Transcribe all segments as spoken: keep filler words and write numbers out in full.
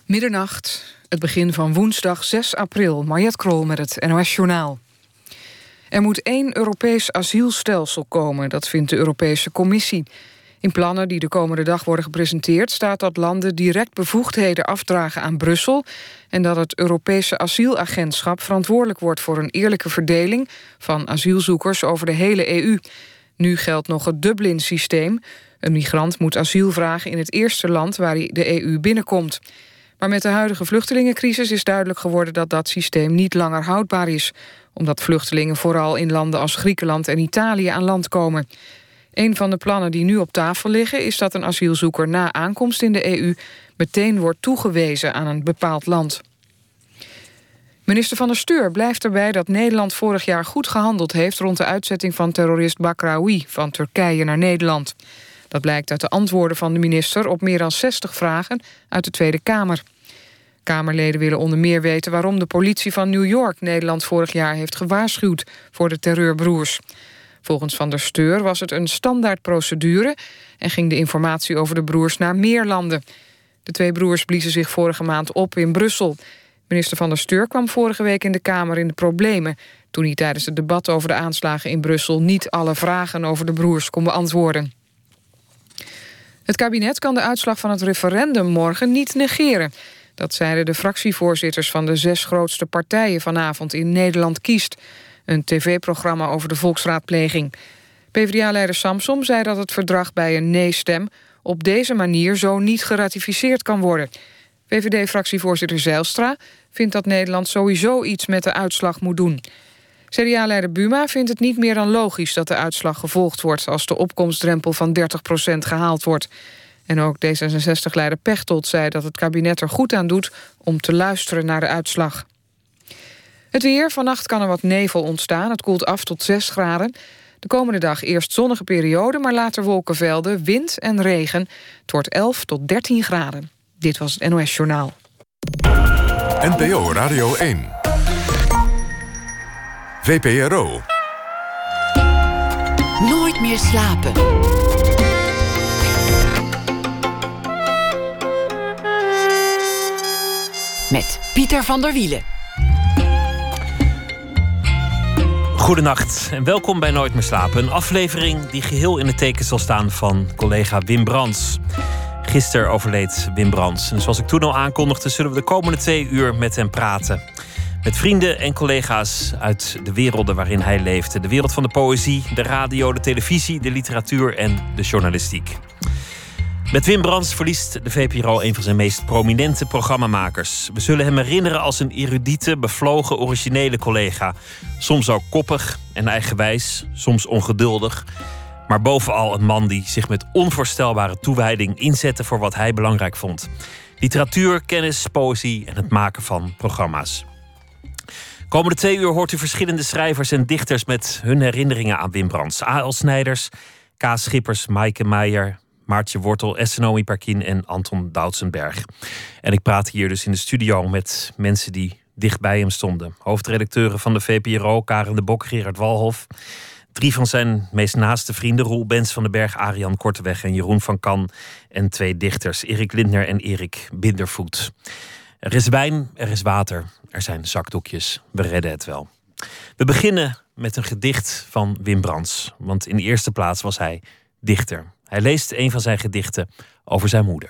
Middernacht, het begin van woensdag zes april. Mariette Krol met het N O S-journaal. Er moet één Europees asielstelsel komen, dat vindt de Europese Commissie. In plannen die de komende dag worden gepresenteerd staat dat landen direct bevoegdheden afdragen aan Brussel en dat het Europese asielagentschap verantwoordelijk wordt voor een eerlijke verdeling van asielzoekers over de hele E U. Nu geldt nog het Dublin-systeem. Een migrant moet asiel vragen in het eerste land waar hij de E U binnenkomt. Maar met de huidige vluchtelingencrisis is duidelijk geworden dat dat systeem niet langer houdbaar is, omdat vluchtelingen vooral in landen als Griekenland en Italië aan land komen. Een van de plannen die nu op tafel liggen is dat een asielzoeker na aankomst in de E U meteen wordt toegewezen aan een bepaald land. Minister Van der Steur blijft erbij dat Nederland vorig jaar goed gehandeld heeft rond de uitzetting van terrorist Bakraoui van Turkije naar Nederland. Dat blijkt uit de antwoorden van de minister op meer dan zestig vragen uit de Tweede Kamer. Kamerleden willen onder meer weten waarom de politie van New York Nederland vorig jaar heeft gewaarschuwd voor de terreurbroers. Volgens Van der Steur was het een standaardprocedure en ging de informatie over de broers naar meer landen. De twee broers bliezen zich vorige maand op in Brussel. Minister Van der Steur kwam vorige week in de Kamer in de problemen toen hij tijdens het debat over de aanslagen in Brussel niet alle vragen over de broers kon beantwoorden. Het kabinet kan de uitslag van het referendum morgen niet negeren. Dat zeiden de fractievoorzitters van de zes grootste partijen vanavond in Nederland Kiest, een tv-programma over de volksraadpleging. PvdA-leider Samsom zei dat het verdrag bij een nee-stem op deze manier zo niet geratificeerd kan worden. V V D-fractievoorzitter Zijlstra vindt dat Nederland sowieso iets met de uitslag moet doen. C D A-leider Buma vindt het niet meer dan logisch dat de uitslag gevolgd wordt als de opkomstdrempel van dertig procent gehaald wordt. En ook D zesenzestig-leider Pechtold zei dat het kabinet er goed aan doet om te luisteren naar de uitslag. Het weer, vannacht kan er wat nevel ontstaan. Het koelt af tot zes graden. De komende dag eerst zonnige periode, maar later wolkenvelden, wind en regen. Het wordt elf tot dertien graden. Dit was het N O S-journaal. N P O Radio één. V P R O. Nooit meer slapen. Met Pieter van der Wielen. Goedenacht en welkom bij Nooit meer slapen. Een aflevering die geheel in het teken zal staan van collega Wim Brands. Gisteren overleed Wim Brands. En zoals ik toen al aankondigde, zullen we de komende twee uur met hem praten. Met vrienden en collega's uit de werelden waarin hij leefde. De wereld van de poëzie, de radio, de televisie, de literatuur en de journalistiek. Met Wim Brands verliest de V P R O een van zijn meest prominente programmamakers. We zullen hem herinneren als een erudiete, bevlogen, originele collega. Soms ook koppig en eigenwijs, soms ongeduldig. Maar bovenal een man die zich met onvoorstelbare toewijding inzette voor wat hij belangrijk vond. Literatuur, kennis, poëzie en het maken van programma's. Komende twee uur hoort u verschillende schrijvers en dichters met hun herinneringen aan Wim Brands. A L Snijders, K. Schippers, Maaike Meijer, Maartje Wortel, Essenomi Perkin en Anton Doutsenberg. En ik praat hier dus in de studio met mensen die dicht bij hem stonden. Hoofdredacteuren van de V P R O, Karen de Bok, Gerard Walhof. Drie van zijn meest naaste vrienden, Roel Bens van den Berg, Arian Korteweg en Jeroen van Kan. En twee dichters, Erik Lindner en Erik Bindervoet. Er is wijn, er is water, er zijn zakdoekjes. We redden het wel. We beginnen met een gedicht van Wim Brands. Want in de eerste plaats was hij dichter. Hij leest een van zijn gedichten over zijn moeder.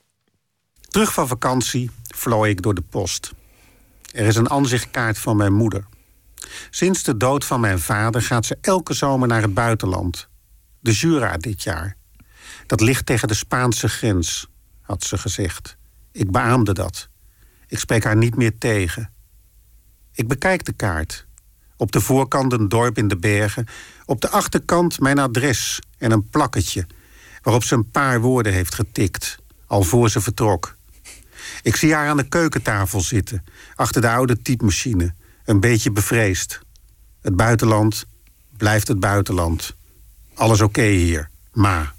Terug van vakantie vlooi ik door de post. Er is een aanzichtkaart van mijn moeder. Sinds de dood van mijn vader gaat ze elke zomer naar het buitenland. De Jura dit jaar. Dat ligt tegen de Spaanse grens, had ze gezegd. Ik beaamde dat. Ik spreek haar niet meer tegen. Ik bekijk de kaart. Op de voorkant een dorp in de bergen. Op de achterkant mijn adres en een plakketje waarop ze een paar woorden heeft getikt, al voor ze vertrok. Ik zie haar aan de keukentafel zitten, achter de oude typemachine, een beetje bevreesd. Het buitenland blijft het buitenland. Alles oké hier, ma.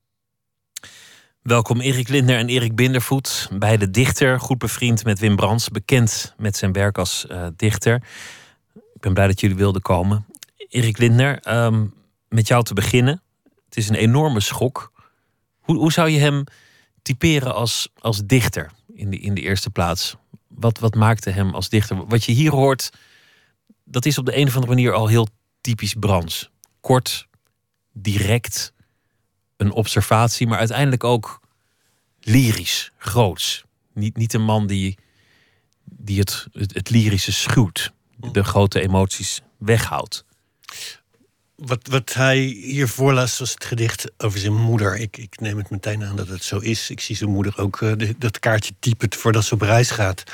Welkom Erik Lindner en Erik Bindervoet, beide dichter, goed bevriend met Wim Brands, bekend met zijn werk als uh, dichter. Ik ben blij dat jullie wilden komen. Erik Lindner, um, met jou te beginnen. Het is een enorme schok. Hoe, hoe zou je hem typeren als, als dichter? in de, in de eerste plaats. Wat, wat maakte hem als dichter? Wat je hier hoort, dat is op de een of andere manier al heel typisch Brans. Kort, direct, een observatie, maar uiteindelijk ook lyrisch, groots. Niet, niet een man die, die het, het, het lyrische schuwt, de grote emoties weghoudt. Wat, wat hij hier voorlas was het gedicht over zijn moeder. Ik, ik neem het meteen aan dat het zo is. Ik zie zijn moeder ook uh, de, dat kaartje typen voordat ze op reis gaat.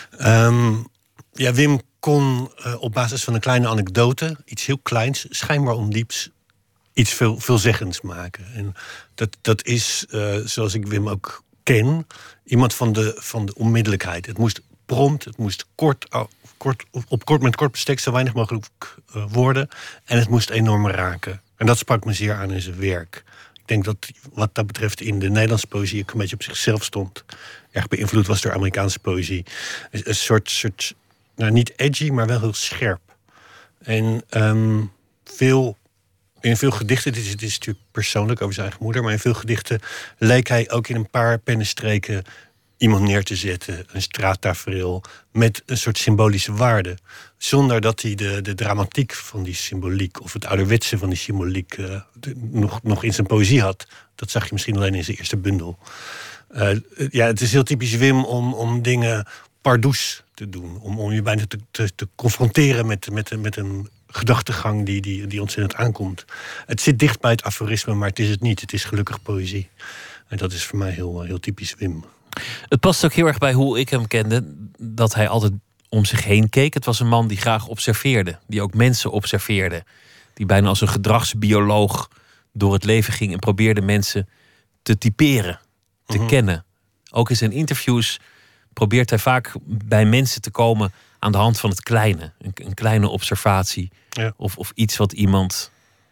Um, ja, Wim kon uh, op basis van een kleine anekdote, iets heel kleins, schijnbaar ondieps, iets veel, veelzeggends maken. En dat, dat is, uh, zoals ik Wim ook ken, iemand van de, van de onmiddellijkheid. Het moest prompt, het moest kort, kort op kort met kort bestek, zo weinig mogelijk uh, woorden. En het moest enorm raken. En dat sprak me zeer aan in zijn werk. Ik denk dat wat dat betreft in de Nederlandse poëzie ook een beetje op zichzelf stond. Erg beïnvloed was door Amerikaanse poëzie. Een soort, soort nou, niet edgy, maar wel heel scherp. En um, veel, in veel gedichten, dit is, dit is natuurlijk persoonlijk over zijn eigen moeder, maar in veel gedichten leek hij ook in een paar pennenstreken iemand neer te zetten, een straattafereel, met een soort symbolische waarde. Zonder dat hij de, de dramatiek van die symboliek, of het ouderwetse van die symboliek, uh, de, nog, nog in zijn poëzie had. Dat zag je misschien alleen in zijn eerste bundel. Uh, ja, het is heel typisch Wim om, om dingen pardoes te doen. Om, om je bijna te, te, te confronteren met, met, met een gedachtegang die, die, die ontzettend aankomt. Het zit dicht bij het aforisme, maar het is het niet. Het is gelukkig poëzie. En dat is voor mij heel, heel typisch Wim. Het past ook heel erg bij hoe ik hem kende, dat hij altijd om zich heen keek. Het was een man die graag observeerde, die ook mensen observeerde. Die bijna als een gedragsbioloog door het leven ging en probeerde mensen te typeren, te mm-hmm. kennen. Ook in zijn interviews probeert hij vaak bij mensen te komen aan de hand van het kleine. Een, een kleine observatie. Ja. Of, of iets wat iemand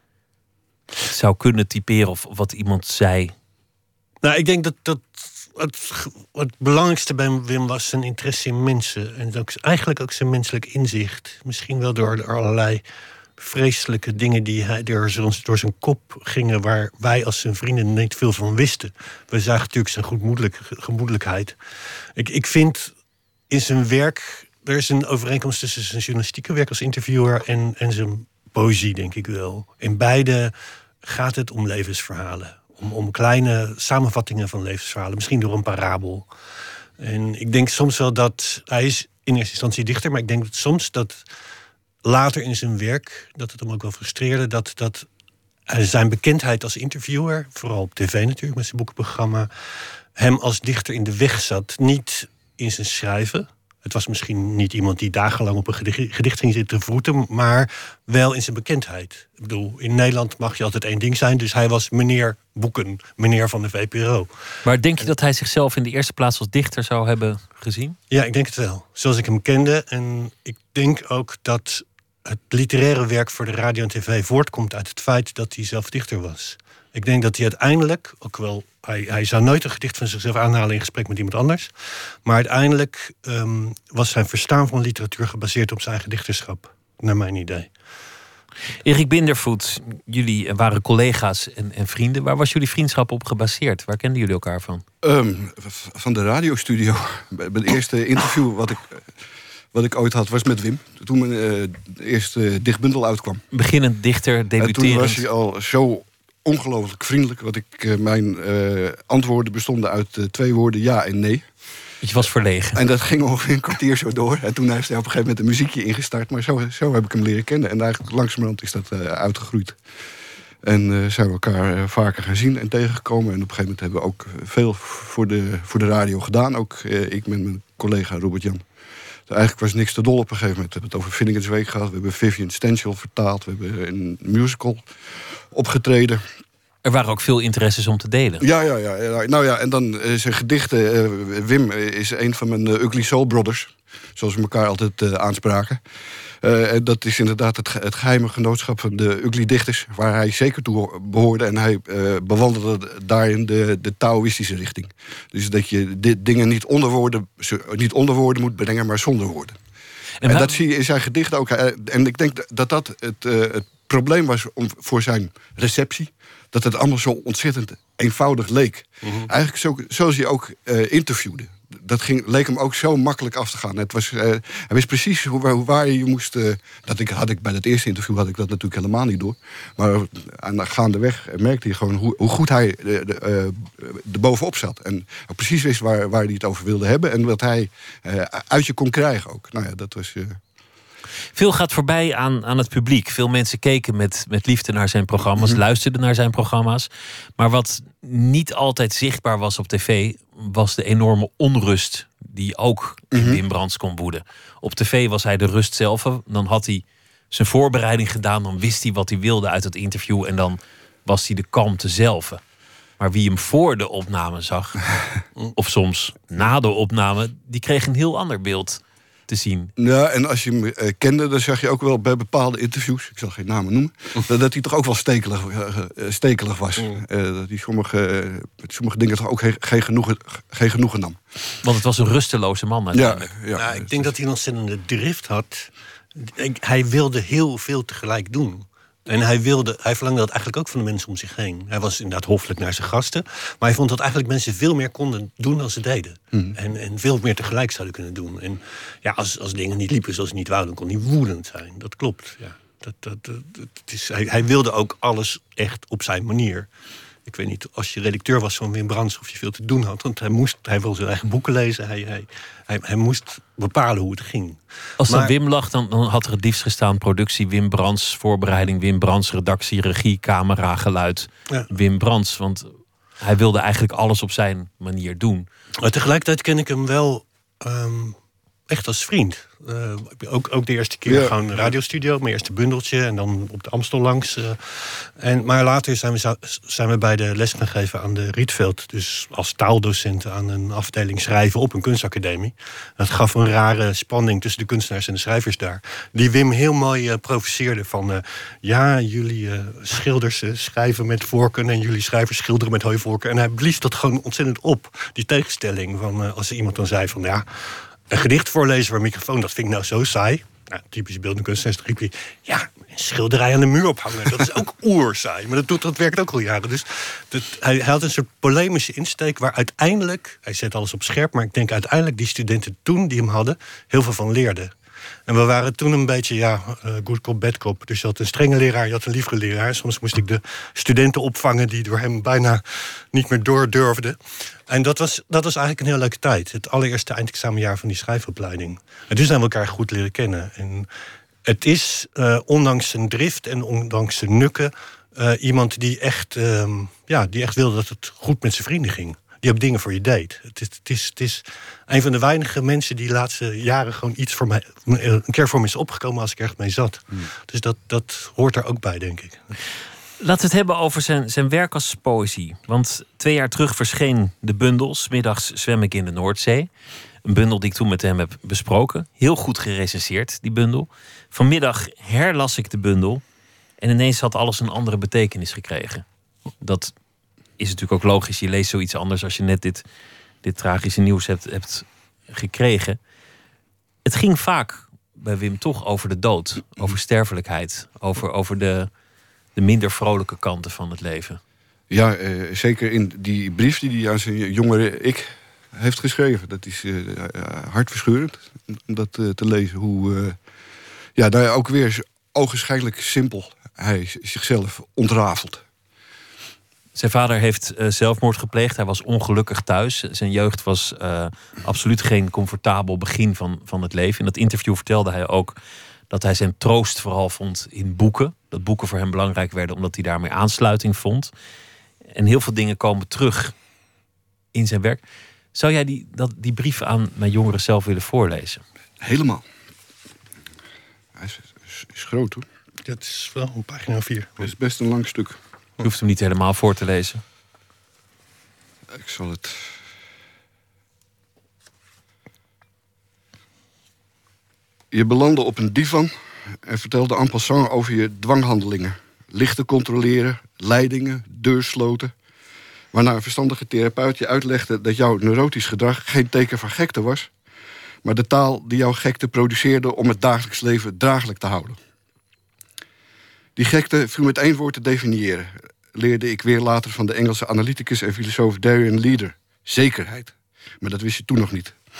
zou kunnen typeren of wat iemand zei. Nou, ik denk dat, dat het, het belangrijkste bij Wim was zijn interesse in mensen. En ook, eigenlijk ook zijn menselijk inzicht. Misschien wel door allerlei vreselijke dingen die hij door, door zijn kop gingen, waar wij als zijn vrienden niet veel van wisten. We zagen natuurlijk zijn goedmoedelijk, gemoedelijkheid. Ik, ik vind in zijn werk, er is een overeenkomst tussen zijn journalistieke werk als interviewer en, en zijn poëzie, denk ik wel. In beide gaat het om levensverhalen. Om, om kleine samenvattingen van levensverhalen. Misschien door een parabel. En ik denk soms wel dat hij is in eerste instantie dichter, maar ik denk dat soms dat later in zijn werk, dat het hem ook wel frustreerde, dat, dat zijn bekendheid als interviewer, vooral op tv natuurlijk met zijn boekenprogramma, hem als dichter in de weg zat. Niet in zijn schrijven. Het was misschien niet iemand die dagenlang op een gedicht, gedicht ging zitten vroeten, maar wel in zijn bekendheid. Ik bedoel, in Nederland mag je altijd één ding zijn, dus hij was meneer Boeken, meneer van de V P R O. Maar denk je dat hij zichzelf in de eerste plaats als dichter zou hebben gezien? Ja, ik denk het wel. Zoals ik hem kende. En ik denk ook dat het literaire werk voor de radio en tv voortkomt uit het feit dat hij zelf dichter was. Ik denk dat hij uiteindelijk, ook wel, hij, hij zou nooit een gedicht van zichzelf aanhalen in gesprek met iemand anders, maar uiteindelijk um, was zijn verstaan van literatuur gebaseerd op zijn eigen dichterschap, naar mijn idee. Erik Bindervoet, jullie waren collega's en, en vrienden. Waar was jullie vriendschap op gebaseerd? Waar kenden jullie elkaar van? Um, van de radiostudio. Bij het eerste interview wat ik, wat ik ooit had was met Wim. Toen mijn uh, eerste dichtbundel uitkwam. Beginnend dichter, debuterend. En toen was hij al zo ongelooflijk vriendelijk. Wat ik, uh, mijn uh, antwoorden bestonden uit uh, twee woorden ja en nee. Je was verlegen. En dat ging ongeveer een kwartier zo door. En toen heeft hij op een gegeven moment een muziekje ingestart. Maar zo, zo heb ik hem leren kennen. En eigenlijk langzamerhand is dat uh, uitgegroeid. En uh, zijn we elkaar uh, vaker gaan zien en tegengekomen. En op een gegeven moment hebben we ook veel voor de, voor de radio gedaan. Ook uh, ik met mijn collega Robert-Jan. Dus eigenlijk was niks te dol op een gegeven moment. We hebben het over Finnegansweek gehad. We hebben Vivian Stanshall vertaald. We hebben een musical opgetreden. Er waren ook veel interesses om te delen. Ja, ja, ja. ja. Nou ja, en dan uh, zijn gedichten. Uh, Wim is een van mijn uh, Ugly Soul Brothers. Zoals we elkaar altijd uh, aanspraken. Uh, en dat is inderdaad het, het geheime genootschap van de Ugly Dichters. Waar hij zeker toe behoorde. En hij uh, bewandelde daarin de, de Taoïstische richting. Dus dat je dit dingen niet onder woorden, niet onder woorden moet brengen, maar zonder woorden. En, en dat zie je in zijn gedichten ook. En ik denk dat dat het, uh, het probleem was om, voor zijn receptie. Dat het allemaal zo ontzettend eenvoudig leek. Mm-hmm. Eigenlijk zo, zoals hij ook uh, interviewde. dat ging, leek hem ook zo makkelijk af te gaan. Het was, uh, hij wist precies hoe, hoe waar je moest... Uh, dat ik, had ik, bij dat eerste interview had ik dat natuurlijk helemaal niet door. Maar aan gaandeweg merkte hij gewoon hoe, hoe goed hij de, de, uh, de bovenop zat. En ook precies wist waar, waar hij het over wilde hebben. En wat hij uh, uit je kon krijgen ook. Nou ja, dat was... Uh, Veel gaat voorbij aan, aan het publiek. Veel mensen keken met, met liefde naar zijn programma's, mm-hmm. luisterden naar zijn programma's. Maar wat niet altijd zichtbaar was op tv, was de enorme onrust die ook in mm-hmm. Wim Brands kon woeden. Op tv was hij de rust zelf. Dan had hij zijn voorbereiding gedaan, dan wist hij wat hij wilde uit het interview en dan was hij de kalmte zelf. Maar wie hem voor de opname zag, of soms na de opname, die kreeg een heel ander beeld te zien. Ja, en als je hem uh, kende, dan zag je ook wel bij bepaalde interviews, ik zal geen namen noemen, dat, dat hij toch ook wel stekelig, uh, stekelig was. Mm. Uh, dat hij sommige, uh, sommige dingen toch ook he, geen, genoegen, geen genoegen nam. Want het was een rusteloze man uiteindelijk. Ja, ja, nou, ik denk dat hij een ontzettende drift had. Hij wilde heel veel tegelijk doen. En hij, wilde, hij verlangde dat eigenlijk ook van de mensen om zich heen. Hij was inderdaad hoffelijk naar zijn gasten. Maar hij vond dat eigenlijk mensen veel meer konden doen dan ze deden. Mm. En, en veel meer tegelijk zouden kunnen doen. En ja, als, als dingen niet liepen zoals hij niet wou, dan kon hij woedend zijn. Dat klopt, ja. Dat, dat, dat, dat is, hij, hij wilde ook alles echt op zijn manier. Ik weet niet, als je redacteur was van Wim Brands, of je veel te doen had. Want hij moest, hij wilde zijn eigen boeken lezen. Hij, hij, hij, hij moest bepalen hoe het ging. Als maar, er Wim lag, dan, dan had er het liefst gestaan productie Wim Brands, voorbereiding Wim Brands, redactie, regie, camera, geluid. Ja. Wim Brands, want hij wilde eigenlijk alles op zijn manier doen. Maar tegelijkertijd ken ik hem wel um, echt als vriend. Uh, ook, ook de eerste keer ja. gewoon een radiostudio, mijn eerste bundeltje en dan op de Amstel langs. Uh, en, maar later zijn we, zijn we bij de les gaan geven aan de Rietveld. Dus als taaldocenten aan een afdeling schrijven op een kunstacademie. Dat gaf een rare spanning tussen de kunstenaars en de schrijvers daar. Die Wim heel mooi uh, provoceerde van... Uh, ja, jullie uh, schilders uh, schrijven met vorken en jullie schrijvers schilderen met hooivorken. En hij blies dat gewoon ontzettend op, die tegenstelling. Van, uh, als er iemand dan zei van ja... een gedicht voorlezen voor een microfoon, dat vind ik nou zo saai. Nou, typische beeldende kunstenaars riep hij... ja, een schilderij aan de muur ophangen, dat is ook oersaai. Maar dat, doet, dat werkt ook al jaren. Dus dat, hij, hij had een soort polemische insteek waar uiteindelijk... hij zet alles op scherp, maar ik denk uiteindelijk die studenten toen die hem hadden... heel veel van leerden. En we waren toen een beetje, ja, uh, good cop, bad cop. Dus je had een strenge leraar, je had een lievere leraar. Soms moest ik de studenten opvangen die door hem bijna niet meer door durfden. En dat was, dat was eigenlijk een heel leuke tijd. Het allereerste eindexamenjaar van die schrijfopleiding. En toen zijn we elkaar goed leren kennen. En het is, uh, ondanks zijn drift en ondanks zijn nukken... Uh, iemand die echt, uh, ja, die echt wilde dat het goed met zijn vrienden ging. Die ook dingen voor je deed. Het is, het, is, het is een van de weinige mensen die de laatste jaren gewoon iets voor mij... een keer voor me is opgekomen als ik ergens mee zat. Mm. Dus dat, dat hoort er ook bij, denk ik. Laten we het hebben over zijn, zijn werk als poëzie. Want twee jaar terug verscheen de bundel 's middags zwem ik in de Noordzee. Een bundel die ik toen met hem heb besproken. Heel goed gerecenseerd, die bundel. Vanmiddag herlas ik de bundel. En ineens had alles een andere betekenis gekregen. Dat is natuurlijk ook logisch. Je leest zoiets anders als je net dit, dit tragische nieuws hebt, hebt gekregen. Het ging vaak bij Wim toch over de dood. Over sterfelijkheid. Over, over de, de minder vrolijke kanten van het leven. Ja, uh, zeker in die brief die hij aan zijn jongere ik heeft geschreven. Dat is uh, uh, hartverscheurend om dat uh, te lezen. Hoe, uh, ja, daar ook weer ogenschijnlijk simpel hij zichzelf ontrafelt. Zijn vader heeft uh, zelfmoord gepleegd. Hij was ongelukkig thuis. Zijn jeugd was uh, absoluut geen comfortabel begin van, van het leven. In dat interview vertelde hij ook dat hij zijn troost vooral vond in boeken. Dat boeken voor hem belangrijk werden omdat hij daarmee aansluiting vond. En heel veel dingen komen terug in zijn werk. Zou jij die, dat, die brief aan mijn jongeren zelf willen voorlezen? Helemaal. Hij is, is, is groot hoor. Dat is wel een pagina vier. Het is best een lang stuk. Je hoeft hem niet helemaal voor te lezen. Ik zal het... Je belandde op een divan en vertelde en passant over je dwanghandelingen. Lichten controleren, leidingen, deursloten. Waarna een verstandige therapeut je uitlegde dat jouw neurotisch gedrag geen teken van gekte was, maar de taal die jouw gekte produceerde om het dagelijks leven draaglijk te houden. Die gekte viel met één woord te definiëren, leerde ik weer later van de Engelse analyticus en filosoof Darian Leader. Zekerheid. Maar dat wist je toen nog niet.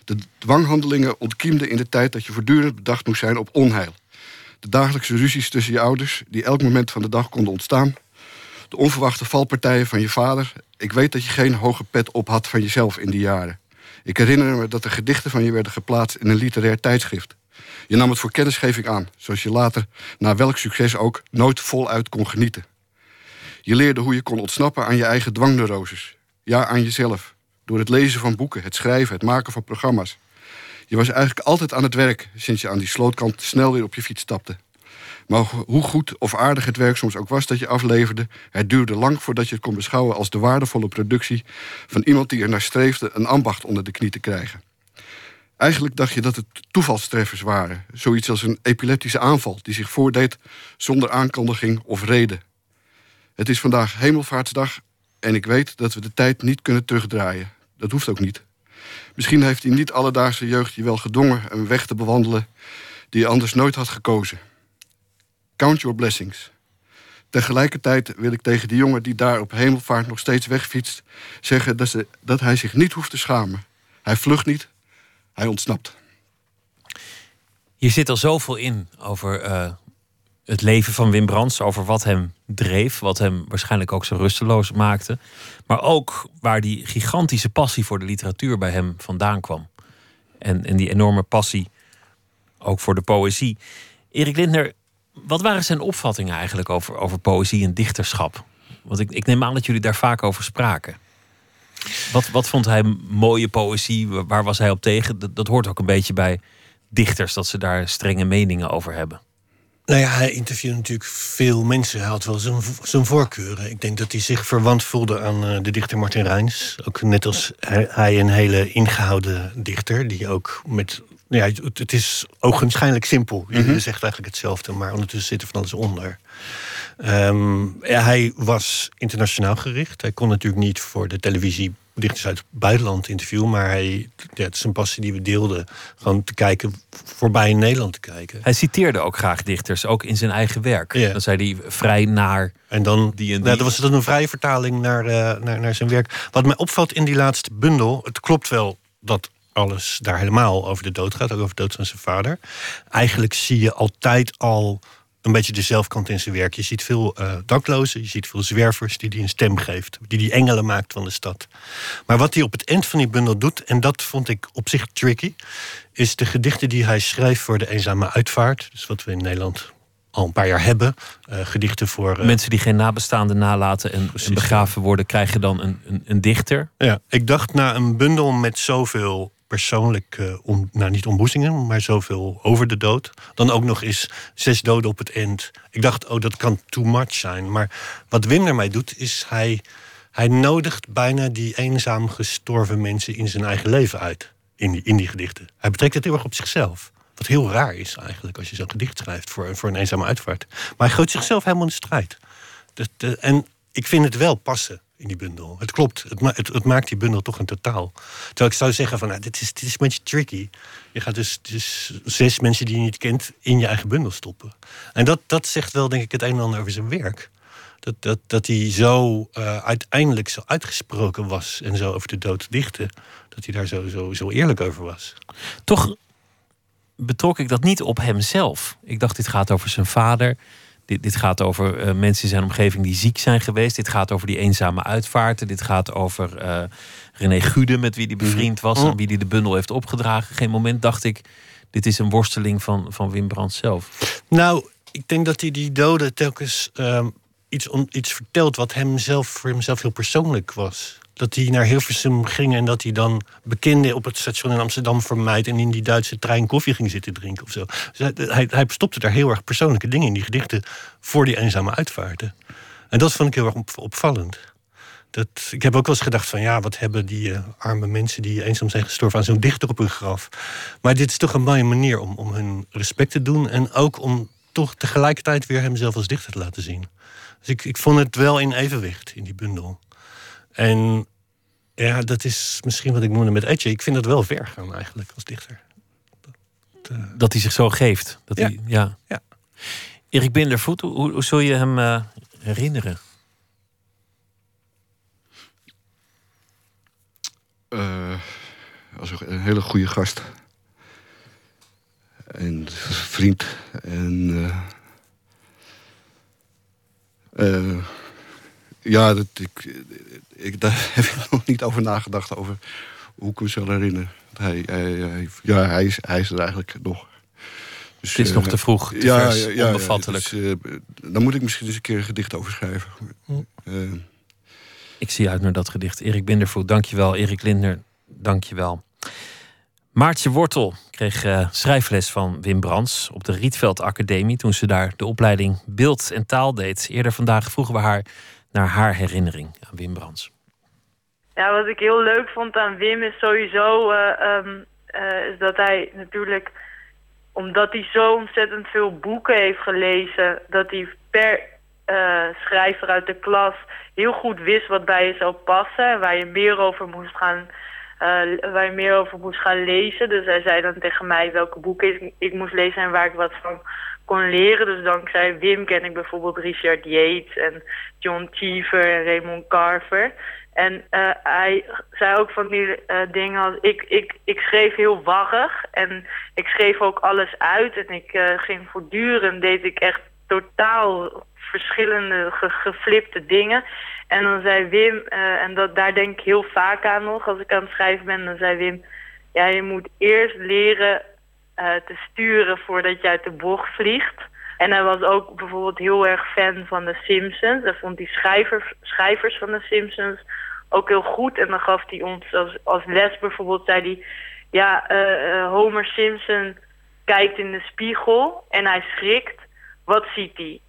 De dwanghandelingen ontkiemden in de tijd dat je voortdurend bedacht moest zijn op onheil. De dagelijkse ruzies tussen je ouders, die elk moment van de dag konden ontstaan. De onverwachte valpartijen van je vader. Ik weet dat je geen hoge pet op had van jezelf in die jaren. Ik herinner me dat er gedichten van je werden geplaatst in een literair tijdschrift. Je nam het voor kennisgeving aan, zoals je later, na welk succes ook, nooit voluit kon genieten. Je leerde hoe je kon ontsnappen aan je eigen dwangneuroses. Ja, aan jezelf. Door het lezen van boeken, het schrijven, het maken van programma's. Je was eigenlijk altijd aan het werk, sinds je aan die slootkant snel weer op je fiets stapte. Maar hoe goed of aardig het werk soms ook was dat je afleverde, het duurde lang voordat je het kon beschouwen als de waardevolle productie van iemand die er naar streefde een ambacht onder de knie te krijgen. Eigenlijk dacht je dat het toevalstreffers waren. Zoiets als een epileptische aanval die zich voordeed zonder aankondiging of reden. Het is vandaag Hemelvaartsdag en ik weet dat we de tijd niet kunnen terugdraaien. Dat hoeft ook niet. Misschien heeft die niet alledaagse jeugd je wel gedwongen een weg te bewandelen die je anders nooit had gekozen. Count your blessings. Tegelijkertijd wil ik tegen die jongen die daar op Hemelvaart nog steeds wegfietst zeggen dat, ze, dat hij zich niet hoeft te schamen. Hij vlucht niet, hij ontsnapt. Hier zit al zoveel in over uh, het leven van Wim Brands, over wat hem dreef, wat hem waarschijnlijk ook zo rusteloos maakte. Maar ook waar die gigantische passie voor de literatuur bij hem vandaan kwam. En, en die enorme passie ook voor de poëzie. Erik Lindner, wat waren zijn opvattingen eigenlijk over, over poëzie en dichterschap? Want ik, ik neem aan dat jullie daar vaak over spraken. Wat, wat vond hij mooie poëzie? Waar was hij op tegen? Dat, dat hoort ook een beetje bij dichters, dat ze daar strenge meningen over hebben. Nou ja, hij interviewde natuurlijk veel mensen. Hij had wel zijn, zijn voorkeuren. Ik denk dat hij zich verwant voelde aan uh, de dichter Martin Reins. Ook net als hij, hij een hele ingehouden dichter. Die ook met... Ja, het, het is ogenschijnlijk simpel. Je mm-hmm. zegt eigenlijk hetzelfde, maar ondertussen zit er van alles onder. Um, ja, hij was internationaal gericht. Hij kon natuurlijk niet voor de televisie dichters uit het buitenland interviewen, maar hij, ja, het is een passie die we deelden. Gewoon te kijken, voorbij in Nederland te kijken. Hij citeerde ook graag dichters, ook in zijn eigen werk. Ja. Dan zei hij vrij naar en dan, die en die. Nou, dat was dan een vrije vertaling naar, uh, naar, naar zijn werk. Wat mij opvalt in die laatste bundel, het klopt wel dat alles daar helemaal over de dood gaat, ook over de dood van zijn vader. Eigenlijk zie je altijd al een beetje de zelfkant in zijn werk. Je ziet veel uh, daklozen, je ziet veel zwervers die hij een stem geeft, die die engelen maakt van de stad. Maar wat hij op het eind van die bundel doet, en dat vond ik op zich tricky, is de gedichten die hij schrijft voor de eenzame uitvaart. Dus wat we in Nederland al een paar jaar hebben. Uh, gedichten voor... Uh, Mensen die geen nabestaanden nalaten en, en begraven worden, krijgen dan een, een, een dichter. Ja, ik dacht na een bundel met zoveel persoonlijk, uh, om, nou niet ontboezingen, maar zoveel over de dood. Dan ook nog eens zes doden op het eind. Ik dacht, oh, dat kan too much zijn. Maar wat Wim ermee doet, is hij, hij nodigt bijna die eenzaam gestorven mensen in zijn eigen leven uit. In die, in die gedichten. Hij betrekt het heel erg op zichzelf. Wat heel raar is eigenlijk als je zo'n gedicht schrijft voor, voor een eenzame uitvaart. Maar hij gooit zichzelf helemaal in de strijd. De, de, en ik vind het wel passen in die bundel. Het klopt, het, ma- het, het maakt die bundel toch een totaal. Terwijl ik zou zeggen van, nou, dit, is, dit is een beetje tricky. Je gaat dus, dus zes mensen die je niet kent in je eigen bundel stoppen. En dat, dat zegt wel, denk ik, het een en ander over zijn werk. Dat, dat, dat hij zo uh, uiteindelijk zo uitgesproken was en zo over de dood dichtte, dat hij daar zo, zo, zo eerlijk over was. Toch betrok ik dat niet op hemzelf. Ik dacht, dit gaat over zijn vader. Dit, dit gaat over uh, mensen in zijn omgeving die ziek zijn geweest. Dit gaat over die eenzame uitvaarten. Dit gaat over uh, René Gude, met wie hij bevriend was en wie hij de bundel heeft opgedragen. Geen moment dacht ik, dit is een worsteling van, van Wim Brands zelf. Nou, ik denk dat hij die doden telkens uh, iets, on, iets vertelt wat hem zelf, voor hemzelf heel persoonlijk was. Dat hij naar Hilversum ging en dat hij dan bekenden op het station in Amsterdam vermijdt en in die Duitse trein koffie ging zitten drinken of zo. Dus hij, hij stopte daar heel erg persoonlijke dingen in die gedichten voor die eenzame uitvaarten. En dat vond ik heel erg op, opvallend. Dat, ik heb ook wel eens gedacht van, ja, wat hebben die uh, arme mensen die eenzaam zijn gestorven aan zo'n dichter op hun graf. Maar dit is toch een mooie manier om, om hun respect te doen en ook om toch tegelijkertijd weer hemzelf als dichter te laten zien. Dus ik, ik vond het wel in evenwicht in die bundel. En ja, dat is misschien wat ik noemde met Etje. Ik vind dat wel ver gaan eigenlijk als dichter. Dat, uh... dat hij zich zo geeft. Dat ja. Hij, ja. ja. Erik Bindervoet, hoe, hoe zul je hem uh, herinneren? Uh, als een hele goede gast. En vriend. En uh, uh, ja, dat, ik, ik, daar heb ik nog niet over nagedacht. Over hoe ik me zal herinneren. Hij, hij, hij, ja, hij is, hij is er eigenlijk nog. Dus, het is uh, nog te vroeg, te ja, vers, ja, onbevattelijk. Ja, dus, uh, daar moet ik misschien eens een keer een gedicht over schrijven. Uh, ik zie uit naar dat gedicht. Erik Bindervoet, dankjewel. Erik Lindner, dankjewel. Maartje Wortel kreeg uh, schrijfles van Wim Brands op de Rietveld Academie toen ze daar de opleiding Beeld en Taal deed. Eerder vandaag vroegen we haar naar haar herinnering aan Wim Brands. Ja, wat ik heel leuk vond aan Wim is sowieso uh, um, uh, is dat hij natuurlijk, omdat hij zo ontzettend veel boeken heeft gelezen, dat hij per uh, schrijver uit de klas heel goed wist wat bij je zou passen en waar je meer over moest gaan. Uh, waar je meer over moest gaan lezen. Dus hij zei dan tegen mij welke boeken ik, ik moest lezen en waar ik wat van kon leren. Dus dankzij Wim ken ik bijvoorbeeld Richard Yates en John Cheever en Raymond Carver. En uh, hij zei ook van die uh, dingen als ik, ik, ik schreef heel warrig en ik schreef ook alles uit. En ik uh, ging voortdurend, deed ik echt totaal verschillende ge, geflipte dingen. En dan zei Wim, uh, en dat, daar denk ik heel vaak aan nog als ik aan het schrijven ben, dan zei Wim, ja, je moet eerst leren uh, te sturen voordat je uit de bocht vliegt. En hij was ook bijvoorbeeld heel erg fan van de Simpsons. Hij vond die schrijvers, schrijvers van de Simpsons ook heel goed. En dan gaf hij ons als, als les bijvoorbeeld, zei hij, ja, uh, uh, Homer Simpson kijkt in de spiegel en hij schrikt. Wat ziet hij?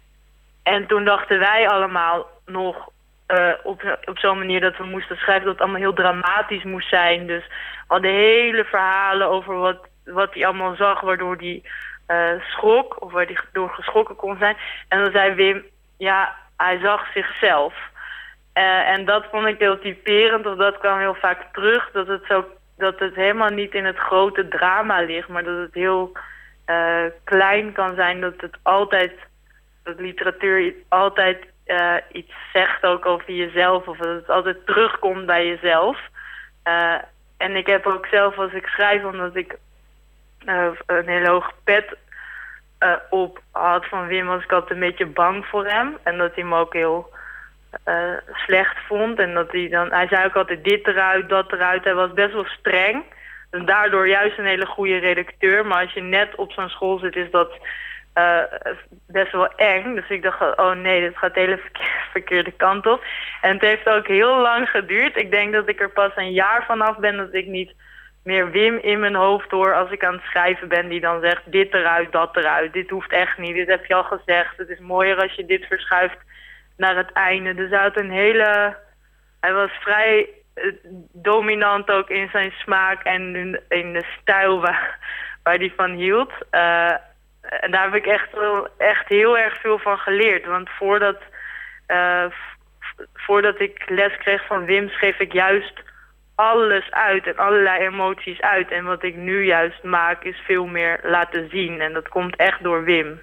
En toen dachten wij allemaal nog uh, op, op zo'n manier dat we moesten schrijven dat het allemaal heel dramatisch moest zijn. Dus we hadden hele verhalen over wat, wat hij allemaal zag, waardoor hij uh, schrok, of waar hij door geschrokken kon zijn. En dan zei Wim, ja, hij zag zichzelf. Uh, en dat vond ik heel typerend, of dat kwam heel vaak terug, dat het, zo, dat het helemaal niet in het grote drama ligt, maar dat het heel uh, klein kan zijn, dat het altijd, dat literatuur altijd uh, iets zegt ook over jezelf, of dat het altijd terugkomt bij jezelf. Uh, en ik heb ook zelf, als ik schrijf, omdat ik uh, een hele hoge pet uh, op had van Wim, was ik altijd een beetje bang voor hem. En dat hij me ook heel uh, slecht vond. En dat hij dan, hij zei ook altijd dit eruit, dat eruit. Hij was best wel streng. En daardoor juist een hele goede redacteur. Maar als je net op zo'n school zit, is dat uh, best wel eng. Dus ik dacht, oh nee, dit gaat de hele verkeerde, verkeerde kant op. En het heeft ook heel lang geduurd. Ik denk dat ik er pas een jaar vanaf ben dat ik niet meer Wim in mijn hoofd hoor als ik aan het schrijven ben, die dan zegt dit eruit, dat eruit. Dit hoeft echt niet, dit heb je al gezegd. Het is mooier als je dit verschuift naar het einde. Dus hij had een hele... Hij was vrij uh, dominant ook in zijn smaak en in, in de stijl waar, waar hij van hield. Uh, en daar heb ik echt, wel, echt heel erg veel van geleerd. Want voordat, uh, v- voordat ik les kreeg van Wim, schreef ik juist alles uit en allerlei emoties uit. En wat ik nu juist maak is veel meer laten zien. En dat komt echt door Wim.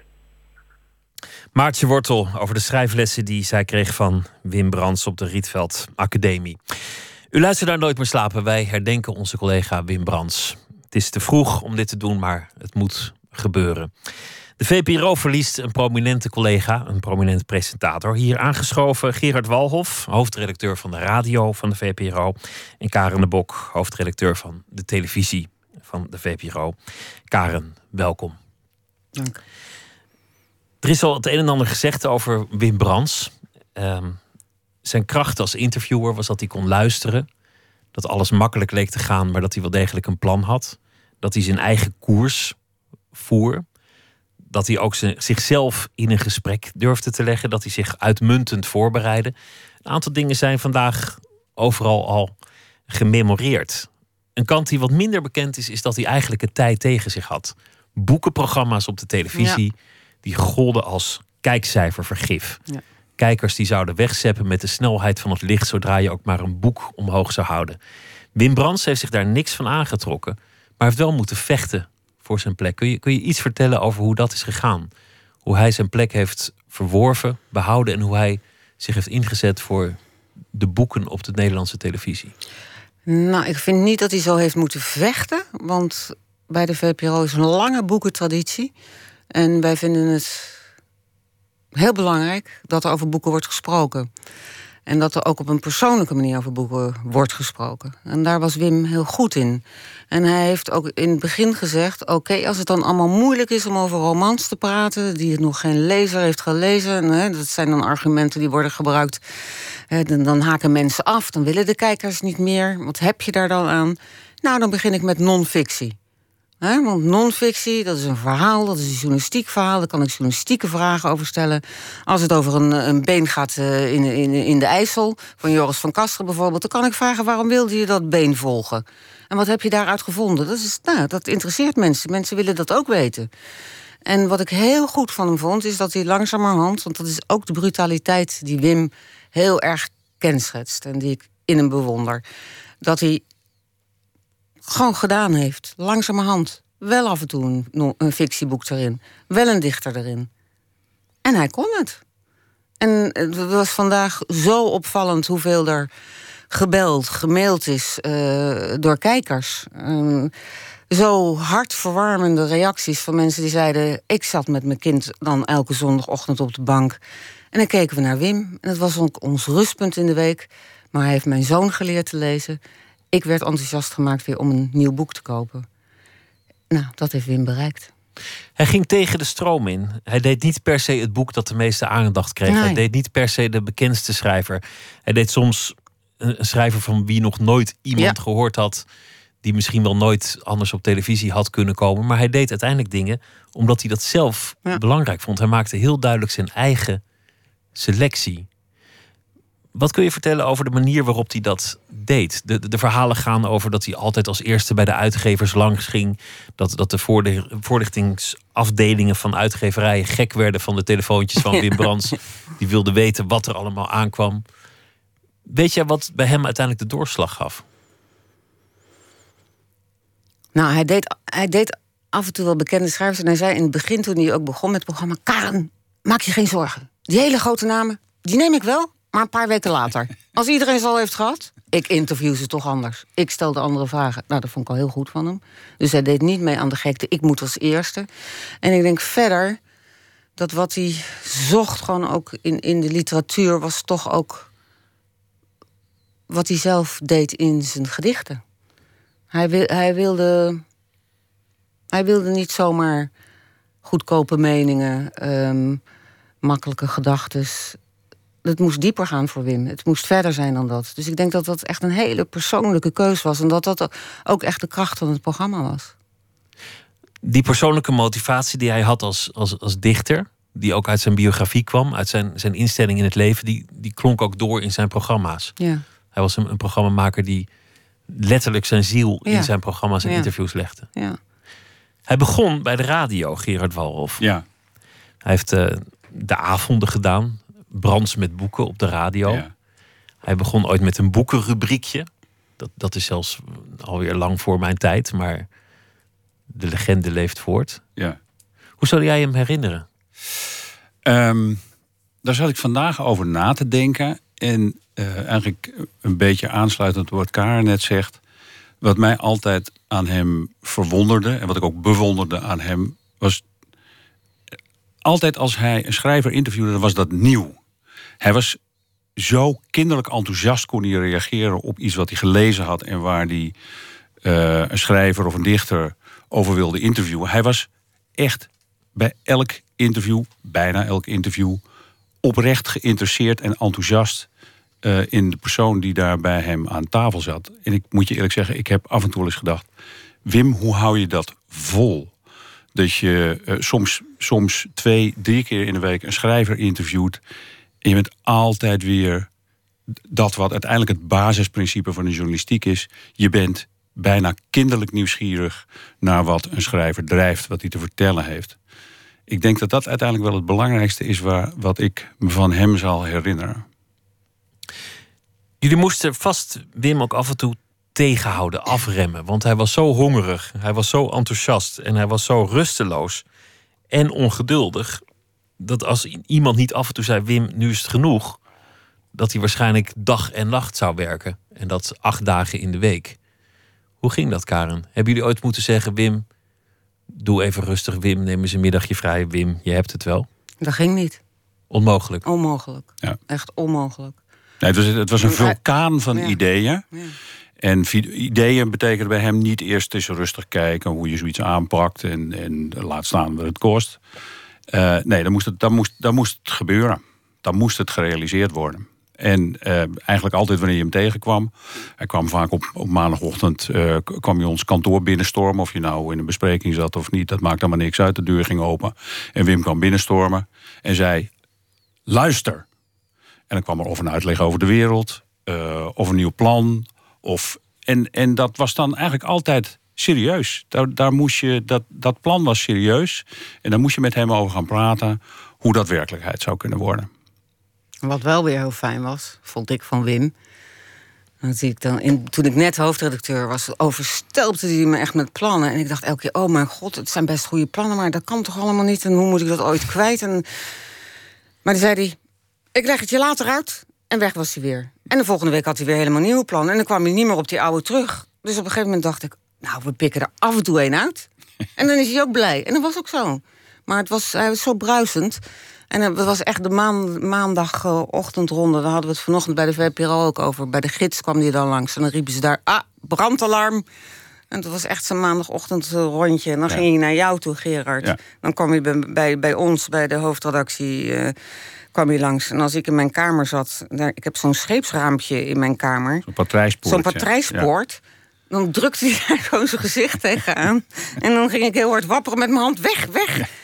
Maartje Wortel over de schrijflessen die zij kreeg van Wim Brands op de Rietveld Academie. U luistert naar Nooit meer slapen. Wij herdenken onze collega Wim Brands. Het is te vroeg om dit te doen, maar het moet gebeuren. De V P R O verliest een prominente collega, een prominente presentator. Hier aangeschoven Gerard Walhoff, hoofdredacteur van de radio van de V P R O. En Karen de Bok, hoofdredacteur van de televisie van de V P R O. Karen, welkom. Dank. Er is al het een en ander gezegd over Wim Brands. Um, zijn kracht als interviewer was dat hij kon luisteren. Dat alles makkelijk leek te gaan, maar dat hij wel degelijk een plan had. Dat hij zijn eigen koers voer. Dat hij ook zijn, zichzelf in een gesprek durfde te leggen. Dat hij zich uitmuntend voorbereidde. Een aantal dingen zijn vandaag overal al gememoreerd. Een kant die wat minder bekend is, is dat hij eigenlijk het tij tegen zich had. Boekenprogramma's op de televisie, ja, die golden als kijkcijfervergif. Ja. Kijkers die zouden wegzeppen met de snelheid van het licht zodra je ook maar een boek omhoog zou houden. Wim Brands heeft zich daar niks van aangetrokken, maar heeft wel moeten vechten voor zijn plek. Kun je, kun je iets vertellen over hoe dat is gegaan? Hoe hij zijn plek heeft verworven, behouden en hoe hij zich heeft ingezet voor de boeken op de Nederlandse televisie? Nou, ik vind niet dat hij zo heeft moeten vechten. Want bij de V P R O is een lange boekentraditie. En wij vinden het heel belangrijk dat er over boeken wordt gesproken. En dat er ook op een persoonlijke manier over boeken wordt gesproken. En daar was Wim heel goed in. En hij heeft ook in het begin gezegd... oké, okay, als het dan allemaal moeilijk is om over romans te praten... die het nog geen lezer heeft gelezen... Hè, dat zijn dan argumenten die worden gebruikt... Hè, dan, dan haken mensen af, dan willen de kijkers niet meer. Wat heb je daar dan aan? Nou, dan begin ik met non-fictie. He, want non-fictie, dat is een verhaal, dat is een journalistiek verhaal... daar kan ik journalistieke vragen over stellen. Als het over een, een been gaat uh, in, in, in de IJssel... van Joris van Kasteren bijvoorbeeld... dan kan ik vragen, waarom wilde je dat been volgen? En wat heb je daaruit gevonden? Dat, is, nou, dat interesseert mensen. Mensen willen dat ook weten. En wat ik heel goed van hem vond, is dat hij langzamerhand... want dat is ook de brutaliteit die Wim heel erg kenschetst... en die ik in hem bewonder... dat hij gewoon gedaan heeft, langzamerhand. Wel af en toe een, een fictieboek erin. Wel een dichter erin. En hij kon het. En het was vandaag zo opvallend hoeveel er gebeld, gemaild is uh, door kijkers. Um, zo hartverwarmende reacties van mensen die zeiden... ik zat met mijn kind dan elke zondagochtend op de bank... en dan keken we naar Wim. En dat was ook ons rustpunt in de week. Maar hij heeft mijn zoon geleerd te lezen... Ik werd enthousiast gemaakt weer om een nieuw boek te kopen. Nou, dat heeft Wim bereikt. Hij ging tegen de stroom in. Hij deed niet per se het boek dat de meeste aandacht kreeg. Nee. Hij deed niet per se de bekendste schrijver. Hij deed soms een schrijver van wie nog nooit iemand ja. gehoord had... die misschien wel nooit anders op televisie had kunnen komen. Maar hij deed uiteindelijk dingen omdat hij dat zelf ja. belangrijk vond. Hij maakte heel duidelijk zijn eigen selectie. Wat kun je vertellen over de manier waarop hij dat deed? De, de, de verhalen gaan over dat hij altijd als eerste bij de uitgevers langs ging. Dat, dat de voorlichtingsafdelingen van uitgeverijen gek werden van de telefoontjes van Wim Brands. Die wilden weten wat er allemaal aankwam. Weet jij wat bij hem uiteindelijk de doorslag gaf? Nou, hij deed, hij deed af en toe wel bekende schrijvers. En hij zei in het begin, toen hij ook begon met het programma... Karen, maak je geen zorgen. Die hele grote namen, die neem ik wel... maar een paar weken later. Als iedereen ze al heeft gehad, ik interview ze toch anders. Ik stelde andere vragen. Nou, dat vond ik al heel goed van hem. Dus hij deed niet mee aan de gekte. Ik moet als eerste. En ik denk verder dat wat hij zocht gewoon ook in, in de literatuur... was toch ook wat hij zelf deed in zijn gedichten. Hij, wil, hij, wilde, hij wilde niet zomaar goedkope meningen... Um, makkelijke gedachtes... Het moest dieper gaan voor Wim. Het moest verder zijn dan dat. Dus ik denk dat dat echt een hele persoonlijke keus was. En dat dat ook echt de kracht van het programma was. Die persoonlijke motivatie die hij had als, als, als dichter... die ook uit zijn biografie kwam... uit zijn, zijn instelling in het leven... Die, die klonk ook door in zijn programma's. Ja. Hij was een, een programmamaker die letterlijk zijn ziel... Ja. in zijn programma's en ja. interviews legde. Ja. Hij begon bij de radio, Gerard Walhoff. Ja. Hij heeft uh, de avonden gedaan... Brands met boeken op de radio. Ja. Hij begon ooit met een boekenrubriekje. Dat, dat is zelfs alweer lang voor mijn tijd. Maar de legende leeft voort. Ja. Hoe zou jij hem herinneren? Um, daar zat ik vandaag over na te denken. En uh, eigenlijk een beetje aansluitend op wat Karen net zegt. Wat mij altijd aan hem verwonderde... en wat ik ook bewonderde aan hem... was altijd als hij een schrijver interviewde, dan was dat nieuw. Hij was zo kinderlijk enthousiast, kon hij reageren op iets wat hij gelezen had... en waar hij uh, een schrijver of een dichter over wilde interviewen. Hij was echt bij elk interview, bijna elk interview... oprecht geïnteresseerd en enthousiast uh, in de persoon die daar bij hem aan tafel zat. En ik moet je eerlijk zeggen, ik heb af en toe wel eens gedacht... Wim, hoe hou je dat vol? Dat je uh, soms, soms twee, drie keer in de week een schrijver interviewt... en je bent altijd weer dat wat uiteindelijk het basisprincipe van de journalistiek is. Je bent bijna kinderlijk nieuwsgierig naar wat een schrijver drijft... wat hij te vertellen heeft. Ik denk dat dat uiteindelijk wel het belangrijkste is... Waar, wat ik me van hem zal herinneren. Jullie moesten vast Wim ook af en toe tegenhouden, afremmen. Want hij was zo hongerig, hij was zo enthousiast... en hij was zo rusteloos en ongeduldig... dat als iemand niet af en toe zei... Wim, nu is het genoeg... dat hij waarschijnlijk dag en nacht zou werken. En dat acht dagen in de week. Hoe ging dat, Karen? Hebben jullie ooit moeten zeggen, Wim, doe even rustig, Wim, neem eens een middagje vrij, Wim, je hebt het wel? Dat ging niet. Onmogelijk? Onmogelijk. Ja. Echt onmogelijk. Nee, het, was, het was een vulkaan van ja. ideeën. Ja. En ideeën betekenen bij hem niet eerst eens rustig kijken hoe je zoiets aanpakt en, en laat staan wat het kost. Uh, nee, dan moest, het, dan, moest, dan moest het gebeuren. Dan moest het gerealiseerd worden. En uh, eigenlijk altijd wanneer je hem tegenkwam. Hij kwam vaak op, op maandagochtend. Uh, kwam je ons kantoor binnenstormen. Of je nou in een bespreking zat of niet. Dat maakt allemaal niks uit. De deur ging open. En Wim kwam binnenstormen. En zei, luister. En dan kwam er of een uitleg over de wereld. Uh, of een nieuw plan. Of, en, en dat was dan eigenlijk altijd serieus. Daar, daar moest je, dat, dat plan was serieus. En daar moest je met hem over gaan praten. Hoe dat werkelijkheid zou kunnen worden. Wat wel weer heel fijn was, vond ik van Wim. Dat zie ik dan in, toen ik net hoofdredacteur was, overstelpte hij me echt met plannen. En ik dacht elke keer, oh mijn god, het zijn best goede plannen, maar dat kan toch allemaal niet? En hoe moet ik dat ooit kwijt? En, maar dan zei hij, ik leg het je later uit. En weg was hij weer. En de volgende week had hij weer helemaal nieuwe plannen. En dan kwam hij niet meer op die oude terug. Dus op een gegeven moment dacht ik, nou, we pikken er af en toe een uit. En dan is hij ook blij. En dat was ook zo. Maar het was, hij was zo bruisend. En het was echt de maan, maandagochtendronde. Daar hadden we het vanochtend bij de V P R O ook over. Bij de gids kwam die dan langs. En dan riepen ze daar, ah, brandalarm. En dat was echt zo'n maandagochtend rondje. En dan ja. ging hij naar jou toe, Gerard. Ja. Dan kwam hij bij, bij, bij ons, bij de hoofdredactie, uh, kwam hij langs. En als ik in mijn kamer zat, daar, ik heb zo'n scheepsraampje in mijn kamer. Zo'n patrijspoort. Zo'n patrijspoort. Ja. Dan drukte hij daar gewoon zijn gezicht tegenaan. En dan ging ik heel hard wapperen met mijn hand, weg, weg. Ja.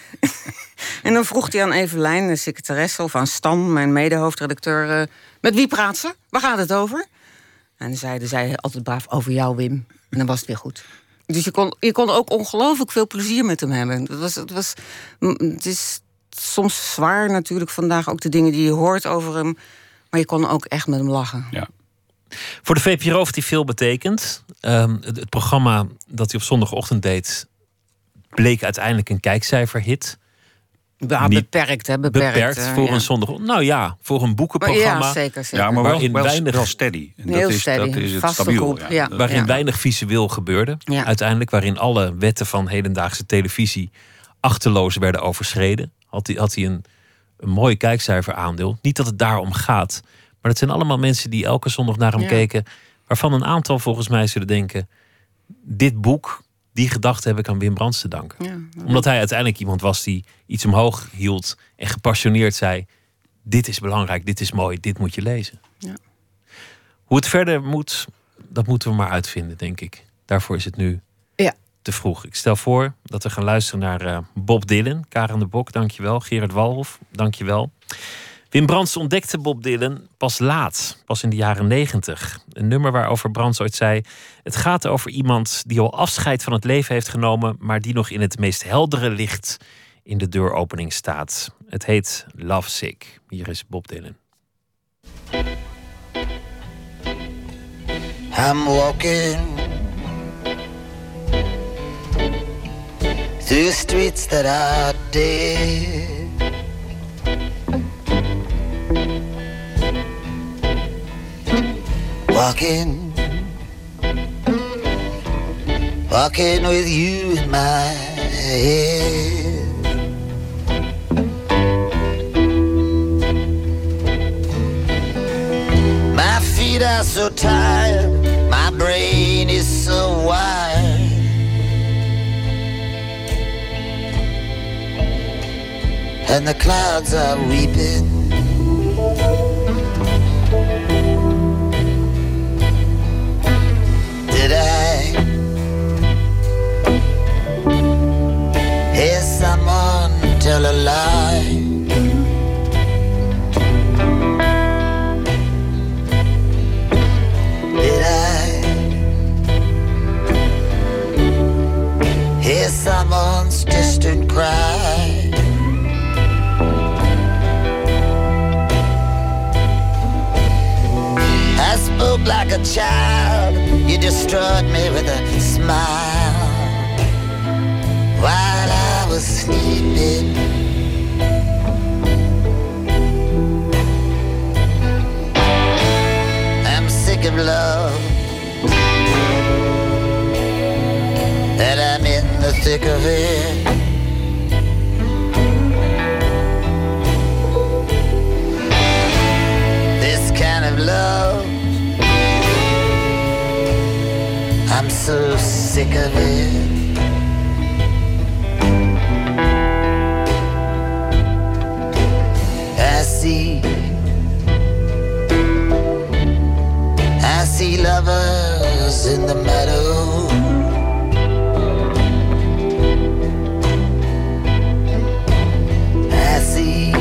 En dan vroeg hij aan Evelijn, de secretaresse, of aan Stan, mijn mede-hoofdredacteur, uh, met wie praat ze? Waar gaat het over? En dan zeiden zij altijd braaf, over jou, Wim. En dan was het weer goed. Dus je kon, je kon ook ongelooflijk veel plezier met hem hebben. Het, was, het, was, het is soms zwaar natuurlijk vandaag, ook de dingen die je hoort over hem. Maar je kon ook echt met hem lachen. Ja. Voor de V P R O heeft hij veel betekend. Um, het, het programma dat hij op zondagochtend deed, bleek uiteindelijk een kijkcijferhit. Ja, beperkt, hè? Beperkt, beperkt voor ja. een zondag. Nou ja, voor een boekenprogramma. Ja, zeker, zeker. Ja, maar wel, waarin wel, weinig, wel steady. En heel dat is, steady. Dat is het Vaste stabiel. groep, Ja. ja. Waarin ja. weinig visueel gebeurde. Ja. Uiteindelijk, waarin alle wetten van hedendaagse televisie achterloos werden overschreden. Had hij, had hij een, een mooi kijkcijferaandeel. Niet dat het daarom gaat. Maar het zijn allemaal mensen die elke zondag naar hem ja. keken. Waarvan een aantal volgens mij zullen denken, dit boek, die gedachte heb ik aan Wim Brands te danken. Ja, ja. Omdat hij uiteindelijk iemand was die iets omhoog hield en gepassioneerd zei, dit is belangrijk, dit is mooi, dit moet je lezen. Ja. Hoe het verder moet, dat moeten we maar uitvinden, denk ik. Daarvoor is het nu ja. te vroeg. Ik stel voor dat we gaan luisteren naar uh, Bob Dylan. Karen de Bok, dankjewel. Gerard Walhof, dankjewel. Wim Brands ontdekte Bob Dylan pas laat, pas in de jaren negentig. Een nummer waarover Brands ooit zei, het gaat over iemand die al afscheid van het leven heeft genomen, maar die nog in het meest heldere licht in de deuropening staat. Het heet Love Sick. Hier is Bob Dylan. I'm walking through streets that are dead. Walking, walking with you in my head. My feet are so tired, my brain is so wired. And the clouds are weeping. Did I hear someone tell a lie? Did I hear someone's distant cry? I spoke like a child, you destroyed me with a smile while I was sleeping. thick of it. This kind of love, I'm so sick of it. I see, I see lovers in the meadow. I see,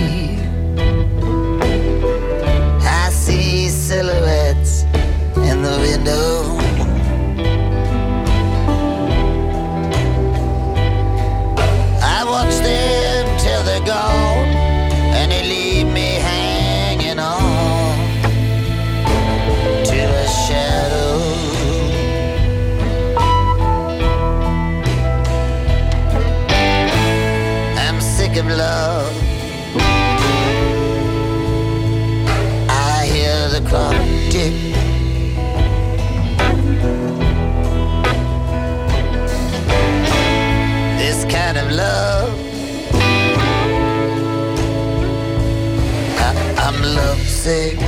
I see silhouettes in the window. I watch them till they're gone, and they leave me hanging on to a shadow. I'm sick of love. I hear the clock tick. This kind of love, I, I'm lovesick.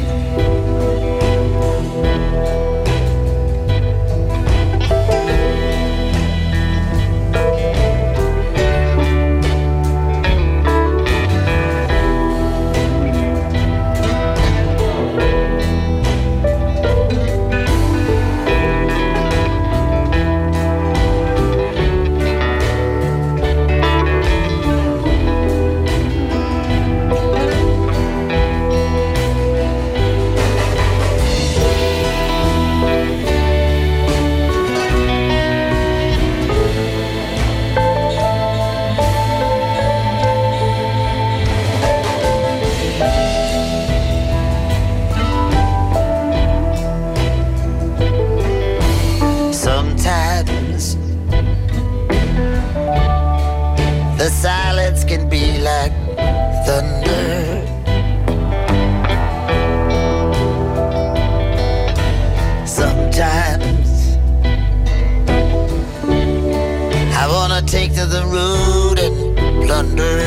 Sometimes the silence can be like thunder. Sometimes I wanna take to the road and plunder.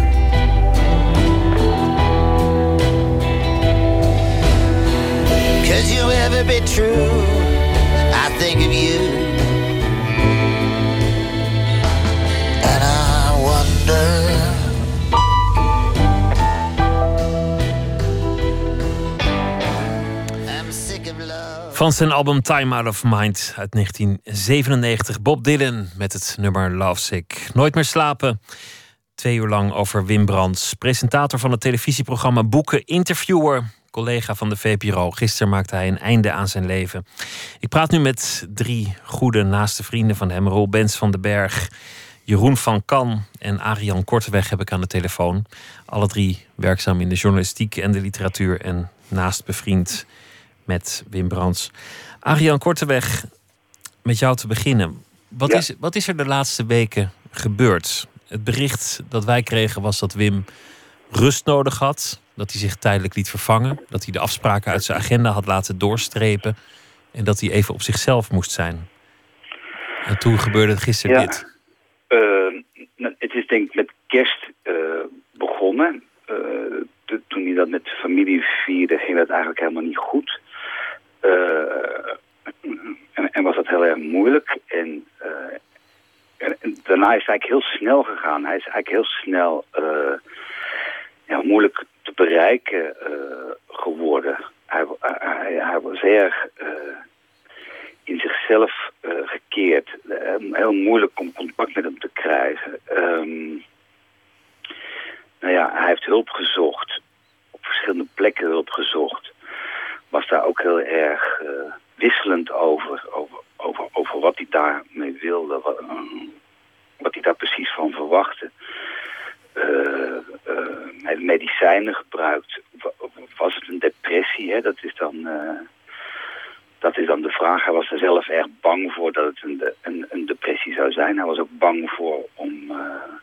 Could you ever be true? I think of you, and I wonder. I'm sick of love. Van zijn album Time Out of Mind uit negentien zevenennegentig. Bob Dylan met het nummer Lovesick. Nooit meer slapen. Twee uur lang over Wim Brands. Presentator van het televisieprogramma Boeken. Interviewer. Collega van de V P R O. Gisteren maakte hij een einde aan zijn leven. Ik praat nu met drie goede naaste vrienden van hem. Roel Bens van den Berg, Jeroen van Kan en Arian Korteweg heb ik aan de telefoon. Alle drie werkzaam in de journalistiek en de literatuur en naast bevriend met Wim Brands. Arian Korteweg, met jou te beginnen. Wat, ja. is, wat is er de laatste weken gebeurd? Het bericht dat wij kregen was dat Wim rust nodig had. Dat hij zich tijdelijk liet vervangen. Dat hij de afspraken uit zijn agenda had laten doorstrepen. En dat hij even op zichzelf moest zijn. En toen gebeurde het gisteren ja. dit. Uh, het is denk ik met kerst uh, begonnen. Uh, to, toen hij dat met de familie vierde, ging dat eigenlijk helemaal niet goed. Uh, en, en was dat heel erg moeilijk. En, uh, en, en daarna is het eigenlijk heel snel gegaan. Hij is eigenlijk heel snel uh, ja, moeilijk te bereiken uh, geworden. Hij, hij, hij was erg uh, in zichzelf uh, gekeerd. Uh, heel moeilijk om contact met hem te krijgen. Um, nou ja, hij heeft hulp gezocht. Op verschillende plekken hulp gezocht. Was daar ook heel erg uh, wisselend over, over, over, over wat hij daarmee wilde. Wat, uh, wat hij daar precies van verwachtte. Uh, uh, hij heeft medicijnen gebruikt. Was het een depressie? Hè? Dat is dan, uh, dat is dan de vraag. Hij was er zelf erg bang voor dat het een, een, een depressie zou zijn. Hij was ook bang voor om, uh,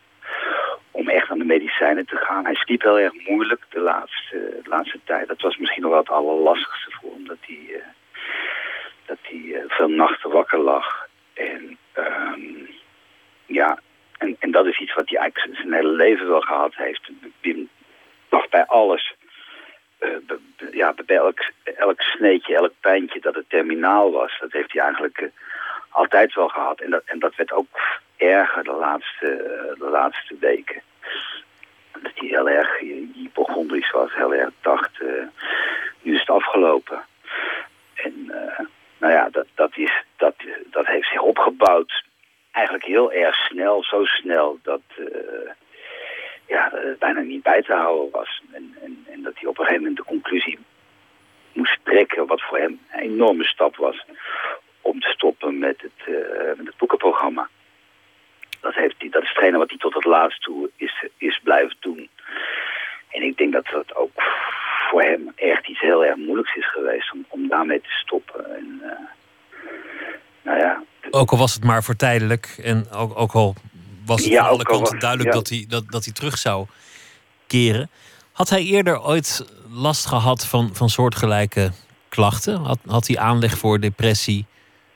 om echt aan de medicijnen te gaan. Hij sliep heel erg moeilijk de laatste, de laatste tijd. Dat was misschien nog wel het allerlastigste voor hem. Dat hij, uh, dat hij uh, veel nachten wakker lag. En um, ja, en, en dat is iets wat hij eigenlijk zijn hele leven wel gehad heeft. Wim dacht bij alles, uh, be, be, ja, bij elk, elk sneetje, elk pijntje dat het terminaal was. Dat heeft hij eigenlijk uh, altijd wel gehad. En dat, en dat werd ook erger de laatste, uh, de laatste weken. Dat hij heel erg hypochondrisch was, heel erg dacht, uh, nu is het afgelopen. En uh, nou ja, dat, dat, is, dat, dat heeft zich opgebouwd eigenlijk heel erg snel, zo snel dat uh, ja, het bijna niet bij te houden was. En, en, en dat hij op een gegeven moment de conclusie moest trekken, wat voor hem een enorme stap was, om te stoppen met het, uh, met het boekenprogramma. Dat, heeft hij, dat is hetgene wat hij tot het laatst toe is, is blijven doen. En ik denk dat dat ook voor hem echt iets heel erg moeilijks is geweest om, om daarmee te stoppen. En, uh, nou ja. Ook al was het maar voor tijdelijk en ook, ook al was het ja, van alle kanten was, duidelijk ja. dat, hij, dat, dat hij terug zou keren. Had hij eerder ooit last gehad van, van soortgelijke klachten? Had, had hij aanleg voor depressie?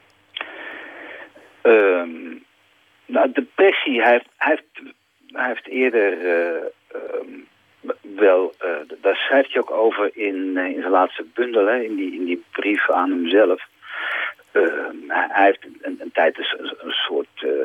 Um, nou, depressie, hij heeft, hij heeft, hij heeft eerder uh, um, wel, uh, daar schrijft hij ook over in, uh, in zijn laatste bundel, hè, in, die, in die brief aan hemzelf. Uh, hij heeft een, een tijd dus een, een soort, uh,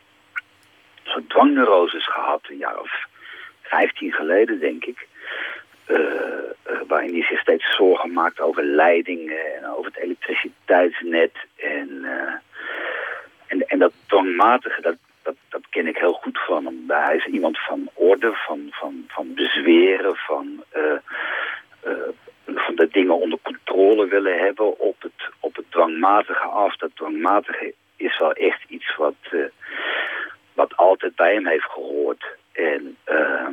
een soort dwangneuroses gehad, een jaar of vijftien geleden, denk ik. Uh, uh, waarin hij zich steeds zorgen maakt over leidingen en over het elektriciteitsnet. En, uh, en, en dat dwangmatige, dat, dat, dat ken ik heel goed van hem. Hij is iemand van orde, van, van, van bezweren, van... Uh, uh, van de dingen onder controle willen hebben op het, op het dwangmatige af. Dat dwangmatige is wel echt iets wat, uh, wat altijd bij hem heeft gehoord. En uh,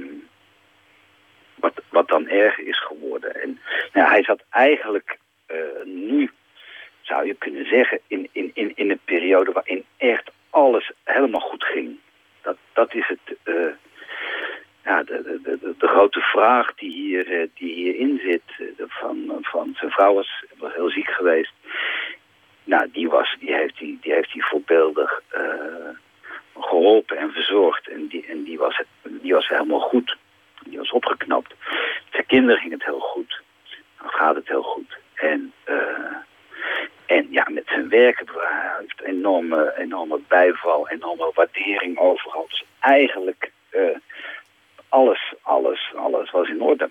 wat, wat dan erg is geworden. En nou, hij zat eigenlijk uh, nu, zou je kunnen zeggen, in, in, in, in een periode waarin echt alles helemaal goed ging. Dat, dat is het... Uh, Ja, de, de, de, de grote vraag die, hier, die hierin zit, van, van zijn vrouw was, was heel ziek geweest. Nou, die, was, die, heeft, hij, die heeft hij voorbeeldig uh, geholpen en verzorgd. En, die, en die, was het, die was helemaal goed. Die was opgeknapt. Zijn kinderen ging het heel goed. Dan gaat het heel goed. En, uh, en ja, met zijn werk hij heeft enorme, enorme bijval, enorme waardering overal. Dus eigenlijk... Uh, Alles, alles, alles was in orde.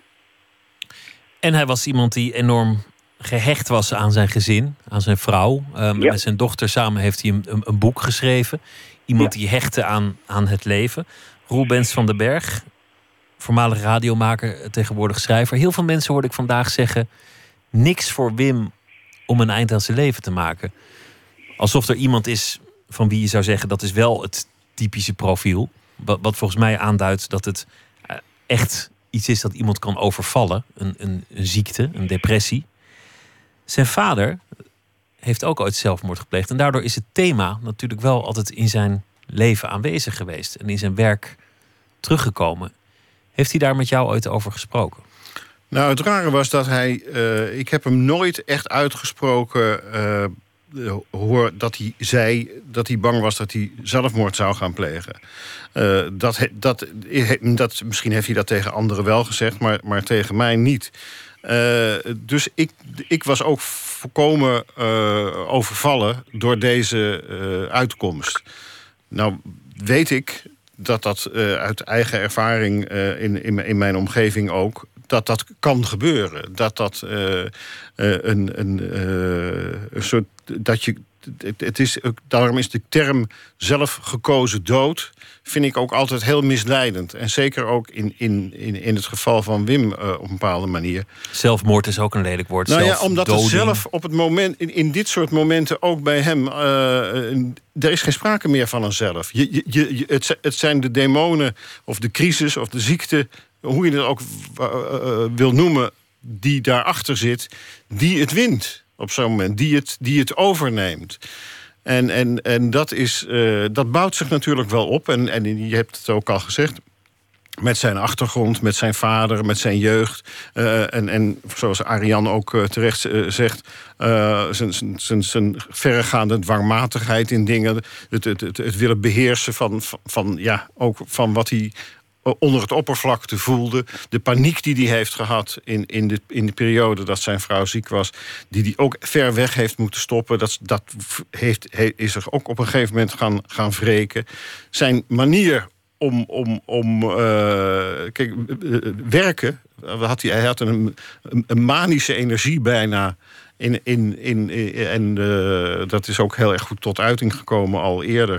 En hij was iemand die enorm gehecht was aan zijn gezin, aan zijn vrouw. Um, ja. Met zijn dochter samen heeft hij een, een, een boek geschreven. Iemand ja. die hechtte aan, aan het leven. Roel Bens van den Berg, voormalig radiomaker, tegenwoordig schrijver. Heel veel mensen hoorde ik vandaag zeggen... niks voor Wim om een eind aan zijn leven te maken. Alsof er iemand is van wie je zou zeggen... dat is wel het typische profiel. Wat, wat volgens mij aanduidt dat het... echt iets is dat iemand kan overvallen. Een, een, een ziekte, een depressie. Zijn vader heeft ook ooit zelfmoord gepleegd. En daardoor is het thema natuurlijk wel altijd in zijn leven aanwezig geweest. En in zijn werk teruggekomen. Heeft hij daar met jou ooit over gesproken? Nou, het rare was dat hij... Uh, ik heb hem nooit echt uitgesproken... Uh, hoor dat hij zei dat hij bang was dat hij zelfmoord zou gaan plegen. Uh, dat, dat, dat, misschien heeft hij dat tegen anderen wel gezegd, maar, maar tegen mij niet. Uh, dus ik, ik was ook volkomen uh, overvallen door deze uh, uitkomst. Nou weet ik dat dat uh, uit eigen ervaring uh, in, in, in mijn omgeving ook... dat dat kan gebeuren. Dat dat uh, uh, een, een, uh, een soort... dat je, het, het is, daarom is de term zelfgekozen dood... vind ik ook altijd heel misleidend. En zeker ook in, in, in, in het geval van Wim uh, op een bepaalde manier. Zelfmoord is ook een lelijk woord. Nou ja, omdat het zelf op het moment... in, in dit soort momenten ook bij hem... Uh, er is geen sprake meer van een zelf. Je, je, je, het, het zijn de demonen of de crisis of de ziekte... hoe je het ook uh, uh, wil noemen, die daarachter zit... die het wint op zo'n moment, die het, die het overneemt. En, en, en dat, is, uh, dat bouwt zich natuurlijk wel op. En, en je hebt het ook al gezegd, Met zijn achtergrond, met zijn vader, met zijn jeugd. Uh, en, en zoals Ariane ook uh, terecht uh, zegt... Uh, zijn, zijn, zijn verregaande dwangmatigheid in dingen. Het, het, het, het willen beheersen van, van, van, ja, ook van wat hij onder het oppervlakte voelde. De paniek die hij heeft gehad in, in, de, in de periode dat zijn vrouw ziek was. Die hij ook ver weg heeft moeten stoppen. Dat, dat heeft, is er ook op een gegeven moment gaan, gaan wreken. Zijn manier... Om, om, om uh, kijk, uh, werken, had hij, hij had een, een manische energie bijna. In, in, in, in, en uh, dat is ook heel erg goed tot uiting gekomen al eerder.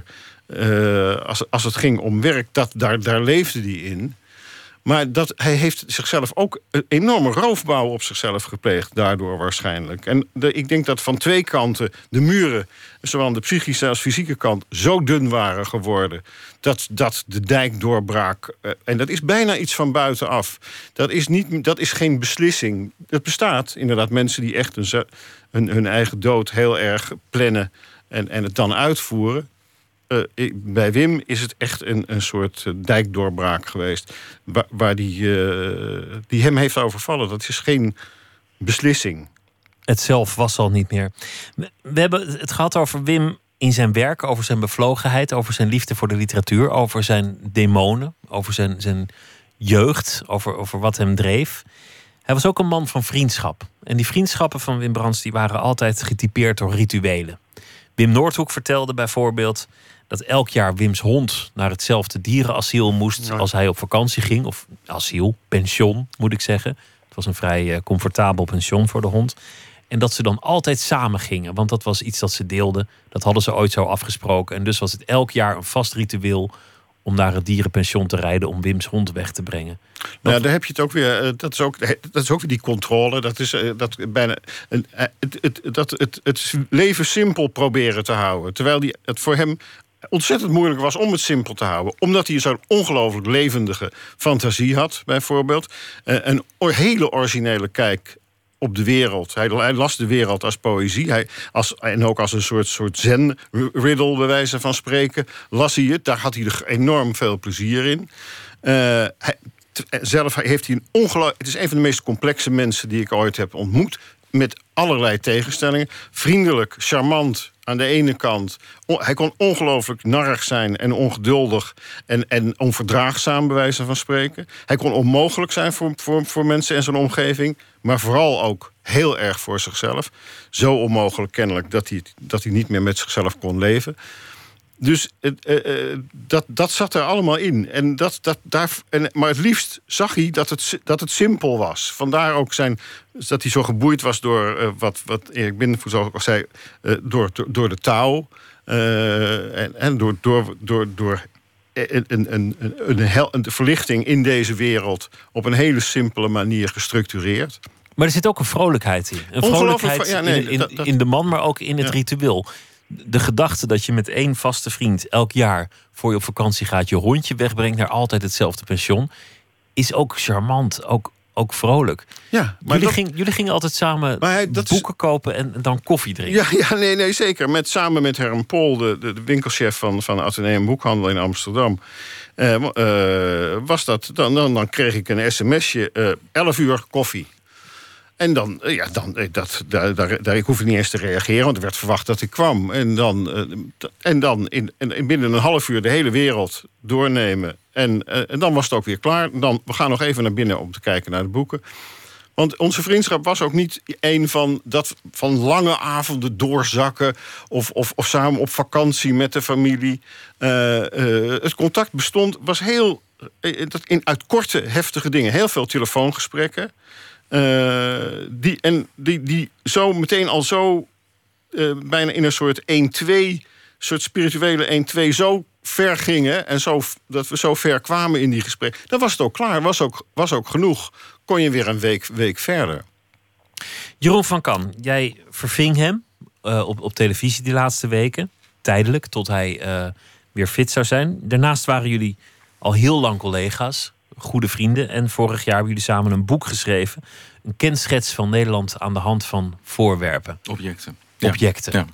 Uh, als, als het ging om werk, dat, daar, daar leefde hij in. Maar dat, hij heeft zichzelf ook een enorme roofbouw op zichzelf gepleegd, daardoor waarschijnlijk. En de, ik denk dat van twee kanten de muren, zowel aan de psychische als fysieke kant, zo dun waren geworden dat, dat de dijk doorbrak. Uh, en dat is bijna iets van buitenaf. Dat is, niet, dat is geen beslissing. Het bestaat inderdaad mensen die echt hun, hun, hun eigen dood heel erg plannen en, en het dan uitvoeren. Uh, ik, bij Wim is het echt een, een soort uh, dijkdoorbraak geweest. Waar, waar die, uh, die hem heeft overvallen. Dat is geen beslissing. Het zelf was al niet meer. We hebben het gehad over Wim in zijn werk. Over zijn bevlogenheid. Over zijn liefde voor de literatuur. Over zijn demonen. Over zijn, zijn jeugd. Over, over wat hem dreef. Hij was ook een man van vriendschap. En die vriendschappen van Wim Brands die waren altijd getypeerd door rituelen. Wim Noordhoek vertelde bijvoorbeeld dat elk jaar Wims hond naar hetzelfde dierenasiel moest als hij op vakantie ging. Of asiel, pension moet ik zeggen. Het was een vrij uh, comfortabel pension voor de hond. En dat ze dan altijd samen gingen. Want dat was iets dat ze deelden. Dat hadden ze ooit zo afgesproken. En dus was het elk jaar een vast ritueel om naar het dierenpension te rijden om Wims hond weg te brengen. Nou, daar heb je het ook weer. Dat is ook, dat is ook weer die controle. Dat is dat bijna het, het, het, dat het, het leven simpel proberen te houden. Terwijl die, het voor hem ontzettend moeilijk was om het simpel te houden. Omdat hij zo'n ongelooflijk levendige fantasie had, bijvoorbeeld. Een hele originele kijk op de wereld. Hij, hij las de wereld als poëzie. Hij, als, en ook als een soort, soort zen-riddle, bij wijze van spreken, las hij het. Daar had hij er enorm veel plezier in. Uh, hij, zelf heeft hij een ongelooflijk... Het is een van de meest complexe mensen die ik ooit heb ontmoet. Met allerlei tegenstellingen. Vriendelijk, charmant aan de ene kant. On, hij kon ongelooflijk narrig zijn en ongeduldig en, en onverdraagzaam, bij wijze van spreken. Hij kon onmogelijk zijn voor, voor, voor mensen en zijn omgeving. Maar vooral ook heel erg voor zichzelf. Zo onmogelijk kennelijk dat hij, dat hij niet meer met zichzelf kon leven. Dus uh, uh, dat, dat zat er allemaal in. En dat, dat, daar, en, maar het liefst zag hij dat het, dat het simpel was. Vandaar ook zijn, dat hij zo geboeid was door uh, wat, wat Erik Binnenvoet ook al zei, uh, door, door, door de Tao. Uh, en en door, door, door, door een, een, een, een, hel, een verlichting in deze wereld op een hele simpele manier gestructureerd. Maar er zit ook een vrolijkheid in. Een vrolijkheid ja, nee, in, in, dat, dat, in de man, maar ook in het ja. ritueel. De gedachte dat je met één vaste vriend elk jaar voor je op vakantie gaat, je hondje wegbrengt naar altijd hetzelfde pension, is ook charmant, ook, ook vrolijk. Ja, maar jullie, dat, ging, jullie gingen altijd samen hij, boeken is, kopen en, en dan koffie drinken. Ja, ja nee, nee, zeker. Met, samen met Herm Pol, de, de, de winkelchef van, van Atheneum Boekhandel in Amsterdam. Uh, uh, was dat, dan, dan, dan kreeg ik een sms'je, uh, elf uur koffie. En dan, ja, dan dat, daar, daar, daar, ik hoefde niet eens te reageren, want er werd verwacht dat ik kwam. En dan, en dan in, in binnen een half uur de hele wereld doornemen. En, en dan was het ook weer klaar. Dan, we gaan nog even naar binnen om te kijken naar de boeken. Want onze vriendschap was ook niet een van, dat, van lange avonden doorzakken Of, of, of samen op vakantie met de familie. Uh, uh, het contact bestond, was heel in, uit korte, heftige dingen. Heel veel telefoongesprekken. Uh, die, en die, die zo meteen al zo uh, bijna in een soort één-twee, soort spirituele één-twee zo ver gingen en zo, dat we zo ver kwamen in die gesprekken. Dan was het ook klaar, was ook, was ook genoeg. Kon je weer een week, week verder. Jeroen van Kan, jij verving hem uh, op, op televisie die laatste weken. Tijdelijk, tot hij uh, weer fit zou zijn. Daarnaast waren jullie al heel lang collega's. Goede vrienden. En vorig jaar hebben jullie samen een boek geschreven. Een kenschets van Nederland aan de hand van voorwerpen. Objecten. Objecten. Ja.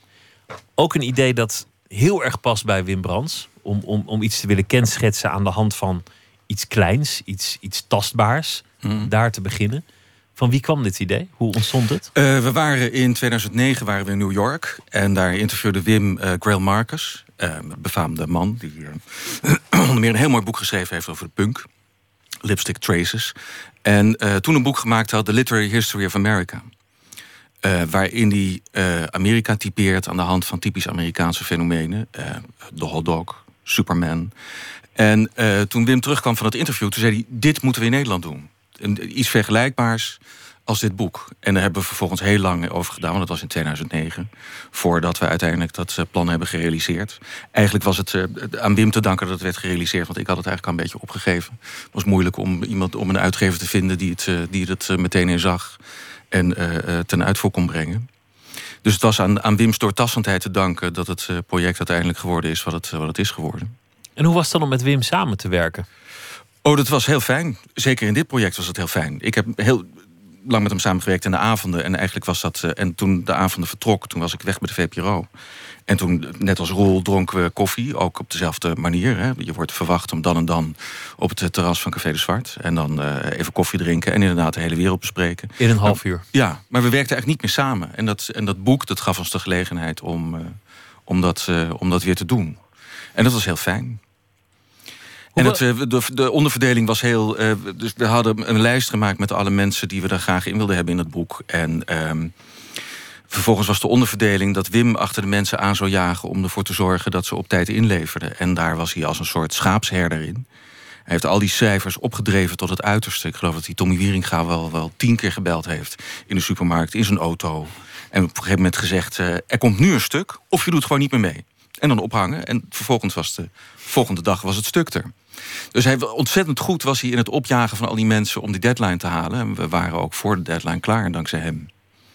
Ook een idee dat heel erg past bij Wim Brands. Om, om, om iets te willen kenschetsen aan de hand van iets kleins, iets, iets tastbaars, Mm. daar te beginnen. Van wie kwam dit idee? Hoe ontstond het? Uh, we waren in tweeduizend negen waren we in New York. En daar interviewde Wim uh, Grail Marcus, uh, een befaamde man, die uh, onder meer een heel mooi boek geschreven heeft over de punk. Lipstick Traces. En uh, toen een boek gemaakt had, The Literary History of America. Uh, waarin hij uh, Amerika typeert aan de hand van typisch Amerikaanse fenomenen. Uh, de hotdog, Superman. En uh, toen Wim terugkwam van het interview, toen zei hij, dit moeten we in Nederland doen. En iets vergelijkbaars als dit boek. En daar hebben we vervolgens heel lang over gedaan, want dat was in tweeduizend negen... voordat we uiteindelijk dat uh, plan hebben gerealiseerd. Eigenlijk was het uh, aan Wim te danken dat het werd gerealiseerd, want ik had het eigenlijk al een beetje opgegeven. Het was moeilijk om iemand, om een uitgever te vinden die het, uh, die het uh, meteen in zag en uh, uh, ten uitvoer kon brengen. Dus het was aan, aan Wim's doortassendheid te danken dat het uh, project uiteindelijk geworden is wat het, uh, wat het is geworden. En hoe was het dan om met Wim samen te werken? Oh, dat was heel fijn. Zeker in dit project was het heel fijn. Ik heb heel lang met hem samengewerkt in de avonden. En eigenlijk was dat. Uh, en toen de avonden vertrok, toen was ik weg bij de V P R O. En toen, net als Roel, dronken we koffie. Ook op dezelfde manier. Hè. Je wordt verwacht om dan en dan op het terras van Café de Zwart. En dan uh, even koffie drinken. En inderdaad de hele wereld bespreken. In een half uur. Ja, maar we werkten eigenlijk niet meer samen. En dat, en dat boek, dat gaf ons de gelegenheid om, uh, om, dat, uh, om dat weer te doen. En dat was heel fijn. En het, de, de onderverdeling was heel. Uh, dus we hadden een lijst gemaakt met alle mensen die we daar graag in wilden hebben in het boek. En um, vervolgens was de onderverdeling dat Wim achter de mensen aan zou jagen om ervoor te zorgen dat ze op tijd inleverden. En daar was hij als een soort schaapsherder in. Hij heeft al die cijfers opgedreven tot het uiterste. Ik geloof dat hij Tommy Wieringa wel, wel tien keer gebeld heeft in de supermarkt, in zijn auto. En op een gegeven moment gezegd: uh, er komt nu een stuk, of je doet gewoon niet meer mee. En dan ophangen. En vervolgens was de volgende dag was het stuk er. Dus hij, ontzettend goed was hij in het opjagen van al die mensen om die deadline te halen. En we waren ook voor de deadline klaar, dankzij hem.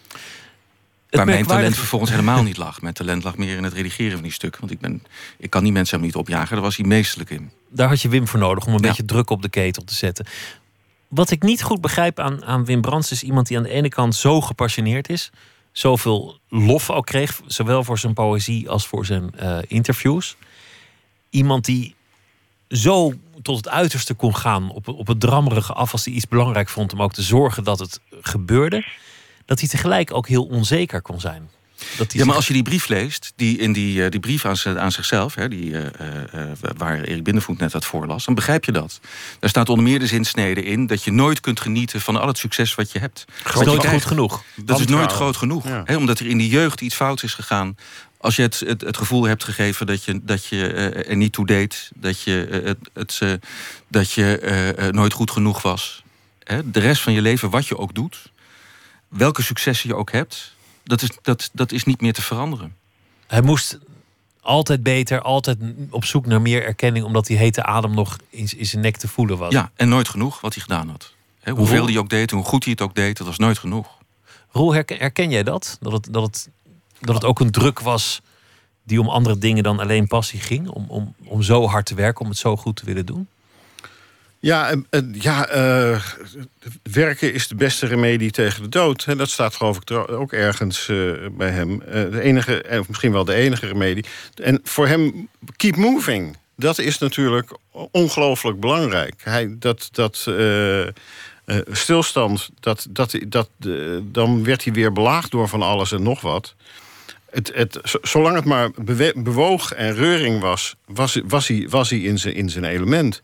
Waar mijn talent vervolgens helemaal niet lag. Mijn talent lag meer in het redigeren van die stukken. Want ik, ben, ik kan die mensen helemaal niet opjagen. Daar was hij meesterlijk in. Daar had je Wim voor nodig om een ja. beetje druk op de ketel te zetten. Wat ik niet goed begrijp aan, aan Wim Brands is iemand die aan de ene kant zo gepassioneerd is. Zoveel lof ook kreeg. Zowel voor zijn poëzie als voor zijn uh, interviews. Iemand die zo tot het uiterste kon gaan op, op het drammerige af als hij iets belangrijk vond om ook te zorgen dat het gebeurde, dat hij tegelijk ook heel onzeker kon zijn. Dat ja, maar als je die brief leest, die in die, uh, die brief aan, aan zichzelf, hè, die, uh, uh, waar Erik Bindervoet net uit voorlas, dan begrijp je dat. Daar staat onder meer de zinsnede in dat je nooit kunt genieten van al het succes wat je hebt. Dat is nooit goed genoeg. Dat is nooit groot genoeg. Ja. Hè, omdat er in die jeugd iets fouts is gegaan. Als je het, het, het gevoel hebt gegeven dat je, dat je uh, er niet toe deed, dat je, uh, het, het, uh, dat je uh, uh, nooit goed genoeg was. Hè, de rest van je leven, wat je ook doet, welke successen je ook hebt, dat is, dat, dat is niet meer te veranderen. Hij moest altijd beter, altijd op zoek naar meer erkenning, omdat die hete adem nog in, in zijn nek te voelen was. Ja, en nooit genoeg wat hij gedaan had. Hè, hoeveel hij ook deed, hoe goed hij het ook deed, dat was nooit genoeg. Roel, herken, herken jij dat? Dat het, dat het Dat het ook een druk was die om andere dingen dan alleen passie ging? Om, om, om zo hard te werken, om het zo goed te willen doen? Ja, uh, ja uh, werken is de beste remedie tegen de dood. Hè. Dat staat geloof ik ook ergens uh, bij hem. Uh, de enige, of misschien wel de enige remedie. En voor hem, keep moving. Dat is natuurlijk ongelooflijk belangrijk. Hij, dat... dat uh, Uh, stilstand, dat, dat, dat, uh, dan werd hij weer belaagd door van alles en nog wat. Het, het, zolang het maar bewe- bewoog en reuring was, was, was, hij, was hij in zijn, in zijn element.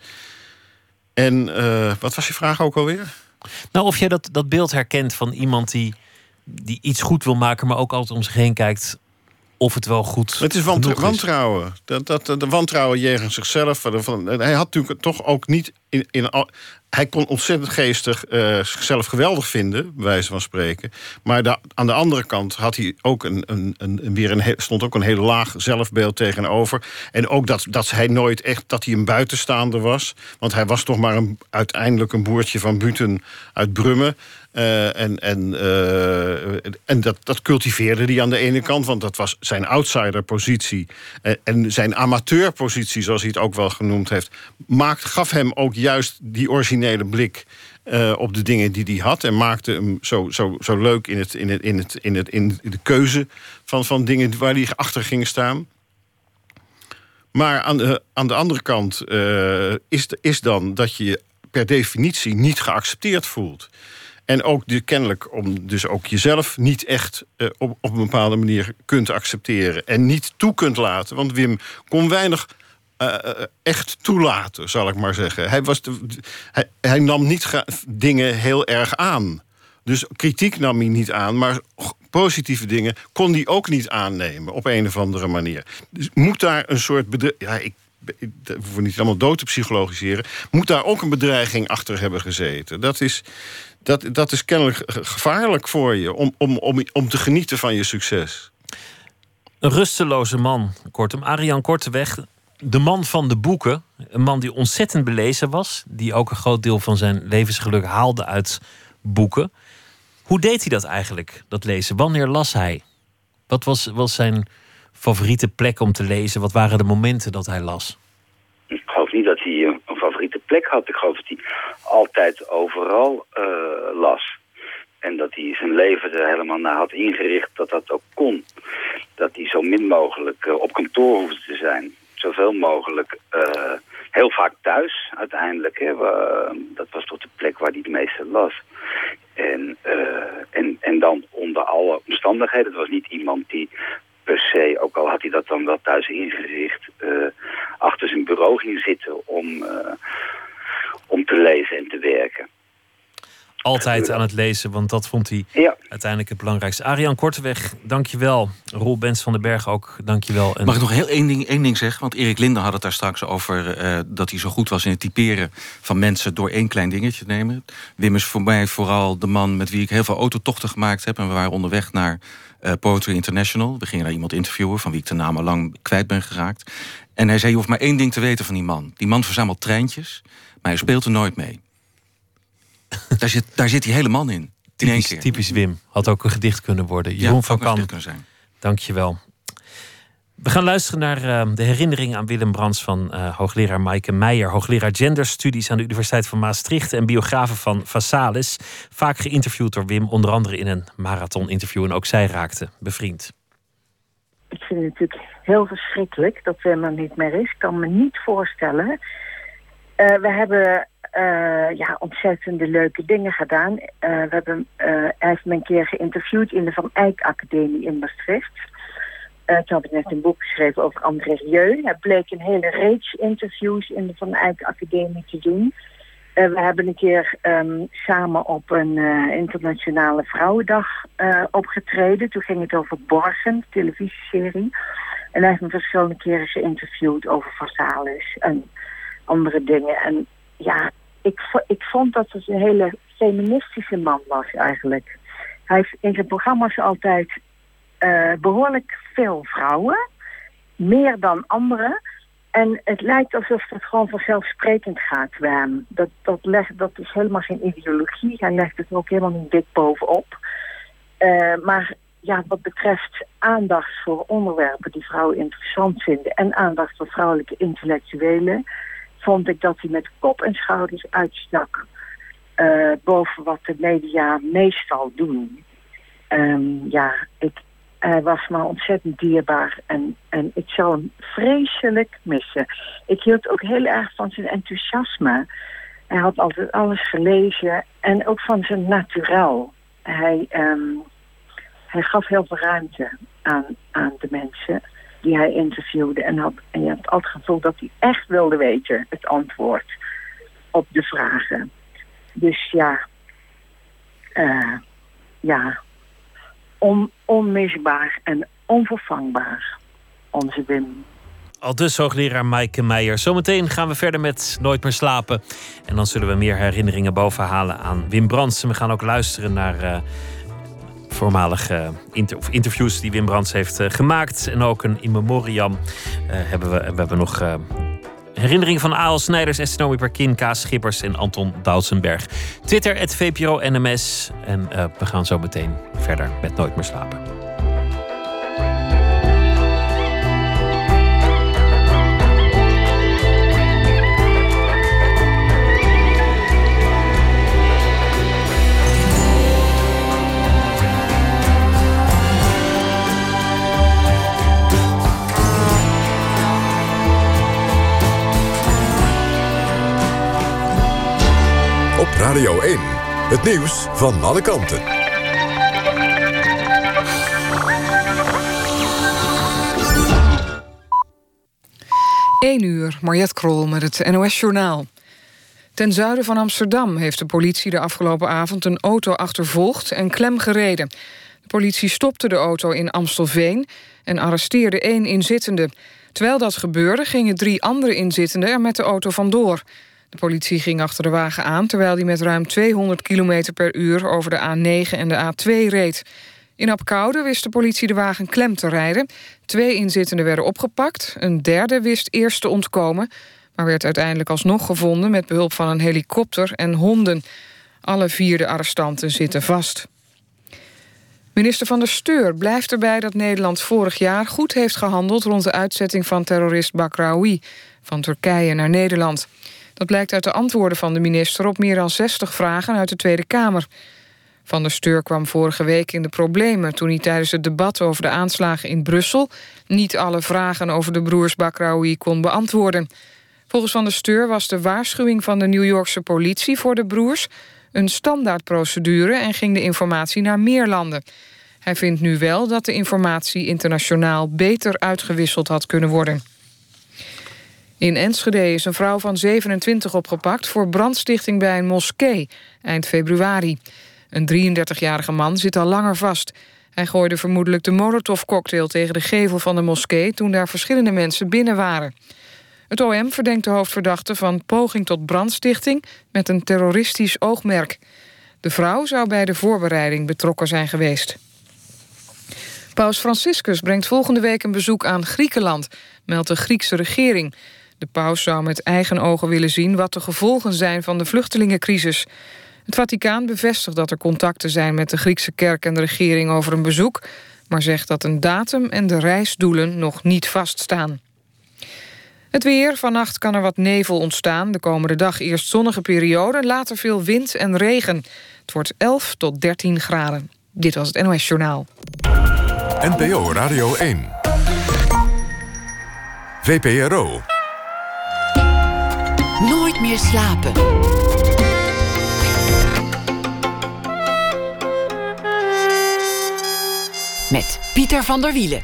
En uh, wat was je vraag ook alweer? Nou, of jij dat, dat beeld herkent van iemand die, die iets goed wil maken, maar ook altijd om zich heen kijkt of het wel goed het is, want, is. wantrouwen. Dat, dat, de wantrouwen jegens zichzelf. Van, hij had natuurlijk toch ook niet in, in al, hij kon ontzettend geestig uh, zichzelf geweldig vinden, bij wijze van spreken. Maar da, aan de andere kant had hij ook een, een, een, weer een, stond ook een hele laag zelfbeeld tegenover. En ook dat, dat hij nooit echt dat hij een buitenstaander was. Want hij was toch maar een, uiteindelijk een boertje van Buten uit Brummen. Uh, en en, uh, en dat, dat cultiveerde hij aan de ene kant, want dat was zijn outsiderpositie. En, en zijn amateurpositie, zoals hij het ook wel genoemd heeft, maakt, gaf hem ook juist die originele blik uh, op de dingen die hij had. En maakte hem zo, zo, zo leuk in, het, in, het, in, het, in, het, in de keuze van, van dingen waar hij achter ging staan. Maar aan de, aan de andere kant uh, is, is dan dat je per definitie niet geaccepteerd voelt. En ook de, kennelijk om dus ook jezelf niet echt uh, op, op een bepaalde manier kunt accepteren. En niet toe kunt laten. Want Wim kon weinig uh, echt toelaten, zal ik maar zeggen. Hij, was de, hij, hij nam niet ga, dingen heel erg aan. Dus kritiek nam hij niet aan, maar positieve dingen kon hij ook niet aannemen op een of andere manier. Dus moet daar een soort bedreiging... Ja, ik, ik hoef niet allemaal dood te psychologiseren. Moet daar ook een bedreiging achter hebben gezeten? Dat is, dat, dat is kennelijk gevaarlijk voor je om, om, om, om te genieten van je succes. Een rusteloze man, kortom. Arian Korteweg, de man van de boeken. Een man die ontzettend belezen was. Die ook een groot deel van zijn levensgeluk haalde uit boeken. Hoe deed hij dat eigenlijk, dat lezen? Wanneer las hij? Wat was, was zijn favoriete plek om te lezen? Wat waren de momenten dat hij las? Ik geloof niet dat hij een favoriete plek had. Ik geloof dat hij altijd overal uh, las. En dat hij zijn leven er helemaal naar had ingericht dat dat ook kon. Dat hij zo min mogelijk uh, op kantoor hoefde te zijn. Zoveel mogelijk... Uh, heel vaak thuis uiteindelijk. Hè. We, dat was toch de plek waar hij het meeste las. En, uh, en, en dan onder alle omstandigheden. Het was niet iemand die per se, ook al had hij dat dan wel thuis ingericht, uh, achter zijn bureau ging zitten om, uh, om te lezen en te werken. Altijd aan het lezen, want dat vond hij ja. uiteindelijk het belangrijkste. Arian Korteweg, dank je wel. Roel Bens van den Berg ook, dank je wel. En... Mag ik nog heel één ding, één ding zeggen? Want Erik Linder had het daar straks over uh, dat hij zo goed was in het typeren van mensen door één klein dingetje te nemen. Wim is voor mij vooral de man met wie ik heel veel autotochten gemaakt heb. En we waren onderweg naar uh, Poetry International. We gingen daar iemand interviewen van wie ik de naam al lang kwijt ben geraakt. En hij zei, je hoeft maar één ding te weten van die man. Die man verzamelt treintjes, maar hij speelt er nooit mee. Daar zit, daar zit die hele man in. Typisch, in typisch Wim. Had ook een gedicht kunnen worden. Jeroen ja, van Kan, dank je wel. We gaan luisteren naar uh, de herinnering aan Willem Brands van uh, hoogleraar Maaike Meijer. Hoogleraar genderstudies aan de Universiteit van Maastricht en biografe van Vasalis. Vaak geïnterviewd door Wim, onder andere in een marathoninterview. En ook zij raakte bevriend. Ik vind het natuurlijk heel verschrikkelijk dat Wim er niet meer is. Ik kan me niet voorstellen. Uh, we hebben... Uh, ja, ontzettende leuke dingen gedaan. Uh, we hebben, uh, hij heeft me een keer geïnterviewd in de Van Eyck Academie in Maastricht. Uh, toen heb ik net een boek geschreven over André Rieu. Hij bleek een hele reeks interviews in de Van Eyck Academie te doen. Uh, we hebben een keer um, samen op een uh, internationale vrouwendag uh, opgetreden. Toen ging het over Borgen, de televisieserie. En hij heeft me verschillende keren geïnterviewd over Vasalis en andere dingen. En ja, ik, ik vond dat het een hele feministische man was eigenlijk. Hij heeft in zijn programma's altijd uh, behoorlijk veel vrouwen. Meer dan anderen. En het lijkt alsof het gewoon vanzelfsprekend gaat bij hem. Dat, dat, legt, dat is helemaal geen ideologie. Hij legt het er ook helemaal niet dik bovenop. Uh, maar ja, wat betreft aandacht voor onderwerpen die vrouwen interessant vinden... en aandacht voor vrouwelijke intellectuelen... vond ik dat hij met kop en schouders uitstak uh, boven wat de media meestal doen. Um, ja, ik, hij was maar ontzettend dierbaar en, en ik zou hem vreselijk missen. Ik hield ook heel erg van zijn enthousiasme. Hij had altijd alles gelezen en ook van zijn naturel. Hij, um, hij gaf heel veel ruimte aan, aan de mensen die hij interviewde. En, had, en je hebt altijd het gevoel dat hij echt wilde weten het antwoord op de vragen. Dus ja, uh, ja, on, onmisbaar en onvervangbaar, onze Wim. Al dus hoogleraar Maaike Meijer. Zometeen gaan we verder met Nooit meer slapen. En dan zullen we meer herinneringen bovenhalen aan Wim Brands. En we gaan ook luisteren naar... Uh, voormalige inter- of interviews die Wim Brands heeft uh, gemaakt. En ook een in memoriam uh, hebben we. We hebben nog uh, herinneringen van A L Snijders, Estenomi Perkin, Kaas Schippers en Anton Doutsenberg. Twitter, at V P R O N M S. En uh, we gaan zo meteen verder met Nooit meer slapen. Radio één. Het nieuws van alle kanten. één uur, Mariette Krol met het N O S-journaal. Ten zuiden van Amsterdam heeft de politie de afgelopen avond een auto achtervolgd en klem gereden. De politie stopte de auto in Amstelveen en arresteerde één inzittende. Terwijl dat gebeurde gingen drie andere inzittenden er met de auto vandoor. De politie ging achter de wagen aan terwijl die met ruim tweehonderd kilometer per uur over de A negen en de A twee reed. In Apkoude wist de politie de wagen klem te rijden. Twee inzittenden werden opgepakt. Een derde wist eerst te ontkomen, maar werd uiteindelijk alsnog gevonden met behulp van een helikopter en honden. Alle vier de arrestanten zitten vast. Minister Van der Steur blijft erbij dat Nederland vorig jaar goed heeft gehandeld rond de uitzetting van terrorist Bakraoui van Turkije naar Nederland. Dat blijkt uit de antwoorden van de minister op meer dan zestig vragen uit de Tweede Kamer. Van der Steur kwam vorige week in de problemen toen hij tijdens het debat over de aanslagen in Brussel niet alle vragen over de broers Bakraoui kon beantwoorden. Volgens Van der Steur was de waarschuwing van de New Yorkse politie voor de broers een standaardprocedure en ging de informatie naar meer landen. Hij vindt nu wel dat de informatie internationaal beter uitgewisseld had kunnen worden. In Enschede is een vrouw van zevenentwintig opgepakt voor brandstichting bij een moskee eind februari. Een drieëndertigjarige man zit al langer vast. Hij gooide vermoedelijk de molotovcocktail tegen de gevel van de moskee toen daar verschillende mensen binnen waren. Het O M verdenkt de hoofdverdachte van poging tot brandstichting met een terroristisch oogmerk. De vrouw zou bij de voorbereiding betrokken zijn geweest. Paus Franciscus brengt volgende week een bezoek aan Griekenland, meldt de Griekse regering. De paus zou met eigen ogen willen zien wat de gevolgen zijn van de vluchtelingencrisis. Het Vaticaan bevestigt dat er contacten zijn met de Griekse kerk en de regering over een bezoek, maar zegt dat een datum en de reisdoelen nog niet vaststaan. Het weer, vannacht kan er wat nevel ontstaan. De komende dag eerst zonnige periode, later veel wind en regen. Het wordt elf tot dertien graden. Dit was het N O S-journaal. N P O Radio één. V P R O. Nooit meer slapen. Met Pieter van der Wielen.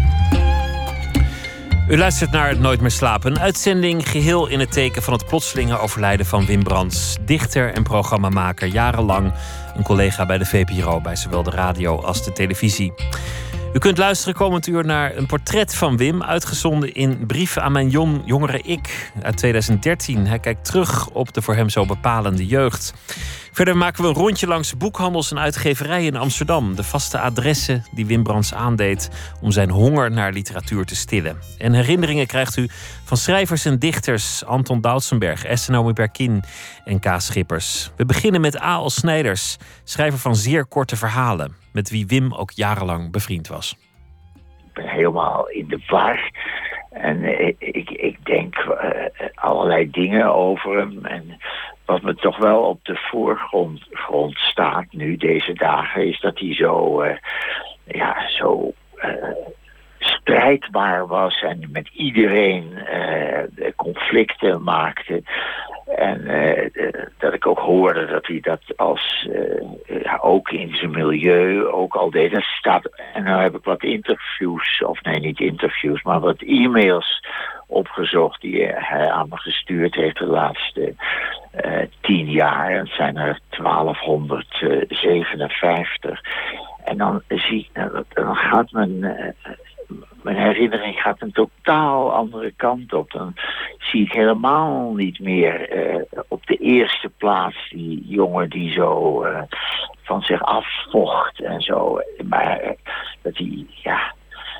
U luistert naar Nooit meer slapen. Een uitzending geheel in het teken van het plotselinge overlijden van Wim Brands. Dichter en programmamaker, jarenlang een collega bij de V P R O, bij zowel de radio als de televisie. U kunt luisteren komend uur naar een portret van Wim, uitgezonden in Brieven aan mijn jong, jongere ik uit tweeduizend dertien. Hij kijkt terug op de voor hem zo bepalende jeugd. Verder maken we een rondje langs boekhandels en uitgeverijen in Amsterdam. De vaste adressen die Wim Brands aandeed om zijn honger naar literatuur te stillen. En herinneringen krijgt u van schrijvers en dichters Anton Doutsenberg, Esther Naomi Perquin en K. Schippers. We beginnen met A L. Snijders, schrijver van zeer korte verhalen, met wie Wim ook jarenlang bevriend was. Ik ben helemaal in de war. En ik, ik, ik denk uh, allerlei dingen over hem. En wat me toch wel op de voorgrond grond staat nu, deze dagen, is dat hij zo, uh, ja, zo uh, strijdbaar was en met iedereen uh, conflicten maakte. En uh, dat ik ook hoorde dat hij dat als uh, ja, ook in zijn milieu ook al deed. Dat staat, en nu heb ik wat interviews, of nee, niet interviews, maar wat e-mails opgezocht die hij aan me gestuurd heeft de laatste uh, tien jaar. Het zijn er twaalfhonderdzevenenvijftig. En dan zie ik, dan gaat mijn, uh, mijn herinnering gaat een totaal andere kant op. Dan zie ik helemaal niet meer uh, op de eerste plaats die jongen die zo uh, van zich afvocht en zo. Maar uh, dat hij, ja,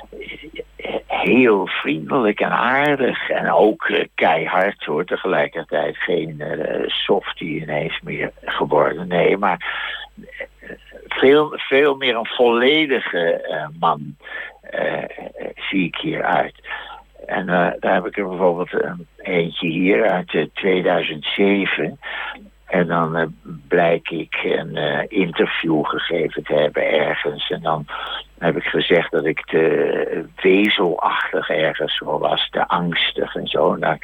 heel vriendelijk en aardig en ook uh, keihard hoor, tegelijkertijd geen uh, softie ineens meer geworden. Nee, maar uh, veel, veel meer een volledige uh, man uh, zie ik hieruit. En uh, daar heb ik er bijvoorbeeld een eentje hier uit uh, tweeduizend zeven. En dan uh, blijk ik een uh, interview gegeven te hebben ergens. En dan heb ik gezegd dat ik te wezelachtig ergens zo was, te angstig en zo. En daar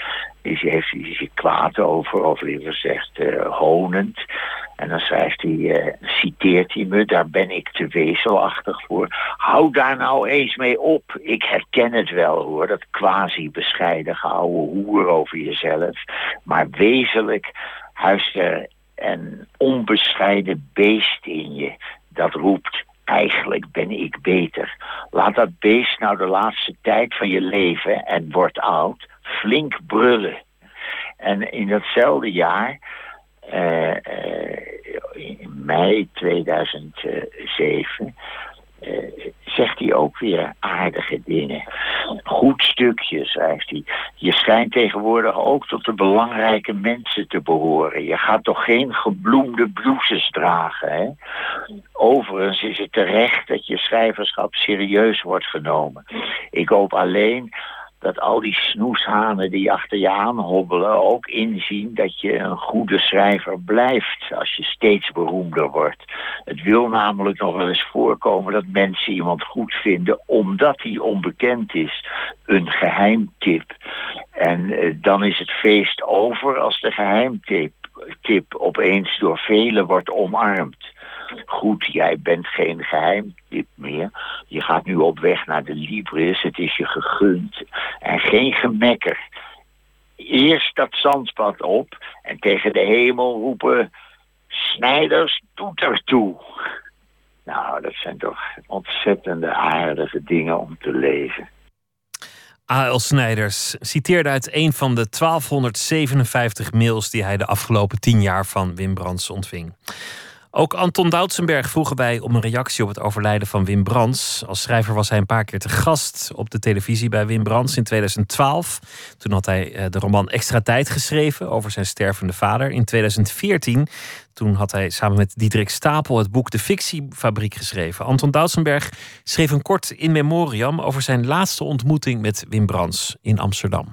is, heeft hij zich kwaad over, of liever gezegd uh, honend. En dan schrijft hij, uh, citeert hij me, daar ben ik te wezelachtig voor. Hou daar nou eens mee op. Ik herken het wel hoor, dat quasi-bescheiden gehouden hoer over jezelf. Maar wezenlijk huist er een onbescheiden beest in je. Dat roept, eigenlijk ben ik beter. Laat dat beest nou de laatste tijd van je leven, en wordt oud, flink brullen. En in datzelfde jaar, uh, uh, in mei tweeduizend zeven... Uh, zegt hij ook weer aardige dingen. Goed stukje, schrijft hij. Je schijnt tegenwoordig ook tot de belangrijke mensen te behoren. Je gaat toch geen gebloemde blouses dragen, hè? Overigens is het terecht dat je schrijverschap serieus wordt genomen. Ik hoop alleen dat al die snoeshanen die achter je aan hobbelen ook inzien dat je een goede schrijver blijft als je steeds beroemder wordt. Het wil namelijk nog wel eens voorkomen dat mensen iemand goed vinden omdat hij onbekend is. Een geheimtip. En uh, dan is het feest over als de geheimtip tip opeens door velen wordt omarmd. Goed, jij bent geen geheimtip meer. Je gaat nu op weg naar de Libris. Het is je gegund. En geen gemekker. Eerst dat zandpad op en tegen de hemel roepen, Snijders doet ertoe. Nou, dat zijn toch ontzettende aardige dingen om te lezen. A L. Snijders citeerde uit een van de twaalfhonderdzevenenvijftig mails die hij de afgelopen tien jaar van Wim Brands ontving. Ook Anton Doutsenberg vroegen wij om een reactie op het overlijden van Wim Brands. Als schrijver was hij een paar keer te gast op de televisie bij Wim Brands in tweeduizend twaalf. Toen had hij de roman Extra Tijd geschreven over zijn stervende vader. In tweeduizend veertien toen had hij samen met Diederik Stapel het boek De Fictiefabriek geschreven. Anton Doutsenberg schreef een kort in memoriam over zijn laatste ontmoeting met Wim Brands in Amsterdam.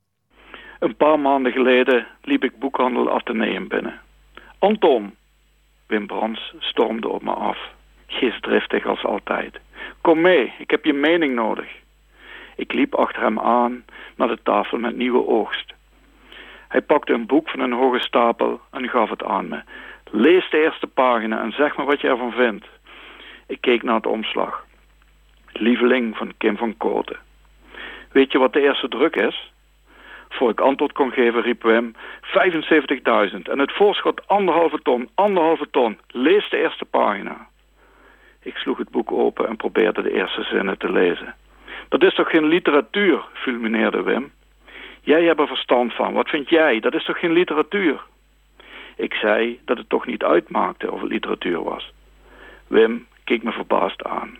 Een paar maanden geleden liep ik boekhandel Atheneum binnen. Anton! Wim Brands stormde op me af. Geestdriftig als altijd. Kom mee, ik heb je mening nodig. Ik liep achter hem aan naar de tafel met nieuwe oogst. Hij pakte een boek van een hoge stapel en gaf het aan me. Lees de eerste pagina en zeg me wat je ervan vindt. Ik keek naar het omslag. Lieveling van Kim van Kooten. Weet je wat de eerste druk is? Voor ik antwoord kon geven riep Wim, vijfenzeventigduizend en het voorschot anderhalve ton, anderhalve ton. Lees de eerste pagina. Ik sloeg het boek open en probeerde de eerste zinnen te lezen. Dat is toch geen literatuur, fulmineerde Wim. Jij hebt er verstand van, wat vind jij? Dat is toch geen literatuur? Ik zei dat het toch niet uitmaakte of het literatuur was. Wim keek me verbaasd aan.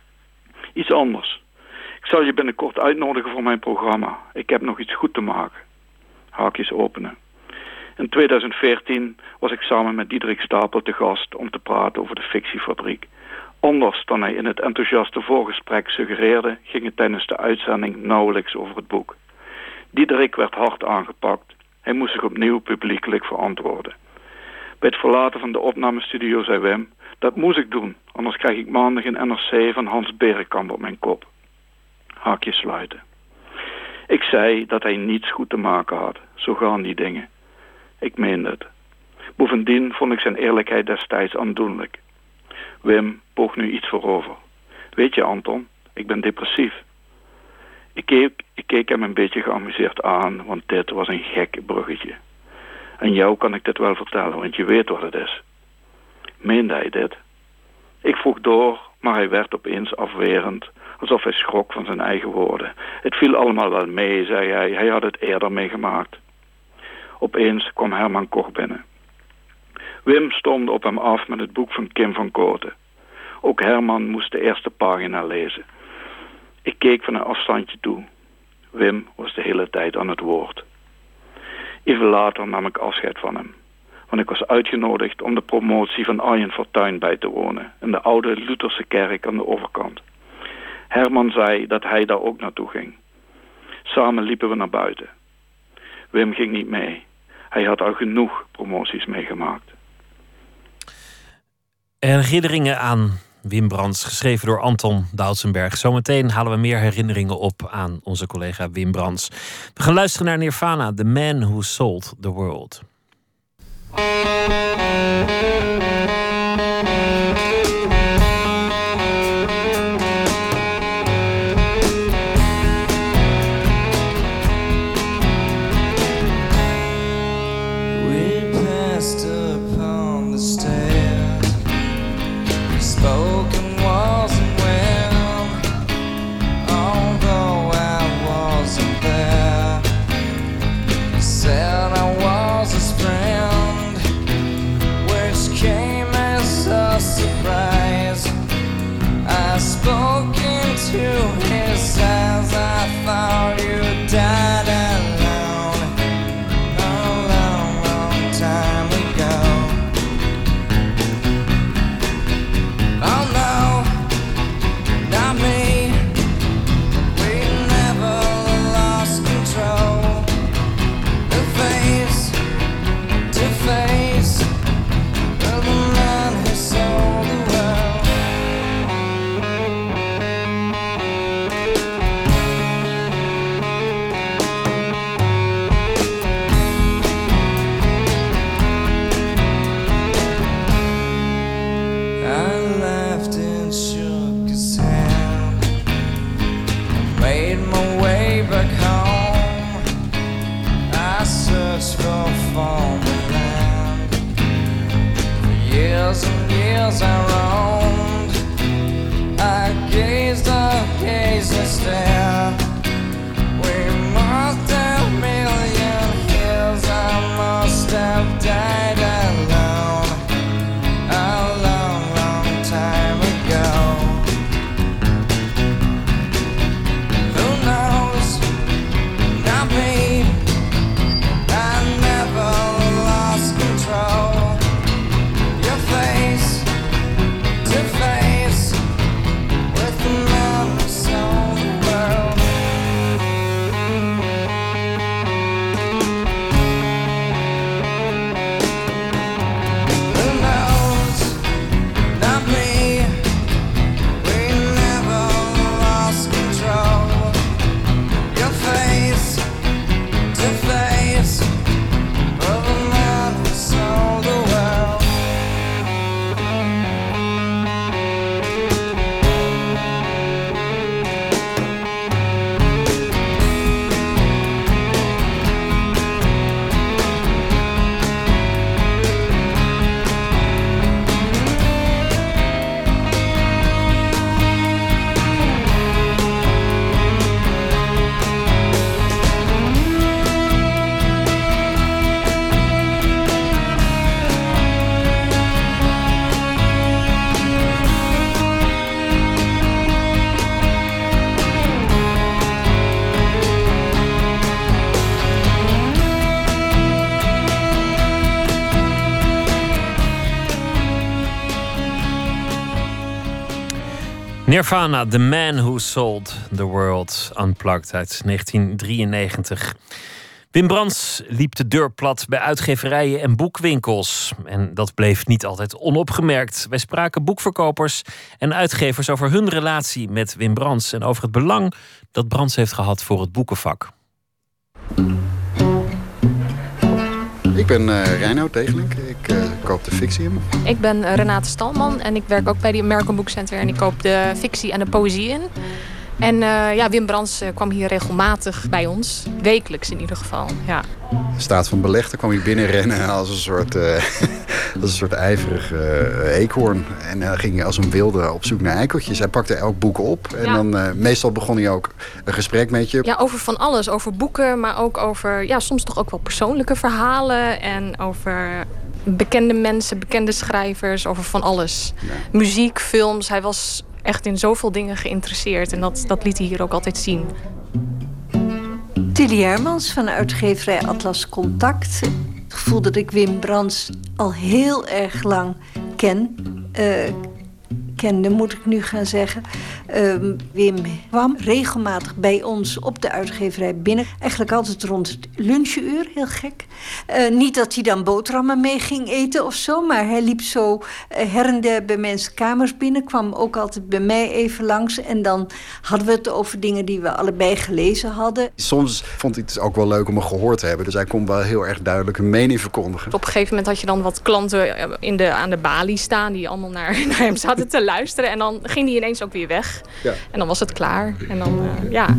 Iets anders. Ik zal je binnenkort uitnodigen voor mijn programma. Ik heb nog iets goed te maken. Haakjes openen. In tweeduizend veertien was ik samen met Diederik Stapel te gast om te praten over de fictiefabriek. Anders dan hij in het enthousiaste voorgesprek suggereerde, ging het tijdens de uitzending nauwelijks over het boek. Diederik werd hard aangepakt. Hij moest zich opnieuw publiekelijk verantwoorden. Bij het verlaten van de opnamestudio zei Wim, dat moest ik doen, anders krijg ik maandag een N R C van Hans Berenkamp op mijn kop. Haakjes sluiten. Ik zei dat hij niets goed te maken had. Zo gaan die dingen. Ik meende het. Bovendien vond ik zijn eerlijkheid destijds aandoenlijk. Wim boog nu iets voorover. Weet je Anton, ik ben depressief. Ik keek, ik keek hem een beetje geamuseerd aan, want dit was een gek bruggetje. En jou kan ik dit wel vertellen, want je weet wat het is. Meende hij dit? Ik vroeg door, maar hij werd opeens afwerend, alsof hij schrok van zijn eigen woorden. Het viel allemaal wel mee, zei hij. Hij had het eerder meegemaakt. Opeens kwam Herman Koch binnen. Wim stormde op hem af met het boek van Kim van Kooten. Ook Herman moest de eerste pagina lezen. Ik keek van een afstandje toe. Wim was de hele tijd aan het woord. Even later nam ik afscheid van hem. Want ik was uitgenodigd om de promotie van Arjen Fortuyn bij te wonen. In de oude Lutherse kerk aan de overkant. Herman zei dat hij daar ook naartoe ging. Samen liepen we naar buiten. Wim ging niet mee. Hij had al genoeg promoties meegemaakt. Herinneringen aan Wim Brands, geschreven door Anton Doutsenberg. Zometeen halen we meer herinneringen op aan onze collega Wim Brands. We gaan luisteren naar Nirvana, The Man Who Sold the World. Nirvana, The Man Who Sold the World, Unplugged uit negentien drieënnegentig. Wim Brands liep de deur plat bij uitgeverijen en boekwinkels. En dat bleef niet altijd onopgemerkt. Wij spraken boekverkopers en uitgevers over hun relatie met Wim Brands en over het belang dat Brands heeft gehad voor het boekenvak. Ik ben uh, Reinoud Degelink. Ik uh, koop de fictie in. Ik ben uh, Renate Stalman en ik werk ook bij de American Book Center. En ik koop de fictie en de poëzie in. En uh, ja, Wim Brands uh, kwam hier regelmatig bij ons. Wekelijks in ieder geval, ja. De staat van beleg, kwam hij binnenrennen als een soort, uh, als een soort ijverig uh, eekhoorn. En dan uh, ging hij als een wilde op zoek naar eikeltjes. Hij pakte elk boek op. En ja. dan uh, meestal begon hij ook een gesprek met je. Ja, over van alles. Over boeken, maar ook over ja, soms toch ook wel persoonlijke verhalen. En over bekende mensen, bekende schrijvers. Over van alles. Ja. Muziek, films. Hij was echt in zoveel dingen geïnteresseerd. En dat, dat liet hij hier ook altijd zien. Tilly Hermans van uitgeverij Atlas Contact. Het gevoel dat ik Wim Brands al heel erg lang ken. Uh, kende, moet ik nu gaan zeggen. Um, Wim kwam regelmatig bij ons op de uitgeverij binnen. Eigenlijk altijd rond het lunchuur, heel gek. Uh, niet dat hij dan boterhammen mee ging eten of zo, maar hij liep zo uh, her en der bij mensen kamers binnen. Kwam ook altijd bij mij even langs. En dan hadden we het over dingen die we allebei gelezen hadden. Soms vond hij het ook wel leuk om me gehoord te hebben. Dus hij kon wel heel erg duidelijk een mening verkondigen. Op een gegeven moment had je dan wat klanten in de, aan de balie staan die allemaal naar, naar hem zaten te luisteren. En dan ging hij ineens ook weer weg. Ja. En dan was het klaar. En dan, uh, ja...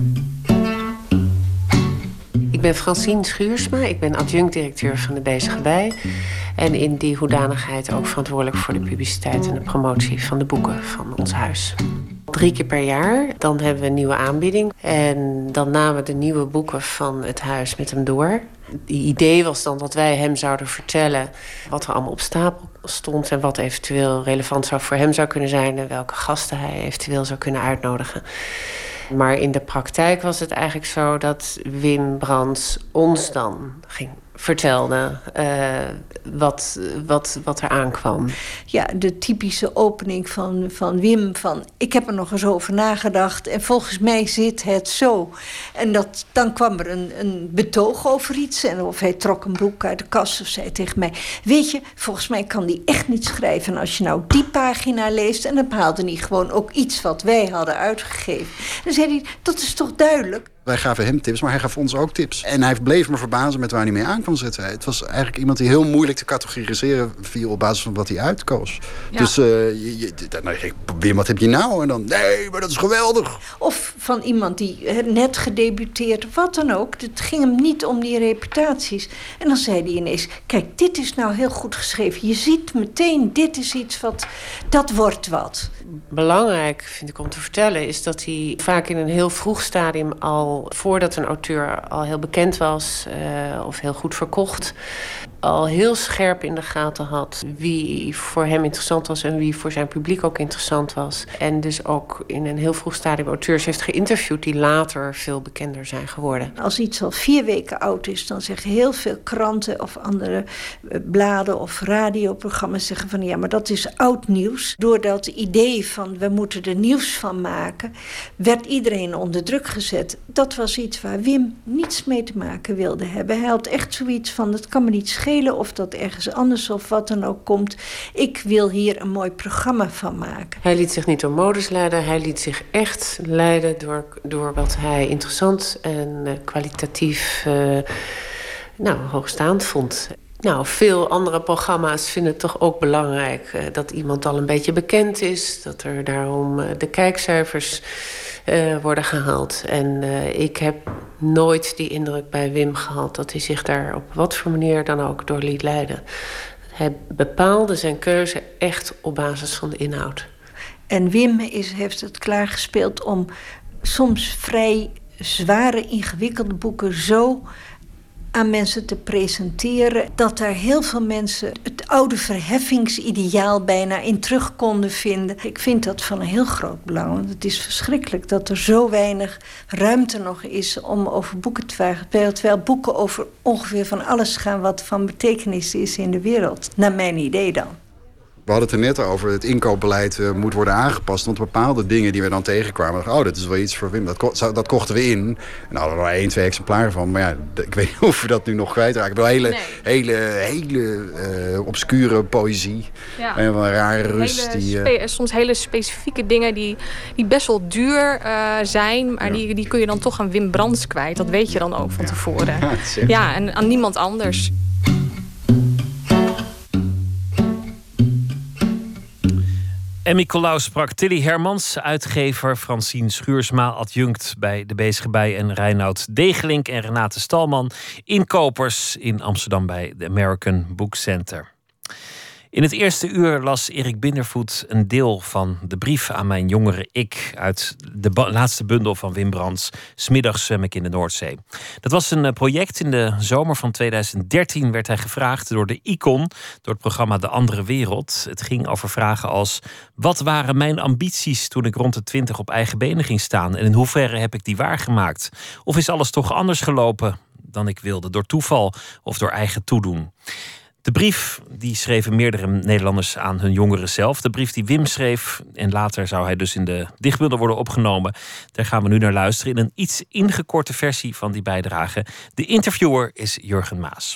Ik ben Francine Schuursma, ik ben adjunct-directeur van de Bezige Bij. En in die hoedanigheid ook verantwoordelijk voor de publiciteit en de promotie van de boeken van ons huis. Drie keer per jaar, dan hebben we een nieuwe aanbieding. En dan namen we de nieuwe boeken van het huis met hem door. Het idee was dan dat wij hem zouden vertellen wat er allemaal op stapel stond en wat eventueel relevant zou voor hem zou kunnen zijn en welke gasten hij eventueel zou kunnen uitnodigen. Maar in de praktijk was het eigenlijk zo dat Wim Brands ons dan ging vertelde uh, wat, wat, wat er aankwam. Ja, de typische opening van, van Wim van... ik heb er nog eens over nagedacht en volgens mij zit het zo. En dat, dan kwam er een, een betoog over iets. En of hij trok een broek uit de kast of zei tegen mij... weet je, volgens mij kan die echt niet schrijven. En als je nou die pagina leest... en dan haalde hij gewoon ook iets wat wij hadden uitgegeven. Dan zei hij, dat is toch duidelijk... Wij gaven hem tips, maar hij gaf ons ook tips. En hij bleef me verbazen met waar hij mee aan kon zetten. Het was eigenlijk iemand die heel moeilijk te categoriseren viel op basis van wat hij uitkoos. Ja. Dus uh, je, je, dan dacht ik, Wim, wat heb je nou? En dan, nee, maar dat is geweldig. Of van iemand die net gedebuteerd, wat dan ook. Het ging hem niet om die reputaties. En dan zei hij ineens, kijk, dit is nou heel goed geschreven. Je ziet meteen, dit is iets wat, dat wordt wat. Belangrijk, vind ik om te vertellen, is dat hij vaak in een heel vroeg stadium al... voordat een auteur al heel bekend was uh, of heel goed verkocht... al heel scherp in de gaten had wie voor hem interessant was... en wie voor zijn publiek ook interessant was. En dus ook in een heel vroeg stadium auteurs heeft geïnterviewd... die later veel bekender zijn geworden. Als iets al vier weken oud is... dan zeggen heel veel kranten of andere bladen of radioprogramma's... zeggen van ja, maar dat is oud nieuws. Door dat idee van we moeten er nieuws van maken... werd iedereen onder druk gezet. Dat was iets waar Wim niets mee te maken wilde hebben. Hij had echt zoiets van, het kan me niet schelen... of dat ergens anders of wat dan ook komt. Ik wil hier een mooi programma van maken. Hij liet zich niet door modes leiden. Hij liet zich echt leiden door, door wat hij interessant en uh, kwalitatief uh, nou, hoogstaand vond. Nou, veel andere programma's vinden het toch ook belangrijk... Uh, dat iemand al een beetje bekend is. Dat er daarom uh, de kijkcijfers... Uh, worden gehaald. En uh, ik heb nooit die indruk bij Wim gehad... dat hij zich daar op wat voor manier dan ook door liet leiden. Hij bepaalde zijn keuze echt op basis van de inhoud. En Wim is, heeft het klaargespeeld om soms vrij zware, ingewikkelde boeken... zo aan mensen te presenteren... dat daar heel veel mensen het oude verheffingsideaal bijna in terug konden vinden. Ik vind dat van een heel groot belang. Want het is verschrikkelijk dat er zo weinig ruimte nog is om over boeken te vragen. Terwijl boeken over ongeveer van alles gaan wat van betekenis is in de wereld. Naar mijn idee dan. We hadden het er net over, het inkoopbeleid uh, moet worden aangepast. Want bepaalde dingen die we dan tegenkwamen... dachten, oh, dat is wel iets voor Wim, dat, ko- dat kochten we in. En daar hadden we er één, twee exemplaren van. Maar ja, d- ik weet niet of we dat nu nog kwijtraken. Ik bedoel, hele, nee. hele, hele uh, obscure poëzie. Ja. En een rare rust. Hele die, uh... spe- soms hele specifieke dingen die, die best wel duur uh, zijn... maar ja. die, die kun je dan toch aan Wim Brands kwijt. Dat weet je dan ook van ja. tevoren. Ja, ja, en aan niemand anders. Emmy Colau sprak Tilly Hermans, uitgever, Francine Schuursma, adjunct bij de Bezige Bij... en Reinoud Degelink en Renate Stalman, inkopers in Amsterdam bij de American Book Center. In het eerste uur las Erik Bindervoet een deel van de brief aan mijn jongere ik... uit de ba- laatste bundel van Wim Brands, 's Middags zwem ik in de Noordzee. Dat was een project. In de zomer van tweeduizend dertien werd hij gevraagd door de Icon... door het programma De Andere Wereld. Het ging over vragen als... wat waren mijn ambities toen ik rond de twintig op eigen benen ging staan... en in hoeverre heb ik die waargemaakt? Of is alles toch anders gelopen dan ik wilde, door toeval of door eigen toedoen? De brief die schreven meerdere Nederlanders aan hun jongeren zelf. De brief die Wim schreef en later zou hij dus in de dichtbundel worden opgenomen. Daar gaan we nu naar luisteren in een iets ingekorte versie van die bijdrage. De interviewer is Jurgen Maas.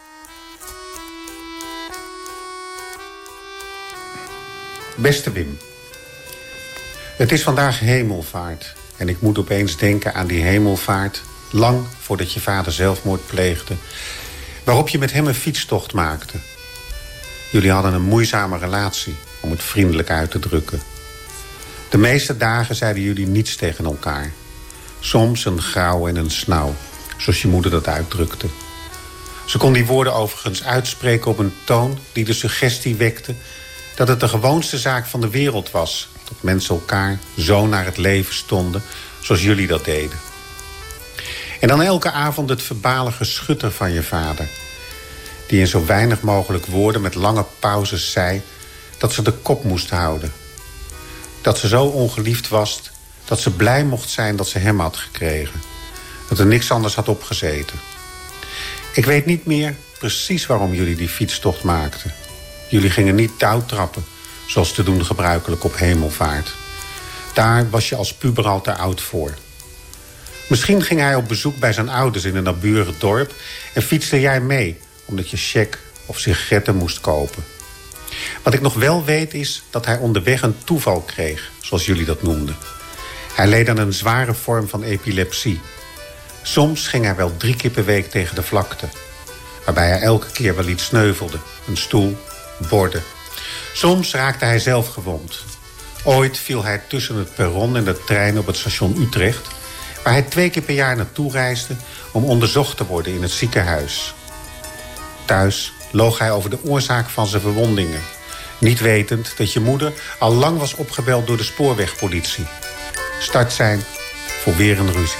Beste Wim, het is vandaag hemelvaart. En ik moet opeens denken aan die hemelvaart, lang voordat je vader zelfmoord pleegde, waarop je met hem een fietstocht maakte. Jullie hadden een moeizame relatie, om het vriendelijk uit te drukken. De meeste dagen zeiden jullie niets tegen elkaar. Soms een grauw en een snauw, zoals je moeder dat uitdrukte. Ze kon die woorden overigens uitspreken op een toon die de suggestie wekte dat het de gewoonste zaak van de wereld was dat mensen elkaar zo naar het leven stonden zoals jullie dat deden. En dan elke avond het verbale geschutter van je vader, die in zo weinig mogelijk woorden met lange pauzes zei dat ze de kop moest houden. Dat ze zo ongeliefd was dat ze blij mocht zijn dat ze hem had gekregen. Dat er niks anders had opgezeten. Ik weet niet meer precies waarom jullie die fietstocht maakten. Jullie gingen niet touwtrappen, zoals te doen gebruikelijk op hemelvaart. Daar was je als puber al te oud voor. Misschien ging hij op bezoek bij zijn ouders in een naburig dorp en fietste jij mee, omdat je cheque of sigaretten moest kopen. Wat ik nog wel weet is dat hij onderweg een toeval kreeg, zoals jullie dat noemden. Hij leed aan een zware vorm van epilepsie. Soms ging hij wel drie keer per week tegen de vlakte, waarbij hij elke keer wel iets sneuvelde. Een stoel, borden. Soms raakte hij zelf gewond. Ooit viel hij tussen het perron en de trein op het station Utrecht, waar hij twee keer per jaar naartoe reisde om onderzocht te worden in het ziekenhuis. Thuis loog hij over de oorzaak van zijn verwondingen, niet wetend dat je moeder al lang was opgebeld door de spoorwegpolitie. Start zijn voor weer een ruzie.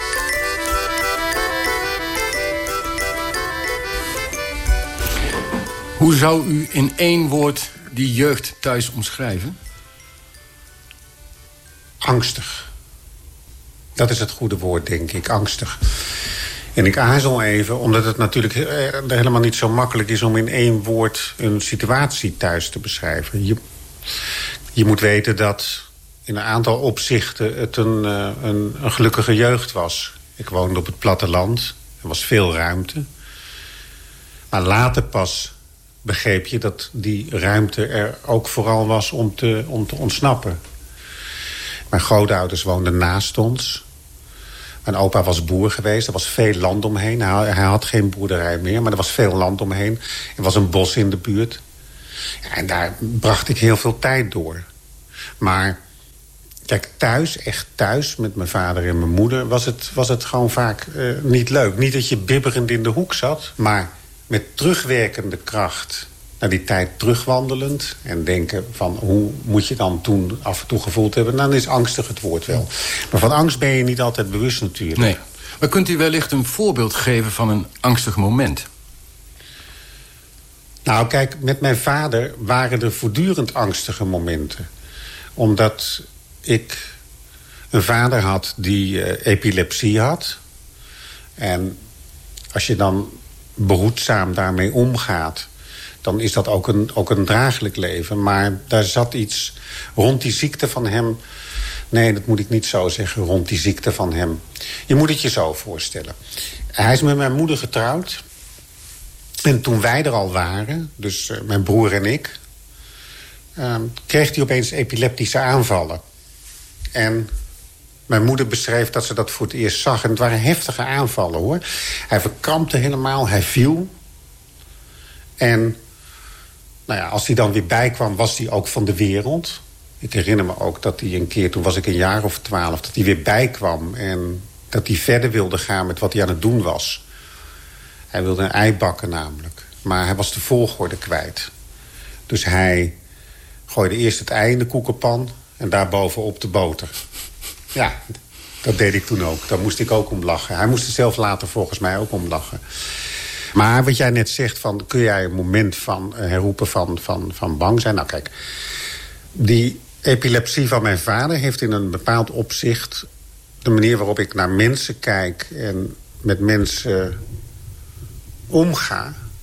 Hoe zou u in één woord die jeugd thuis omschrijven? Angstig. Dat is het goede woord, denk ik. Angstig. En ik aarzel even, omdat het natuurlijk helemaal niet zo makkelijk is om in één woord een situatie thuis te beschrijven. Je, je moet weten dat in een aantal opzichten het een, een, een gelukkige jeugd was. Ik woonde op het platteland. Er was veel ruimte. Maar later pas begreep je dat die ruimte er ook vooral was om te, om te ontsnappen. Mijn grootouders woonden naast ons. Mijn opa was boer geweest, er was veel land omheen. Hij, hij had geen boerderij meer, maar er was veel land omheen. Er was een bos in de buurt. Ja, en daar bracht ik heel veel tijd door. Maar kijk, thuis, echt thuis, met mijn vader en mijn moeder, was het, was het gewoon vaak uh, niet leuk. Niet dat je bibberend in de hoek zat, maar met terugwerkende kracht naar die tijd terugwandelend en denken van hoe moet je dan toen af en toe gevoeld hebben, dan is angstig het woord wel. Maar van angst ben je niet altijd bewust natuurlijk. Nee. Maar kunt u wellicht een voorbeeld geven van een angstig moment? Nou, kijk, met mijn vader waren er voortdurend angstige momenten. Omdat ik een vader had die uh, epilepsie had. En als je dan behoedzaam daarmee omgaat, dan is dat ook een, ook een draaglijk leven. Maar daar zat iets rond die ziekte van hem. Nee, dat moet ik niet zo zeggen, rond die ziekte van hem. Je moet het je zo voorstellen. Hij is met mijn moeder getrouwd. En toen wij er al waren, dus uh, mijn broer en ik, Uh, kreeg hij opeens epileptische aanvallen. En mijn moeder beschreef dat ze dat voor het eerst zag. En het waren heftige aanvallen, hoor. Hij verkrampte helemaal, hij viel. En nou ja, als hij dan weer bijkwam, was hij ook van de wereld. Ik herinner me ook dat hij een keer, toen was ik een jaar of twaalf, dat hij weer bijkwam. En dat hij verder wilde gaan met wat hij aan het doen was. Hij wilde een ei bakken namelijk. Maar hij was de volgorde kwijt. Dus hij gooide eerst het ei in de koekenpan en daarbovenop de boter. Ja, dat deed ik toen ook. Daar moest ik ook om lachen. Hij moest er zelf later volgens mij ook om lachen. Maar wat jij net zegt, van, kun jij een moment van herroepen van, van, van bang zijn? Nou kijk, die epilepsie van mijn vader heeft in een bepaald opzicht de manier waarop ik naar mensen kijk en met mensen omga,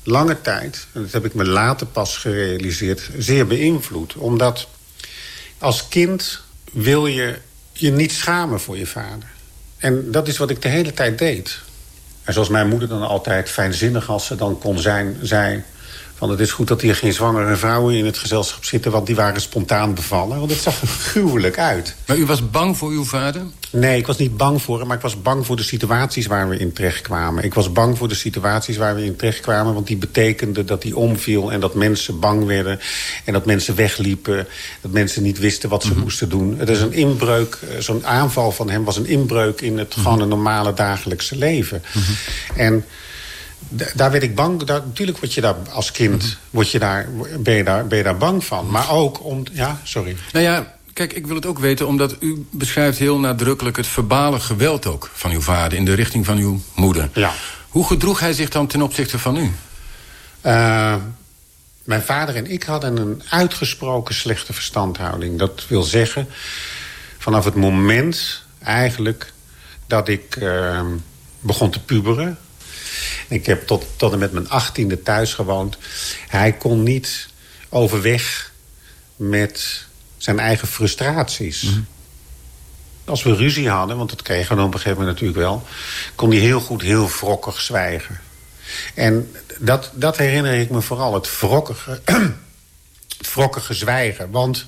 lange tijd, en dat heb ik me later pas gerealiseerd, zeer beïnvloed. Omdat als kind wil je je niet schamen voor je vader. En dat is wat ik de hele tijd deed. En zoals mijn moeder dan altijd fijnzinnig als ze dan kon zijn, zei van het is goed dat hier geen zwangere vrouwen in het gezelschap zitten, want die waren spontaan bevallen. Want het zag er gruwelijk uit. Maar u was bang voor uw vader? Nee, ik was niet bang voor hem, maar ik was bang voor de situaties waar we in terecht kwamen. Ik was bang voor de situaties waar we in terecht kwamen, want die betekenden dat hij omviel en dat mensen bang werden en dat mensen wegliepen, dat mensen niet wisten wat ze mm-hmm. moesten doen. Het is een inbreuk, zo'n aanval van hem was een inbreuk in het mm-hmm. gewoon een normale dagelijkse leven. Mm-hmm. En daar werd ik bang. Daar, natuurlijk word je daar als kind mm-hmm. word je daar, ben, je daar, ben je daar bang van. Maar ook om... Ja, sorry. Nou ja, kijk, ik wil het ook weten, omdat u beschrijft heel nadrukkelijk het verbale geweld ook van uw vader in de richting van uw moeder. Ja. Hoe gedroeg hij zich dan ten opzichte van u? Uh, mijn vader en ik hadden een uitgesproken slechte verstandhouding. Dat wil zeggen, vanaf het moment eigenlijk dat ik uh, begon te puberen. Ik heb tot, tot en met mijn achttiende thuis gewoond. Hij kon niet overweg met zijn eigen frustraties. Mm-hmm. Als we ruzie hadden, want dat kregen we dan op een gegeven moment natuurlijk wel, kon hij heel goed heel wrokkig zwijgen. En dat, dat herinner ik me vooral, het wrokkige, het wrokkige zwijgen. Want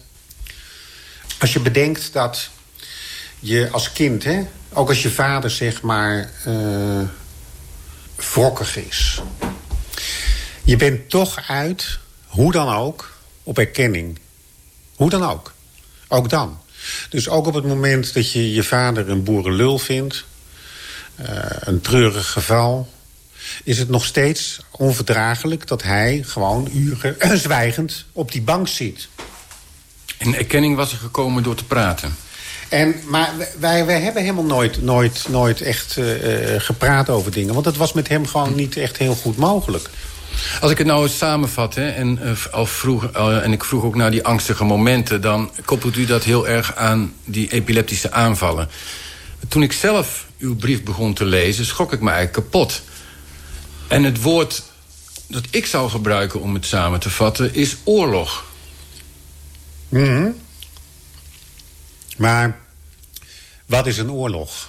als je bedenkt dat je als kind, hè, ook als je vader zeg maar Uh, wrokkig is. Je bent toch uit, hoe dan ook, op erkenning. Hoe dan ook. Ook dan. Dus ook op het moment dat je je vader een boerenlul vindt, Uh, een treurig geval, is het nog steeds onverdraaglijk dat hij gewoon uren zwijgend op die bank zit. En erkenning was er gekomen door te praten. En, maar wij, wij hebben helemaal nooit, nooit, nooit echt uh, gepraat over dingen. Want het was met hem gewoon niet echt heel goed mogelijk. Als ik het nou eens samenvat, hè, en, uh, al vroeg, uh, en ik vroeg ook naar die angstige momenten, dan koppelt u dat heel erg aan die epileptische aanvallen. Toen ik zelf uw brief begon te lezen, schrok ik me eigenlijk kapot. En het woord dat ik zou gebruiken om het samen te vatten is oorlog. Mm-hmm. Maar wat is een oorlog?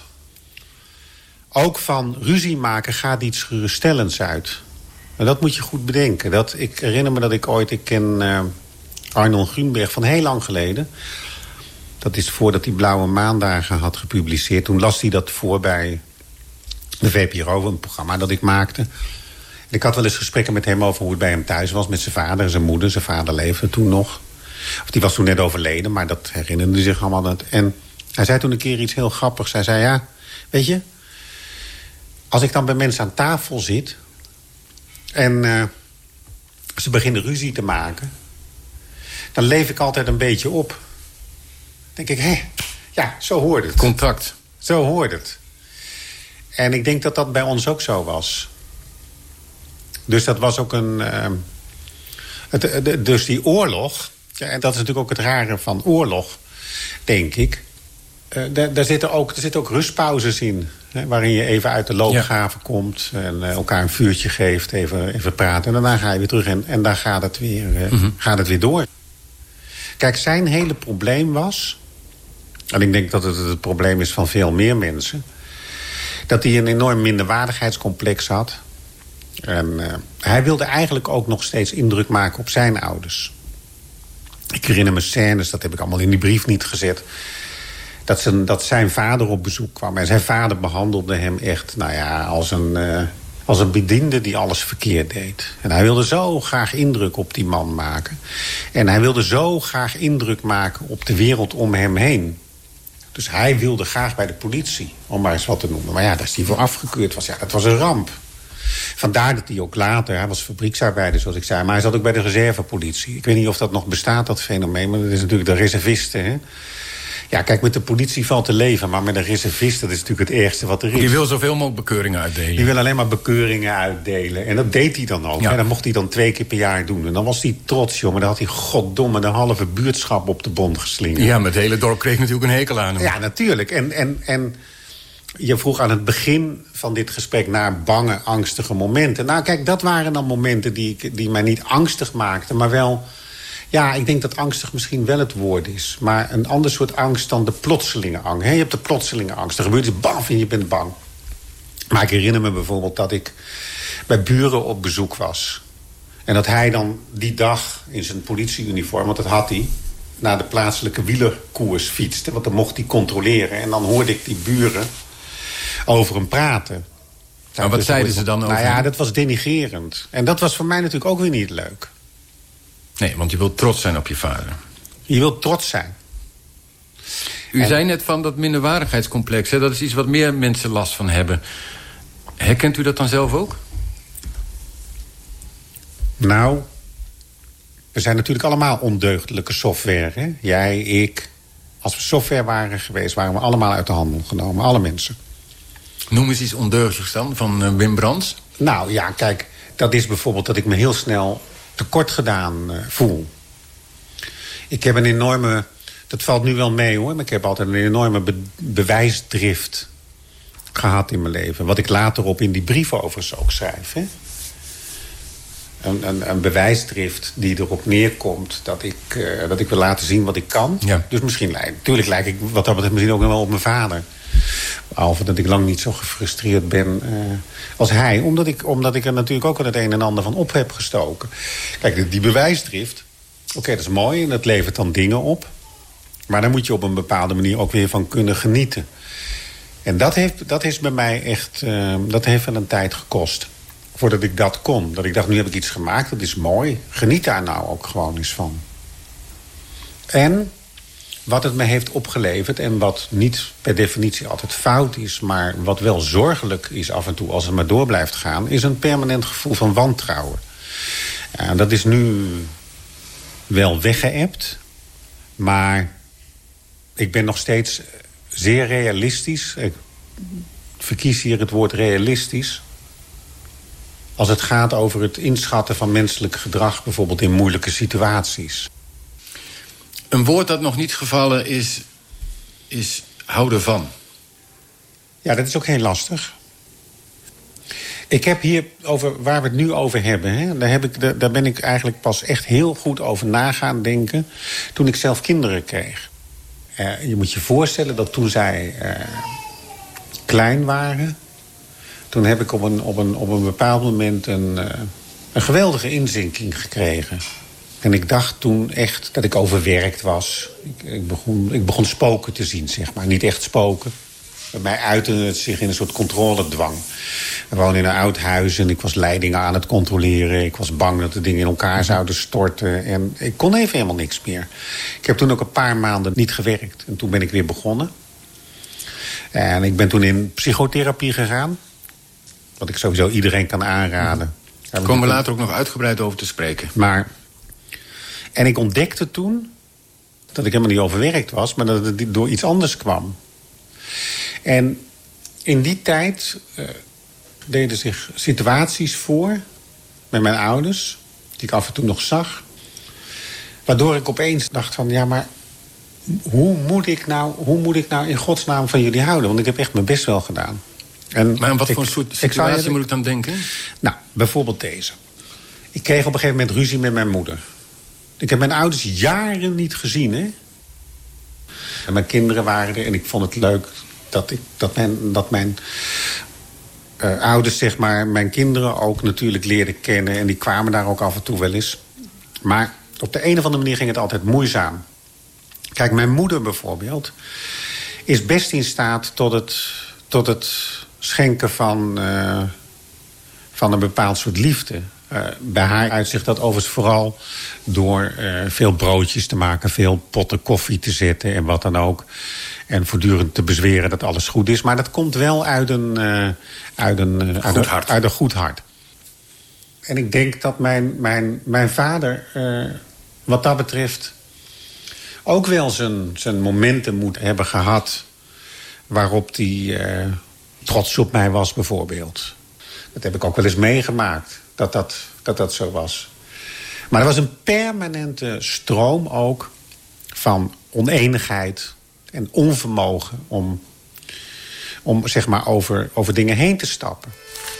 Ook van ruzie maken gaat iets geruststellends uit. En dat moet je goed bedenken. Dat, ik herinner me dat ik ooit, ik ken uh, Arnold Grunberg van heel lang geleden. Dat is voordat hij Blauwe Maandagen had gepubliceerd. Toen las hij dat voor bij de V P R O, een programma dat ik maakte. En ik had wel eens gesprekken met hem over hoe het bij hem thuis was, met zijn vader en zijn moeder. Zijn vader leefde toen nog. Of die was toen net overleden, maar dat herinnerde hij zich allemaal. En hij zei toen een keer iets heel grappigs. Hij zei, ja, weet je, als ik dan bij mensen aan tafel zit en uh, ze beginnen ruzie te maken, dan leef ik altijd een beetje op. Dan denk ik, hé, ja, zo hoort het. Contact. Zo hoort het. En ik denk dat dat bij ons ook zo was. Dus dat was ook een Uh, het, de, dus die oorlog, ja, en dat is natuurlijk ook het rare van oorlog, denk ik. Uh, daar, daar zitten ook, er zitten ook rustpauzes in. Hè, waarin je even uit de loopgraven ja. komt en uh, elkaar een vuurtje geeft, even, even praten. En daarna ga je weer terug en, en dan gaat het weer, uh, mm-hmm. gaat het weer door. Kijk, zijn hele probleem was, en ik denk dat het het probleem is van veel meer mensen, dat hij een enorm minderwaardigheidscomplex had. En uh, hij wilde eigenlijk ook nog steeds indruk maken op zijn ouders. Ik herinner me scènes, dat heb ik allemaal in die brief niet gezet, dat zijn, dat zijn vader op bezoek kwam. En zijn vader behandelde hem echt, nou ja, als een, uh, als een bediende die alles verkeerd deed. En hij wilde zo graag indruk op die man maken. En hij wilde zo graag indruk maken op de wereld om hem heen. Dus hij wilde graag bij de politie, om maar eens wat te noemen. Maar ja, daar is hij voor afgekeurd. Was, ja, dat was een ramp. Vandaar dat hij ook later, hij was fabrieksarbeider zoals ik zei, maar hij zat ook bij de reservepolitie. Ik weet niet of dat nog bestaat, dat fenomeen, maar dat is natuurlijk de reservisten. Hè? Ja, kijk, met de politie valt te leven, maar met de reservisten, dat is natuurlijk het ergste wat er is. Die wil zoveel mogelijk bekeuringen uitdelen. Die wil alleen maar bekeuringen uitdelen. En dat deed hij dan ook. Ja. En dat mocht hij dan twee keer per jaar doen. En dan was hij trots, jongen. Dan had hij goddomme de halve buurtschap op de bond geslingerd. Ja, met het hele dorp kreeg natuurlijk een hekel aan hem. Ja, natuurlijk. En, en, en je vroeg aan het begin van dit gesprek naar bange, angstige momenten. Nou, kijk, dat waren dan momenten die, die mij niet angstig maakten, maar wel... Ja, ik denk dat angstig misschien wel het woord is. Maar een ander soort angst dan de plotselinge angst. Je hebt de plotselinge angst. Er gebeurt iets, baf, en je bent bang. Maar ik herinner me bijvoorbeeld dat ik bij buren op bezoek was. En dat hij dan die dag in zijn politieuniform, want dat had hij, naar de plaatselijke wielerkoers fietste. Want dan mocht hij controleren. En dan hoorde ik die buren over hem praten. Maar wat dus zeiden ze dan over Nou ja, hem? dat was denigrerend. En dat was voor mij natuurlijk ook weer niet leuk. Nee, want je wilt trots zijn op je vader. Je wilt trots zijn. U En... zei net van dat minderwaardigheidscomplex. Hè? Dat is iets wat meer mensen last van hebben. Herkent u dat dan zelf ook? Nou, we zijn natuurlijk allemaal ondeugdelijke software. Hè? Jij, ik. Als we software waren geweest, waren we allemaal uit de handel genomen. Alle mensen. Noem eens iets ondeugdigs dan, van uh, Wim Brands. Nou ja, kijk, dat is bijvoorbeeld dat ik me heel snel tekort gedaan uh, voel. Ik heb een enorme... Dat valt nu wel mee, hoor. Maar ik heb altijd een enorme be- bewijsdrift gehad in mijn leven. Wat ik later op in die brieven overigens ook schrijf. Hè? Een, een, een bewijsdrift die erop neerkomt dat ik, uh, dat ik wil laten zien wat ik kan. Ja. Dus misschien lijk, natuurlijk lijk ik wat dat betreft misschien ook nog wel op mijn vader. Behalve dat ik lang niet zo gefrustreerd ben uh, als hij. Omdat ik, omdat ik er natuurlijk ook wel het een en ander van op heb gestoken. Kijk, die, die bewijsdrift, oké, okay, dat is mooi en dat levert dan dingen op. Maar daar moet je op een bepaalde manier ook weer van kunnen genieten. En dat heeft, dat is bij mij echt... Uh, dat heeft wel een tijd gekost. Voordat ik dat kon. Dat ik dacht, nu heb ik iets gemaakt, dat is mooi. Geniet daar nou ook gewoon eens van. En wat het me heeft opgeleverd... en wat niet per definitie altijd fout is... maar wat wel zorgelijk is af en toe als het maar door blijft gaan... is een permanent gevoel van wantrouwen. En dat is nu wel weggeëpt. Maar ik ben nog steeds zeer realistisch. Ik verkies hier het woord realistisch. Als het gaat over het inschatten van menselijk gedrag... bijvoorbeeld in moeilijke situaties. Een woord dat nog niet gevallen is, is houden van. Ja, dat is ook heel lastig. Ik heb hier, over waar we het nu over hebben... Hè, daar, heb ik, daar, daar ben ik eigenlijk pas echt heel goed over na gaan denken... toen ik zelf kinderen kreeg. Uh, je moet je voorstellen dat toen zij uh, klein waren... toen heb ik op een, op een, op een bepaald moment een, uh, een geweldige inzinking gekregen. En ik dacht toen echt dat ik overwerkt was. Ik, ik, begon, ik begon spoken te zien, zeg maar. Niet echt spoken. Bij mij uitte het zich in een soort controledwang. We woonden in een oud huis en ik was leidingen aan het controleren. Ik was bang dat de dingen in elkaar zouden storten. En ik kon even helemaal niks meer. Ik heb toen ook een paar maanden niet gewerkt. En toen ben ik weer begonnen. En ik ben toen in psychotherapie gegaan. Wat ik sowieso iedereen kan aanraden. Daar komen we later ook nog uitgebreid over te spreken. Maar, en ik ontdekte toen dat ik helemaal niet overwerkt was... maar dat het door iets anders kwam. En in die tijd uh, deden zich situaties voor met mijn ouders... die ik af en toe nog zag. Waardoor ik opeens dacht van, ja, maar hoe moet ik nou, hoe moet ik nou in godsnaam van jullie houden? Want ik heb echt mijn best wel gedaan. En maar aan wat ik, voor soort situatie moet ik dan denken? Nou, bijvoorbeeld deze. Ik kreeg op een gegeven moment ruzie met mijn moeder. Ik heb mijn ouders jaren niet gezien, hè. En mijn kinderen waren er en ik vond het leuk dat, ik, dat mijn, dat mijn uh, ouders, zeg maar, mijn kinderen ook natuurlijk leerden kennen. En die kwamen daar ook af en toe wel eens. Maar op de een of andere manier ging het altijd moeizaam. Kijk, mijn moeder bijvoorbeeld is best in staat tot het, tot het schenken van, uh, van een bepaald soort liefde. Uh, bij haar uitzicht dat overigens vooral door uh, veel broodjes te maken... veel potten koffie te zetten en wat dan ook. En voortdurend te bezweren dat alles goed is. Maar dat komt wel uit een, uh, uit een, uh, uit goed een, hart. uit een goed hart. En ik denk dat mijn, mijn, mijn vader uh, wat dat betreft... ook wel zijn, zijn momenten moet hebben gehad... waarop hij uh, trots op mij was, bijvoorbeeld. Dat heb ik ook wel eens meegemaakt, dat dat, dat dat zo was. Maar er was een permanente stroom ook van oneenigheid... en onvermogen om, om zeg maar over, over dingen heen te stappen.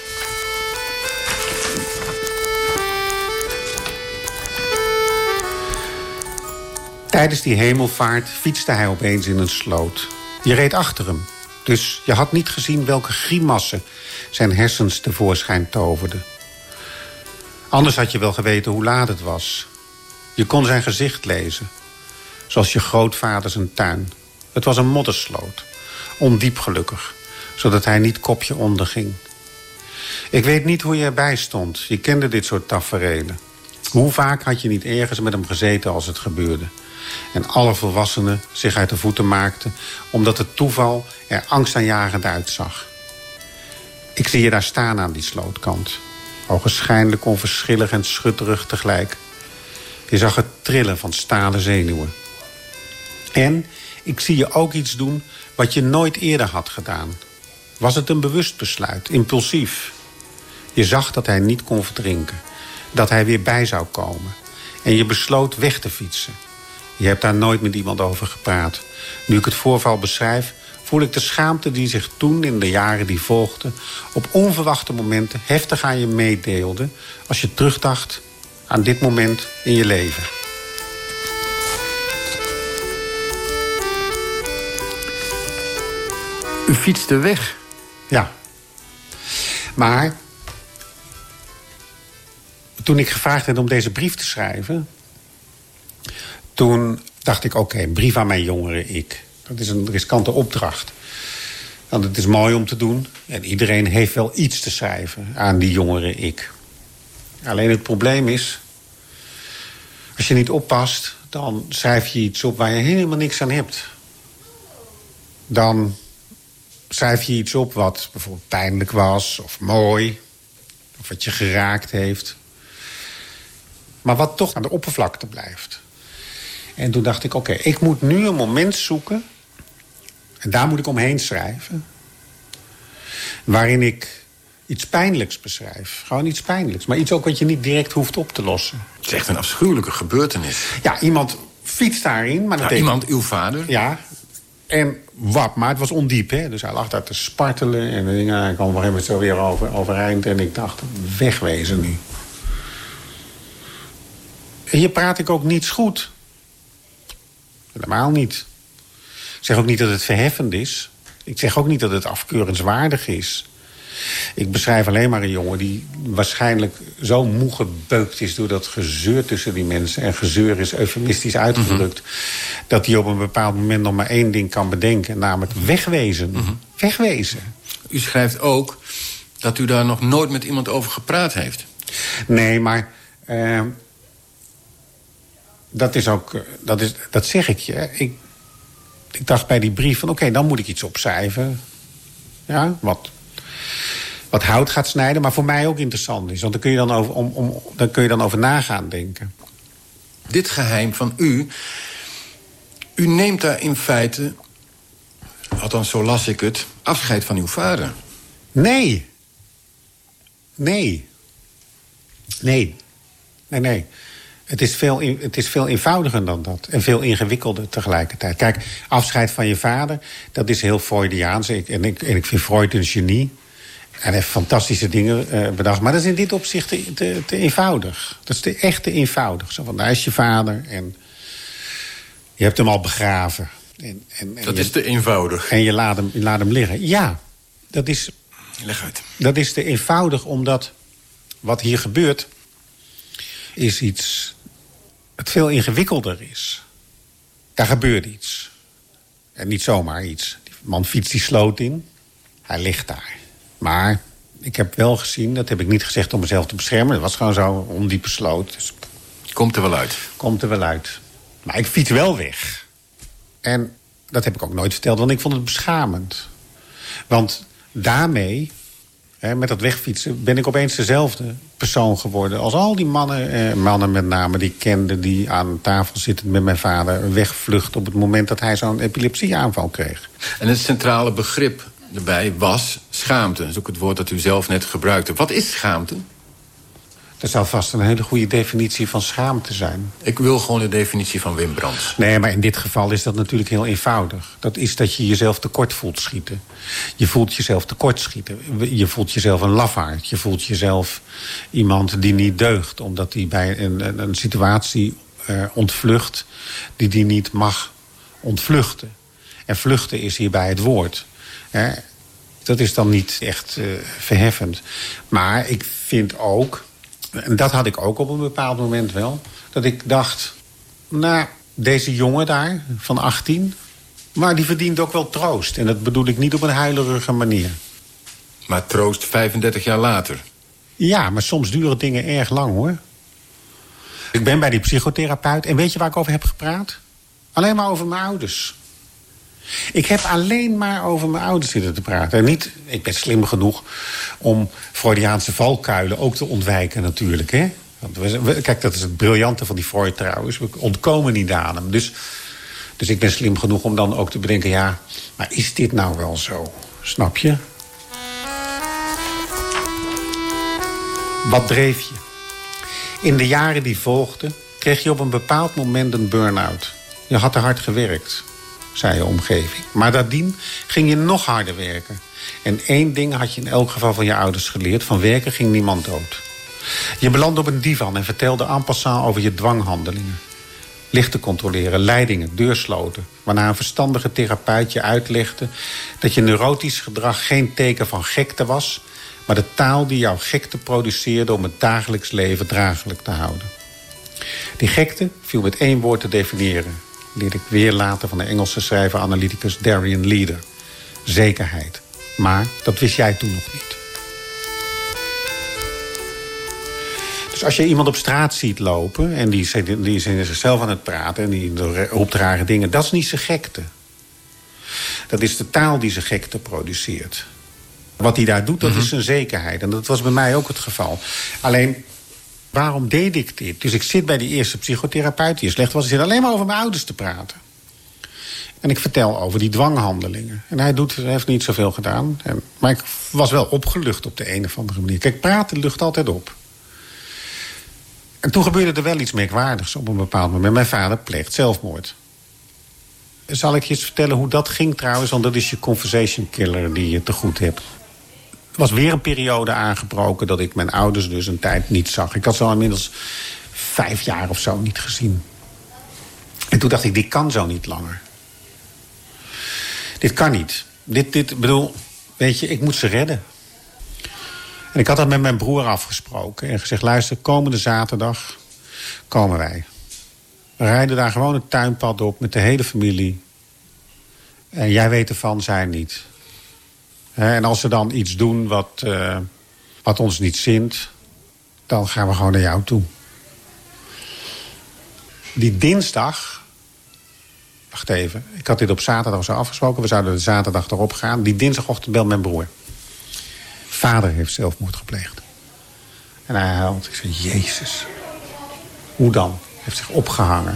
Tijdens die hemelvaart fietste hij opeens in een sloot. Je reed achter hem, dus je had niet gezien welke grimassen zijn hersens tevoorschijn toverden. Anders had je wel geweten hoe laat het was. Je kon zijn gezicht lezen, zoals je grootvader zijn tuin. Het was een moddersloot, ondiep gelukkig, zodat hij niet kopje onderging. Ik weet niet hoe je erbij stond, je kende dit soort taferelen. Hoe vaak had je niet ergens met hem gezeten als het gebeurde? En alle volwassenen zich uit de voeten maakten, omdat het toeval er angstaanjagend uitzag. Ik zie je daar staan aan die slootkant. Ogenschijnlijk onverschillig en schutterig tegelijk. Je zag het trillen van stalen zenuwen. En ik zie je ook iets doen wat je nooit eerder had gedaan. Was het een bewust besluit, impulsief? Je zag dat hij niet kon verdrinken. Dat hij weer bij zou komen. En je besloot weg te fietsen. Je hebt daar nooit met iemand over gepraat. Nu ik het voorval beschrijf, voel ik de schaamte die zich toen in de jaren die volgden op onverwachte momenten heftig aan je meedeelde als je terugdacht aan dit moment in je leven. U fietste weg? Ja. Maar toen ik gevraagd werd om deze brief te schrijven, toen dacht ik, oké, okay, een brief aan mijn jongere ik. Dat is een riskante opdracht. Want het is mooi om te doen. En iedereen heeft wel iets te schrijven aan die jongere ik. Alleen het probleem is, als je niet oppast, dan schrijf je iets op waar je helemaal niks aan hebt. Dan schrijf je iets op wat bijvoorbeeld pijnlijk was, of mooi, of wat je geraakt heeft. Maar wat toch aan de oppervlakte blijft. En toen dacht ik, oké, okay, ik moet nu een moment zoeken, en daar moet ik omheen schrijven, waarin ik iets pijnlijks beschrijf. Gewoon iets pijnlijks, maar iets ook wat je niet direct hoeft op te lossen. Het is echt een afschuwelijke gebeurtenis. Ja, iemand fietst daarin. Maar dat ja, iemand, uw vader? Ja, en wat, maar het was ondiep, hè. Dus hij lag daar te spartelen en de dingen, hij kwam op een gegeven moment zo weer over, overeind. En ik dacht, wegwezen nu. En hier praat ik ook niets goed. Helemaal niet. Ik zeg ook niet dat het verheffend is. Ik zeg ook niet dat het afkeurenswaardig is. Ik beschrijf alleen maar een jongen die waarschijnlijk zo moe gebeukt is door dat gezeur tussen die mensen. En gezeur is eufemistisch uitgedrukt. Mm-hmm. Dat hij op een bepaald moment nog maar één ding kan bedenken. Namelijk wegwezen. Mm-hmm. Wegwezen. U schrijft ook dat u daar nog nooit met iemand over gepraat heeft. Nee, maar Uh, dat is ook, dat, is, dat zeg ik je. Ik, ik dacht bij die brief van, oké, okay, dan moet ik iets opschrijven. Ja, wat, wat hout gaat snijden, maar voor mij ook interessant is. Want dan kun je dan over, om, om, dan kun je dan over nagaan denken. Dit geheim van u, u neemt daar in feite, althans zo las ik het, afscheid van uw vader. Nee. Nee. Nee. Nee, nee. Het is, veel, het is veel eenvoudiger dan dat. En veel ingewikkelder tegelijkertijd. Kijk, afscheid van je vader, dat is heel Freudiaans. Ik, en, ik, en ik vind Freud een genie. Hij heeft fantastische dingen uh, bedacht. Maar dat is in dit opzicht te, te, te eenvoudig. Dat is te, echt te eenvoudig. Zo van, daar is je vader en je hebt hem al begraven. En, en, en dat je, is te eenvoudig. En je laat hem, je laat hem liggen. Ja, dat is, leg uit. Dat is te eenvoudig omdat wat hier gebeurt is iets het veel ingewikkelder is. Daar gebeurt iets. En niet zomaar iets. Die man fietst die sloot in. Hij ligt daar. Maar ik heb wel gezien, dat heb ik niet gezegd om mezelf te beschermen. Het was gewoon zo'n ondiepe sloot. Dus komt er wel uit. Komt er wel uit. Maar ik fiets wel weg. En dat heb ik ook nooit verteld, want ik vond het beschamend. Want daarmee, hè, met dat wegfietsen, ben ik opeens dezelfde persoon geworden als al die mannen, eh, mannen met name die ik kende, die aan tafel zitten met mijn vader wegvlucht op het moment dat hij zo'n epilepsieaanval kreeg. En het centrale begrip erbij was schaamte. Dat is ook het woord dat u zelf net gebruikte. Wat is schaamte? Dat zou vast een hele goede definitie van schaamte zijn. Ik wil gewoon de definitie van Wim Brands. Nee, maar in dit geval is dat natuurlijk heel eenvoudig. Dat is dat je jezelf tekort voelt schieten. Je voelt jezelf tekort schieten. Je voelt jezelf een lafaard. Je voelt jezelf iemand die niet deugt. Omdat hij bij een, een, een situatie uh, ontvlucht die die niet mag ontvluchten. En vluchten is hierbij het woord. Hè? Dat is dan niet echt uh, verheffend. Maar ik vind ook, en dat had ik ook op een bepaald moment wel, dat ik dacht, nou, deze jongen daar van achttien, maar die verdient ook wel troost. En dat bedoel ik niet op een huilerige manier. Maar troost vijfendertig jaar later? Ja, maar soms duren dingen erg lang, hoor. Ik ben bij die psychotherapeut en weet je waar ik over heb gepraat? Alleen maar over mijn ouders. Ik heb alleen maar over mijn ouders zitten te praten. En niet, ik ben slim genoeg om Freudiaanse valkuilen ook te ontwijken natuurlijk. Hè? Want we, kijk, dat is het briljante van die Freud trouwens. We ontkomen niet aan hem. Dus, dus ik ben slim genoeg om dan ook te bedenken, ja, maar is dit nou wel zo? Snap je? Wat dreef je? In de jaren die volgden kreeg je op een bepaald moment een burn-out. Je had te hard gewerkt, zei je omgeving. Maar nadien ging je nog harder werken. En één ding had je in elk geval van je ouders geleerd: van werken ging niemand dood. Je belandde op een divan en vertelde en passant over je dwanghandelingen. Lichten controleren, leidingen, deursloten. Waarna een verstandige therapeut je uitlegde dat je neurotisch gedrag geen teken van gekte was, maar de taal die jouw gekte produceerde om het dagelijks leven draaglijk te houden. Die gekte viel met één woord te definiëren. Leerde ik weer later van de Engelse schrijver-analyticus Darian Leader. Zekerheid. Maar dat wist jij toen nog niet. Dus als je iemand op straat ziet lopen en die, die is in zichzelf aan het praten en die roept rare dingen, dat is niet zijn gekte. Dat is de taal die zijn gekte produceert. Wat hij daar doet, dat mm-hmm. is zijn zekerheid. En dat was bij mij ook het geval. Alleen, waarom deed ik dit? Dus ik zit bij die eerste psychotherapeut die slecht was. Ik zit alleen maar over mijn ouders te praten. En ik vertel over die dwanghandelingen. En hij doet, heeft niet zoveel gedaan. En, maar ik was wel opgelucht op de een of andere manier. Kijk, praten lucht altijd op. En toen gebeurde er wel iets merkwaardigs op een bepaald moment. Mijn vader pleegt zelfmoord. Zal ik je eens vertellen hoe dat ging trouwens? Want dat is je conversation killer die je te goed hebt. Er was weer een periode aangebroken dat ik mijn ouders dus een tijd niet zag. Ik had ze al inmiddels vijf jaar of zo niet gezien. En toen dacht ik, dit kan zo niet langer. Dit kan niet. Dit, dit, bedoel, weet je, ik moet ze redden. En ik had dat met mijn broer afgesproken. En gezegd, luister, komende zaterdag komen wij. We rijden daar gewoon het tuinpad op met de hele familie. En jij weet ervan, zij niet. En als ze dan iets doen wat, uh, wat ons niet zint, dan gaan we gewoon naar jou toe. Die dinsdag, wacht even, ik had dit op zaterdag zo afgesproken. We zouden de zaterdag erop gaan. Die dinsdagochtend belt mijn broer. Vader heeft zelfmoord gepleegd. En hij huilt. Ik zei, Jezus. Hoe dan? Hij heeft zich opgehangen.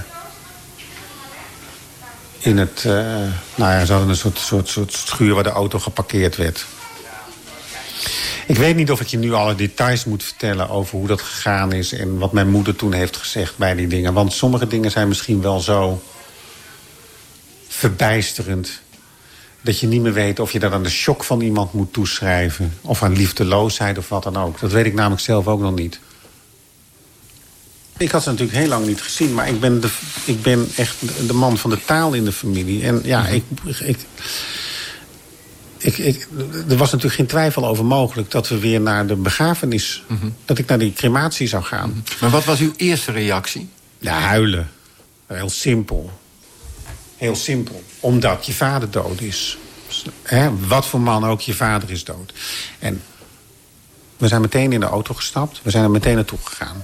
In het, uh, nou ja, ze hadden een soort, soort, soort schuur waar de auto geparkeerd werd. Ik weet niet of ik je nu alle details moet vertellen over hoe dat gegaan is en wat mijn moeder toen heeft gezegd bij die dingen. Want sommige dingen zijn misschien wel zo verbijsterend dat je niet meer weet of je dat aan de shock van iemand moet toeschrijven, of aan liefdeloosheid of wat dan ook. Dat weet ik namelijk zelf ook nog niet. Ik had ze natuurlijk heel lang niet gezien, maar ik ben, de, ik ben echt de man van de taal in de familie. En ja, ik, ik, ik, ik, er was natuurlijk geen twijfel over mogelijk dat we weer naar de begrafenis, mm-hmm. dat ik naar die crematie zou gaan. Mm-hmm. Maar wat was uw eerste reactie? Ja, huilen. Heel simpel. Heel simpel. Omdat je vader dood is. He, wat voor man ook, je vader is dood. En we zijn meteen in de auto gestapt. We zijn er meteen naartoe gegaan.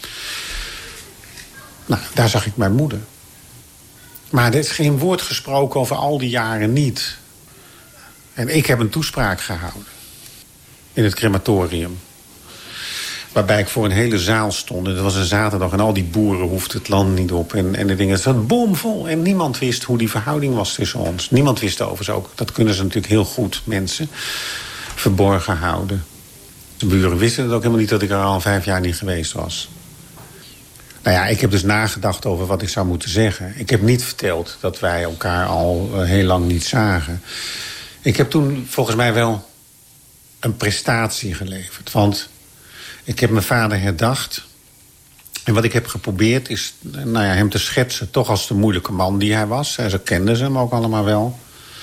Nou, daar zag ik mijn moeder. Maar er is geen woord gesproken over al die jaren niet. En ik heb een toespraak gehouden. In het crematorium. Waarbij ik voor een hele zaal stond. En dat was een zaterdag en al die boeren hoefden het land niet op. En, en de dingen, het zat bomvol. En niemand wist hoe die verhouding was tussen ons. Niemand wist overigens ook. Dat kunnen ze natuurlijk heel goed, mensen. Verborgen houden. De buren wisten het ook helemaal niet dat ik er al vijf jaar niet geweest was. Nou ja, ik heb dus nagedacht over wat ik zou moeten zeggen. Ik heb niet verteld dat wij elkaar al uh, heel lang niet zagen. Ik heb toen volgens mij wel een prestatie geleverd. Want ik heb mijn vader herdacht. En wat ik heb geprobeerd is nou ja, hem te schetsen, toch als de moeilijke man die hij was. En zo kenden ze hem ook allemaal wel.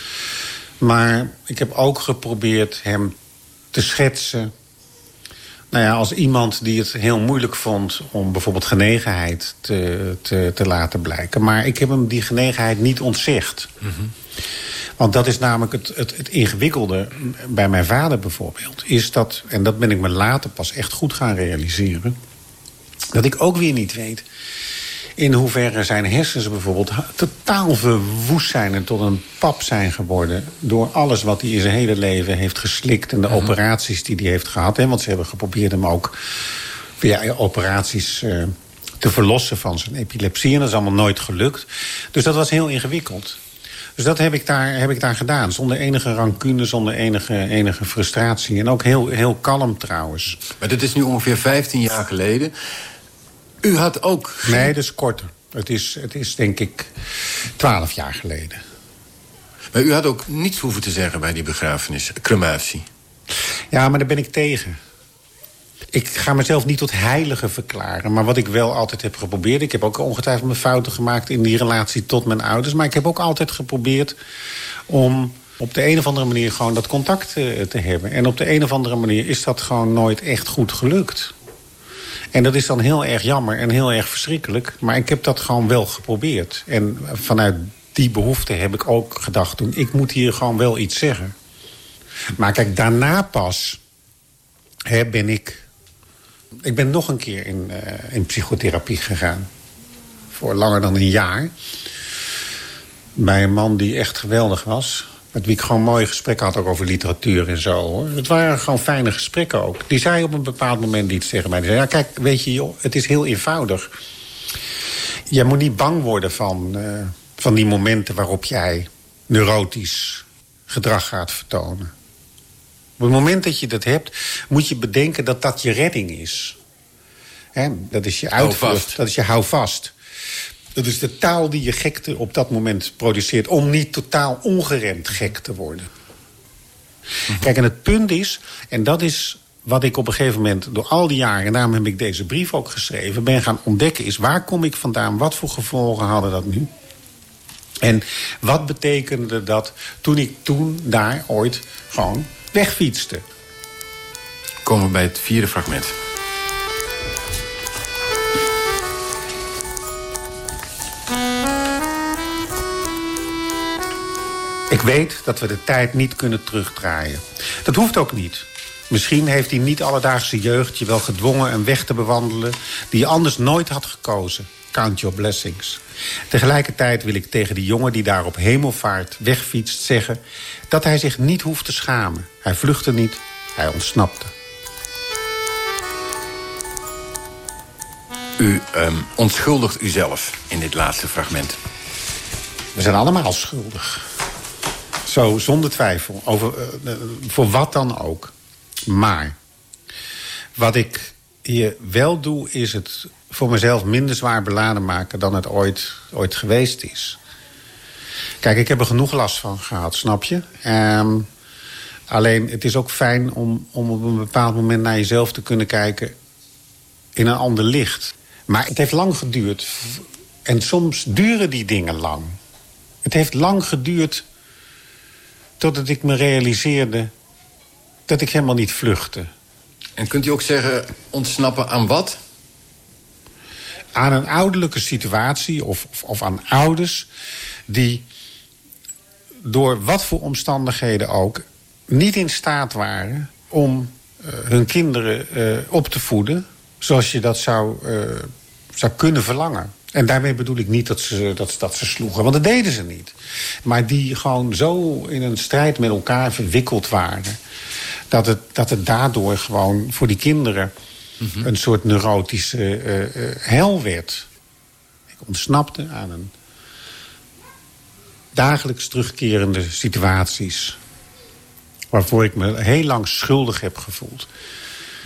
Maar ik heb ook geprobeerd hem te schetsen, nou ja, als iemand die het heel moeilijk vond om bijvoorbeeld genegenheid te, te, te laten blijken. Maar ik heb hem die genegenheid niet ontzegd. Mm-hmm. Want dat is namelijk het, het, het ingewikkelde bij mijn vader bijvoorbeeld. Is dat, en dat ben ik me later pas echt goed gaan realiseren, dat ik ook weer niet weet in hoeverre zijn hersens bijvoorbeeld totaal verwoest zijn en tot een pap zijn geworden door alles wat hij in zijn hele leven heeft geslikt en de mm-hmm. operaties die hij heeft gehad. Hè, want ze hebben geprobeerd hem ook via operaties uh, te verlossen van zijn epilepsie. En dat is allemaal nooit gelukt. Dus dat was heel ingewikkeld. Dus dat heb ik daar, heb ik daar gedaan. Zonder enige rancune, zonder enige, enige frustratie. En ook heel, heel kalm trouwens. Maar dit is nu ongeveer vijftien jaar geleden. U had ook... Nee, dat is korter. Het is, het is denk ik twaalf jaar geleden. Maar u had ook niets hoeven te zeggen bij die begrafenis, crematie. Ja, maar daar ben ik tegen. Ik ga mezelf niet tot heilige verklaren. Maar wat ik wel altijd heb geprobeerd, ik heb ook ongetwijfeld mijn fouten gemaakt in die relatie tot mijn ouders. Maar ik heb ook altijd geprobeerd om op de een of andere manier gewoon dat contact te, te hebben. En op de een of andere manier is dat gewoon nooit echt goed gelukt. En dat is dan heel erg jammer en heel erg verschrikkelijk. Maar ik heb dat gewoon wel geprobeerd. En vanuit die behoefte heb ik ook gedacht toen, ik moet hier gewoon wel iets zeggen. Maar kijk, daarna pas hè, ben ik... Ik ben nog een keer in, uh, in psychotherapie gegaan. Voor langer dan een jaar. Bij een man die echt geweldig was. Met wie ik gewoon mooie gesprekken had, ook over literatuur en zo. Hoor. Het waren gewoon fijne gesprekken ook. Die zei op een bepaald moment iets tegen mij. Die zei, ja kijk, weet je joh, het is heel eenvoudig. Je moet niet bang worden van, uh, van die momenten waarop jij neurotisch gedrag gaat vertonen. Op het moment dat je dat hebt, moet je bedenken dat dat je redding is. He, dat is je uitvlucht, dat is je houvast. Dat is de taal die je gekte op dat moment produceert, om niet totaal ongeremd gek te worden. Mm-hmm. Kijk, en het punt is, en dat is wat ik op een gegeven moment door al die jaren, en daarom heb ik deze brief ook geschreven, ben gaan ontdekken, is waar kom ik vandaan, wat voor gevolgen hadden dat nu? En wat betekende dat toen ik toen daar ooit gewoon wegfietste? Komen we bij het vierde fragment. Ik weet dat we de tijd niet kunnen terugdraaien. Dat hoeft ook niet. Misschien heeft die niet-alledaagse jeugd je wel gedwongen een weg te bewandelen die je anders nooit had gekozen. Count your blessings. Tegelijkertijd wil ik tegen die jongen die daar op hemelvaart wegfietst zeggen dat hij zich niet hoeft te schamen. Hij vluchtte niet, hij ontsnapte. U um, onschuldigt uzelf in dit laatste fragment. We zijn allemaal schuldig. Zo, zonder twijfel. Over, uh, voor wat dan ook. Maar wat ik hier wel doe, is het voor mezelf minder zwaar beladen maken dan het ooit, ooit geweest is. Kijk, ik heb er genoeg last van gehad, snap je? Um, alleen, het is ook fijn om, om op een bepaald moment naar jezelf te kunnen kijken in een ander licht. Maar het heeft lang geduurd. En soms duren die dingen lang. Het heeft lang geduurd totdat ik me realiseerde dat ik helemaal niet vluchtte. En kunt u ook zeggen, ontsnappen aan wat? Aan een ouderlijke situatie of, of, of aan ouders die door wat voor omstandigheden ook niet in staat waren om uh, hun kinderen uh, op te voeden zoals je dat zou, uh, zou kunnen verlangen. En daarmee bedoel ik niet dat ze, dat, dat ze sloegen, want dat deden ze niet. Maar die gewoon zo in een strijd met elkaar verwikkeld waren dat het, dat het daardoor gewoon voor die kinderen mm-hmm. een soort neurotische uh, uh, hel werd. Ik ontsnapte aan een dagelijks terugkerende situaties waarvoor ik me heel lang schuldig heb gevoeld.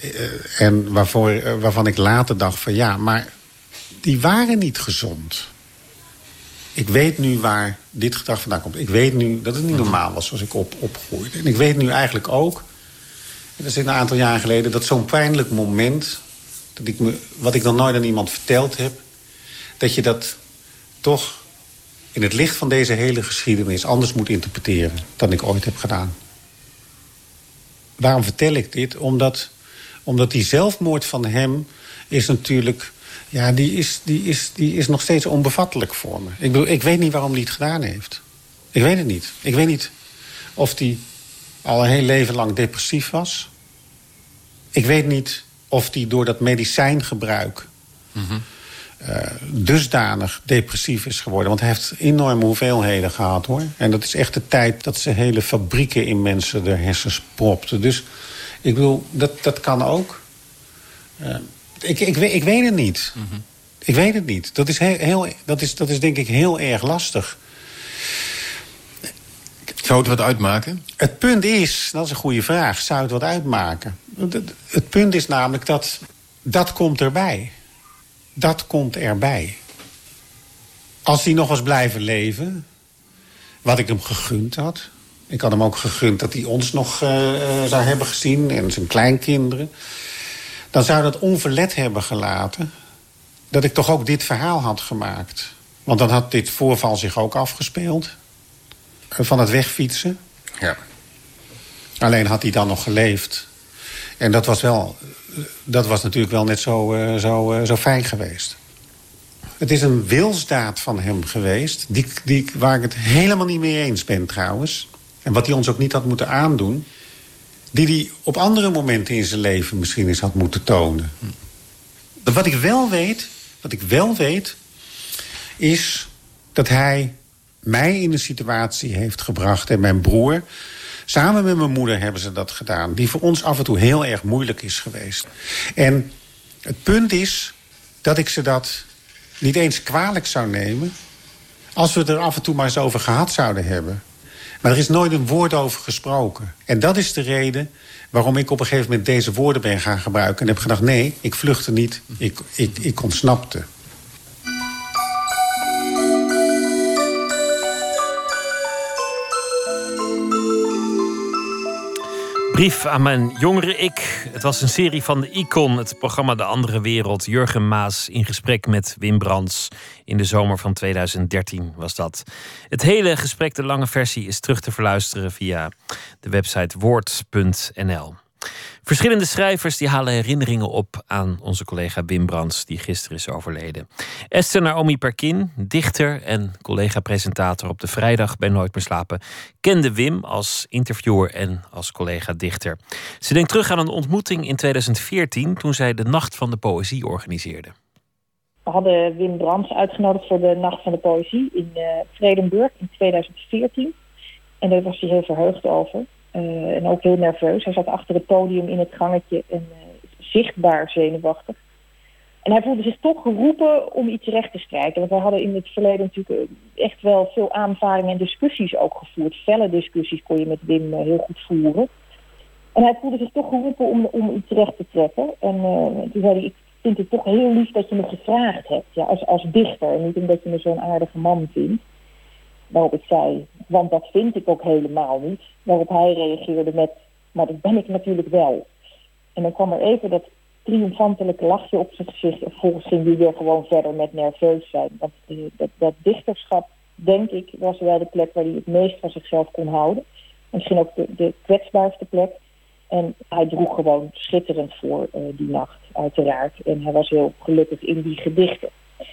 Uh, en waarvoor, uh, waarvan ik later dacht van ja, maar die waren niet gezond. Ik weet nu waar dit gedrag vandaan komt. Ik weet nu dat het niet normaal was zoals ik op, opgroeide. En ik weet nu eigenlijk ook, en dat is een aantal jaren geleden, dat zo'n pijnlijk moment, dat ik me, wat ik nog nooit aan iemand verteld heb, dat je dat toch in het licht van deze hele geschiedenis anders moet interpreteren dan ik ooit heb gedaan. Waarom vertel ik dit? Omdat, omdat die zelfmoord van hem is natuurlijk, ja, die is, die, is, die is nog steeds onbevattelijk voor me. Ik bedoel, ik weet niet waarom hij het gedaan heeft. Ik weet het niet. Ik weet niet of hij al een heel leven lang depressief was. Ik weet niet of hij door dat medicijngebruik mm-hmm. uh, dusdanig depressief is geworden. Want hij heeft enorme hoeveelheden gehad, hoor. En dat is echt de tijd dat ze hele fabrieken in mensen de hersens propten. Dus ik bedoel, dat, dat kan ook. Uh, ik, ik, ik weet het niet. Mm-hmm. Ik weet het niet. Dat is, heel, heel, dat, is, dat is denk ik heel erg lastig. Zou het wat uitmaken? Het punt is, dat is een goede vraag, zou het wat uitmaken? Het, het punt is namelijk dat, dat komt erbij. Dat komt erbij. Als hij nog was blijven leven, wat ik hem gegund had. Ik had hem ook gegund dat hij ons nog uh, zou hebben gezien en zijn kleinkinderen. Dan zou dat onverlet hebben gelaten dat ik toch ook dit verhaal had gemaakt. Want dan had dit voorval zich ook afgespeeld. Van het wegfietsen. Ja. Alleen had hij dan nog geleefd. En dat was wel, dat was natuurlijk wel net zo, uh, zo, uh, zo fijn geweest. Het is een wilsdaad van hem geweest, die, die, waar ik het helemaal niet mee eens ben trouwens. En wat hij ons ook niet had moeten aandoen, die hij op andere momenten in zijn leven misschien eens had moeten tonen. Hm. Wat ik wel weet, wat ik wel weet, is dat hij mij in een situatie heeft gebracht en mijn broer, samen met mijn moeder hebben ze dat gedaan, die voor ons af en toe heel erg moeilijk is geweest. En het punt is dat ik ze dat niet eens kwalijk zou nemen als we het er af en toe maar eens over gehad zouden hebben. Maar er is nooit een woord over gesproken. En dat is de reden waarom ik op een gegeven moment deze woorden ben gaan gebruiken en heb gedacht, nee, ik vluchtte niet, ik, ik, ik ontsnapte. Brief aan mijn jongere ik. Het was een serie van de Icon, het programma De Andere Wereld. Jurgen Maas in gesprek met Wim Brands. In de zomer van tweeduizend dertien was dat. Het hele gesprek, de lange versie, is terug te verluisteren via de website woord punt n l. Verschillende schrijvers die halen herinneringen op aan onze collega Wim Brands, die gisteren is overleden. Esther Naomi Perquin, dichter en collega-presentator op de vrijdag bij Nooit meer slapen, kende Wim als interviewer en als collega-dichter. Ze denkt terug aan een ontmoeting in tweeduizend veertien toen zij de Nacht van de Poëzie organiseerde. We hadden Wim Brands uitgenodigd voor de Nacht van de Poëzie in uh, Vredenburg in tweeduizend veertien. En daar was hij heel verheugd over. Uh, en ook heel nerveus. Hij zat achter het podium in het gangetje en uh, zichtbaar zenuwachtig. En hij voelde zich toch geroepen om iets recht te strijken. Want wij hadden in het verleden natuurlijk echt wel veel aanvaringen en discussies ook gevoerd. Felle discussies kon je met Wim uh, heel goed voeren. En hij voelde zich toch geroepen om, om iets recht te trekken. En uh, toen zei hij, ik vind het toch heel lief dat je me gevraagd hebt. Ja, als, als dichter. En niet omdat je me zo'n aardige man vindt. Waarop ik zei, want dat vind ik ook helemaal niet. Waarop hij reageerde met, maar dat ben ik natuurlijk wel. En dan kwam er even dat triomfantelijke lachje op zijn gezicht. En volgens ging hij weer gewoon verder met nerveus zijn. Want uh, dat, dat dichterschap, denk ik, was wel de plek waar hij het meest van zichzelf kon houden. En misschien ook de, de kwetsbaarste plek. En hij droeg gewoon schitterend voor uh, die nacht, uiteraard. En hij was heel gelukkig in die gedichten.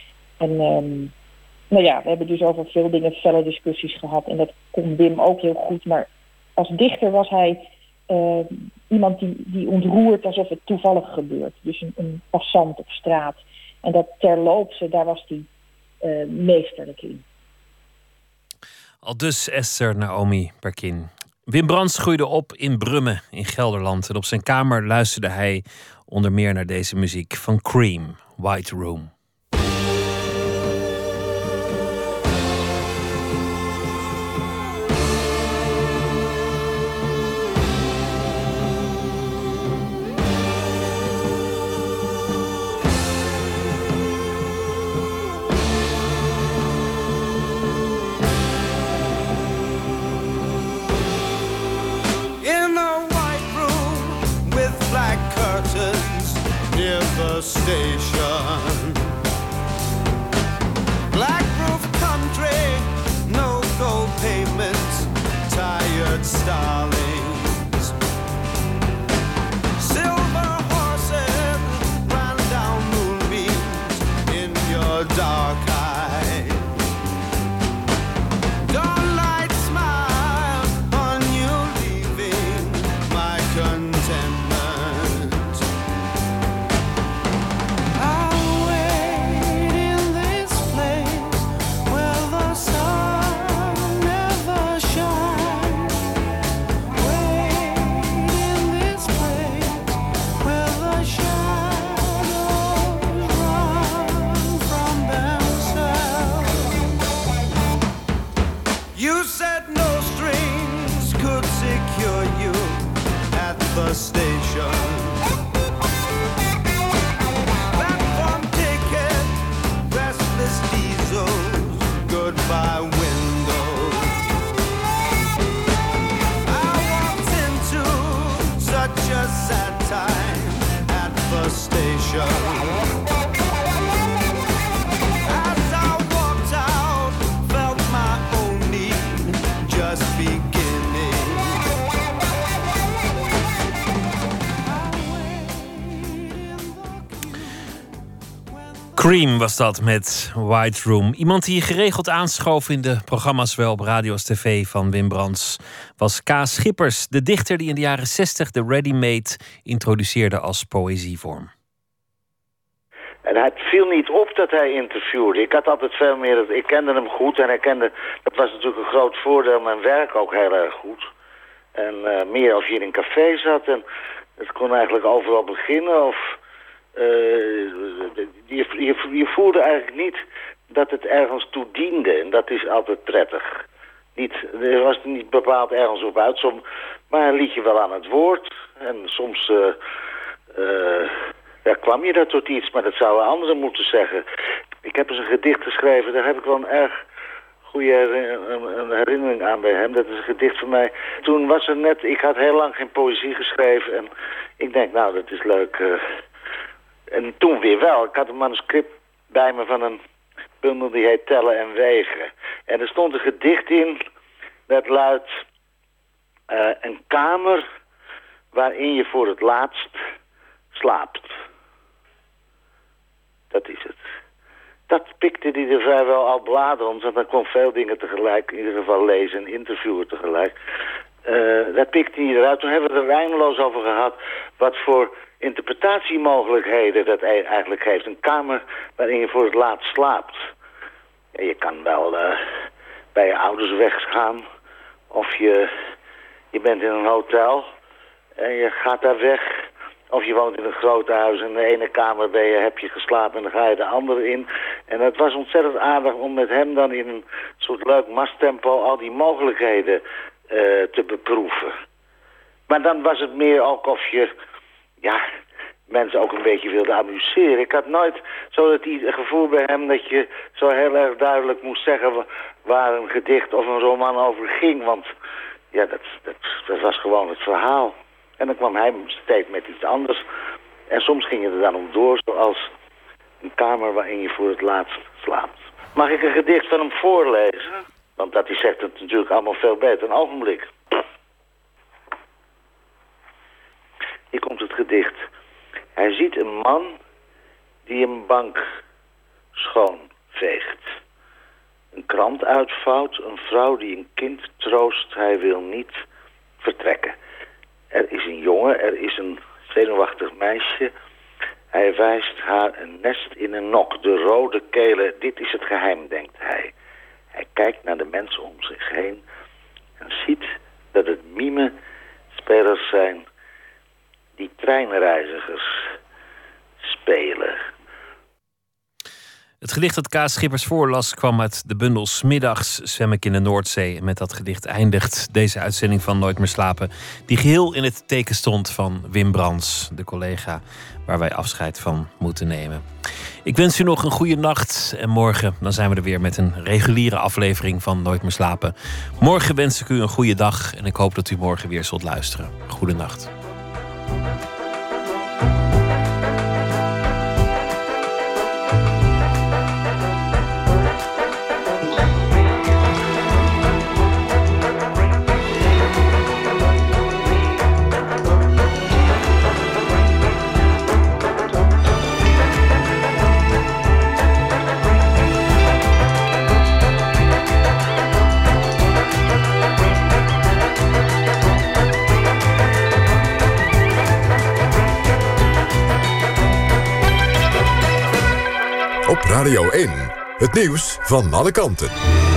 En Um, Nou ja, we hebben dus over veel dingen felle discussies gehad. En dat kon Wim ook heel goed. Maar als dichter was hij uh, iemand die, die ontroert alsof het toevallig gebeurt. Dus een, een passant op straat. En dat terloopse, daar was hij uh, meesterlijk in. Aldus Esther Naomi Perquin. Wim Brands groeide op in Brummen in Gelderland. En op zijn kamer luisterde hij onder meer naar deze muziek van Cream, White Room. near the station. Black roof country, no gold pavement, tired starlings. Silver horses ran down moonbeams in your dark eyes. Dawnlight smile on you leaving my contentment. I'll wait in this place where the sun never shines. Wait in this place where the shadows run from themselves. You said no strings could secure you at the station. Platform ticket, restless diesels, goodbye windows. I walked into such a sad time at the station. As I walked out, felt my own need just beginning. Cream was dat met White Room. Iemand die geregeld aanschoof in de programma's, zowel op radio als tv, van Wim Brands, was K. Schippers, de dichter die in de jaren zestig de ready-made introduceerde als poëzievorm. En het viel niet op dat hij interviewde. Ik had altijd veel meer... Ik kende hem goed en hij kende... Dat was natuurlijk een groot voordeel. Mijn werk ook heel erg goed. En uh, meer als je in een café zat. En het kon eigenlijk overal beginnen. Of... Uh, je, je, je voelde eigenlijk niet dat het ergens toe diende. En dat is altijd prettig. Niet, er was niet bepaald ergens op uit. Som, maar hij liet je wel aan het woord. En soms... Uh, uh, Ja, kwam je daar tot iets, maar dat zouden anderen moeten zeggen. Ik heb eens een gedicht geschreven, daar heb ik wel een erg goede herinnering aan bij hem. Dat is een gedicht van mij. Toen was er net, ik had heel lang geen poëzie geschreven en ik denk, nou, dat is leuk. Uh, en toen weer wel. Ik had een manuscript bij me van een bundel die heet Tellen en Wegen. En er stond een gedicht in, dat luidt, uh, een kamer waarin je voor het laatst slaapt. Dat is het. Dat pikte hij er vrijwel al bladerend, want dan kon veel dingen tegelijk, in ieder geval lezen en interviewen tegelijk. Uh, dat pikte hij eruit. Toen hebben we er eindeloos over gehad wat voor interpretatiemogelijkheden dat eigenlijk geeft. Een kamer waarin je voor het laatst slaapt. Ja, je kan wel uh, bij je ouders weggaan, of je, je bent in een hotel en je gaat daar weg. Of je woont in een groot huis en in de ene kamer ben je, heb je geslapen en dan ga je de andere in. En het was ontzettend aardig om met hem dan in een soort leuk marstempo al die mogelijkheden uh, te beproeven. Maar dan was het meer ook of je, ja, mensen ook een beetje wilde amuseren. Ik had nooit zo het gevoel bij hem dat je zo heel erg duidelijk moest zeggen waar een gedicht of een roman over ging. Want ja, dat, dat, dat was gewoon het verhaal. En dan kwam hij steeds met iets anders. En soms ging het er dan om door, zoals een kamer waarin je voor het laatst slaapt. Mag ik een gedicht van hem voorlezen? Want dat zegt het natuurlijk allemaal veel beter. Een ogenblik. Hier komt het gedicht. Hij ziet een man die een bank schoonveegt. Een krant uitvouwt, een vrouw die een kind troost. Hij wil niet vertrekken. Er is een jongen, er is een zenuwachtig meisje. Hij wijst haar een nest in een nok, de rode kelen. Dit is het geheim, denkt hij. Hij kijkt naar de mensen om zich heen en ziet dat het mime-spelers zijn die treinreizigers spelen. Het gedicht dat K. Schippers voorlas kwam uit de bundel 's Middags zwem ik in de Noordzee. En met dat gedicht eindigt deze uitzending van Nooit meer slapen, die geheel in het teken stond van Wim Brands, de collega waar wij afscheid van moeten nemen. Ik wens u nog een goede nacht en morgen dan zijn we er weer met een reguliere aflevering van Nooit meer slapen. Morgen wens ik u een goede dag en ik hoop dat u morgen weer zult luisteren. Goedenacht. Radio één. Het nieuws van alle kanten.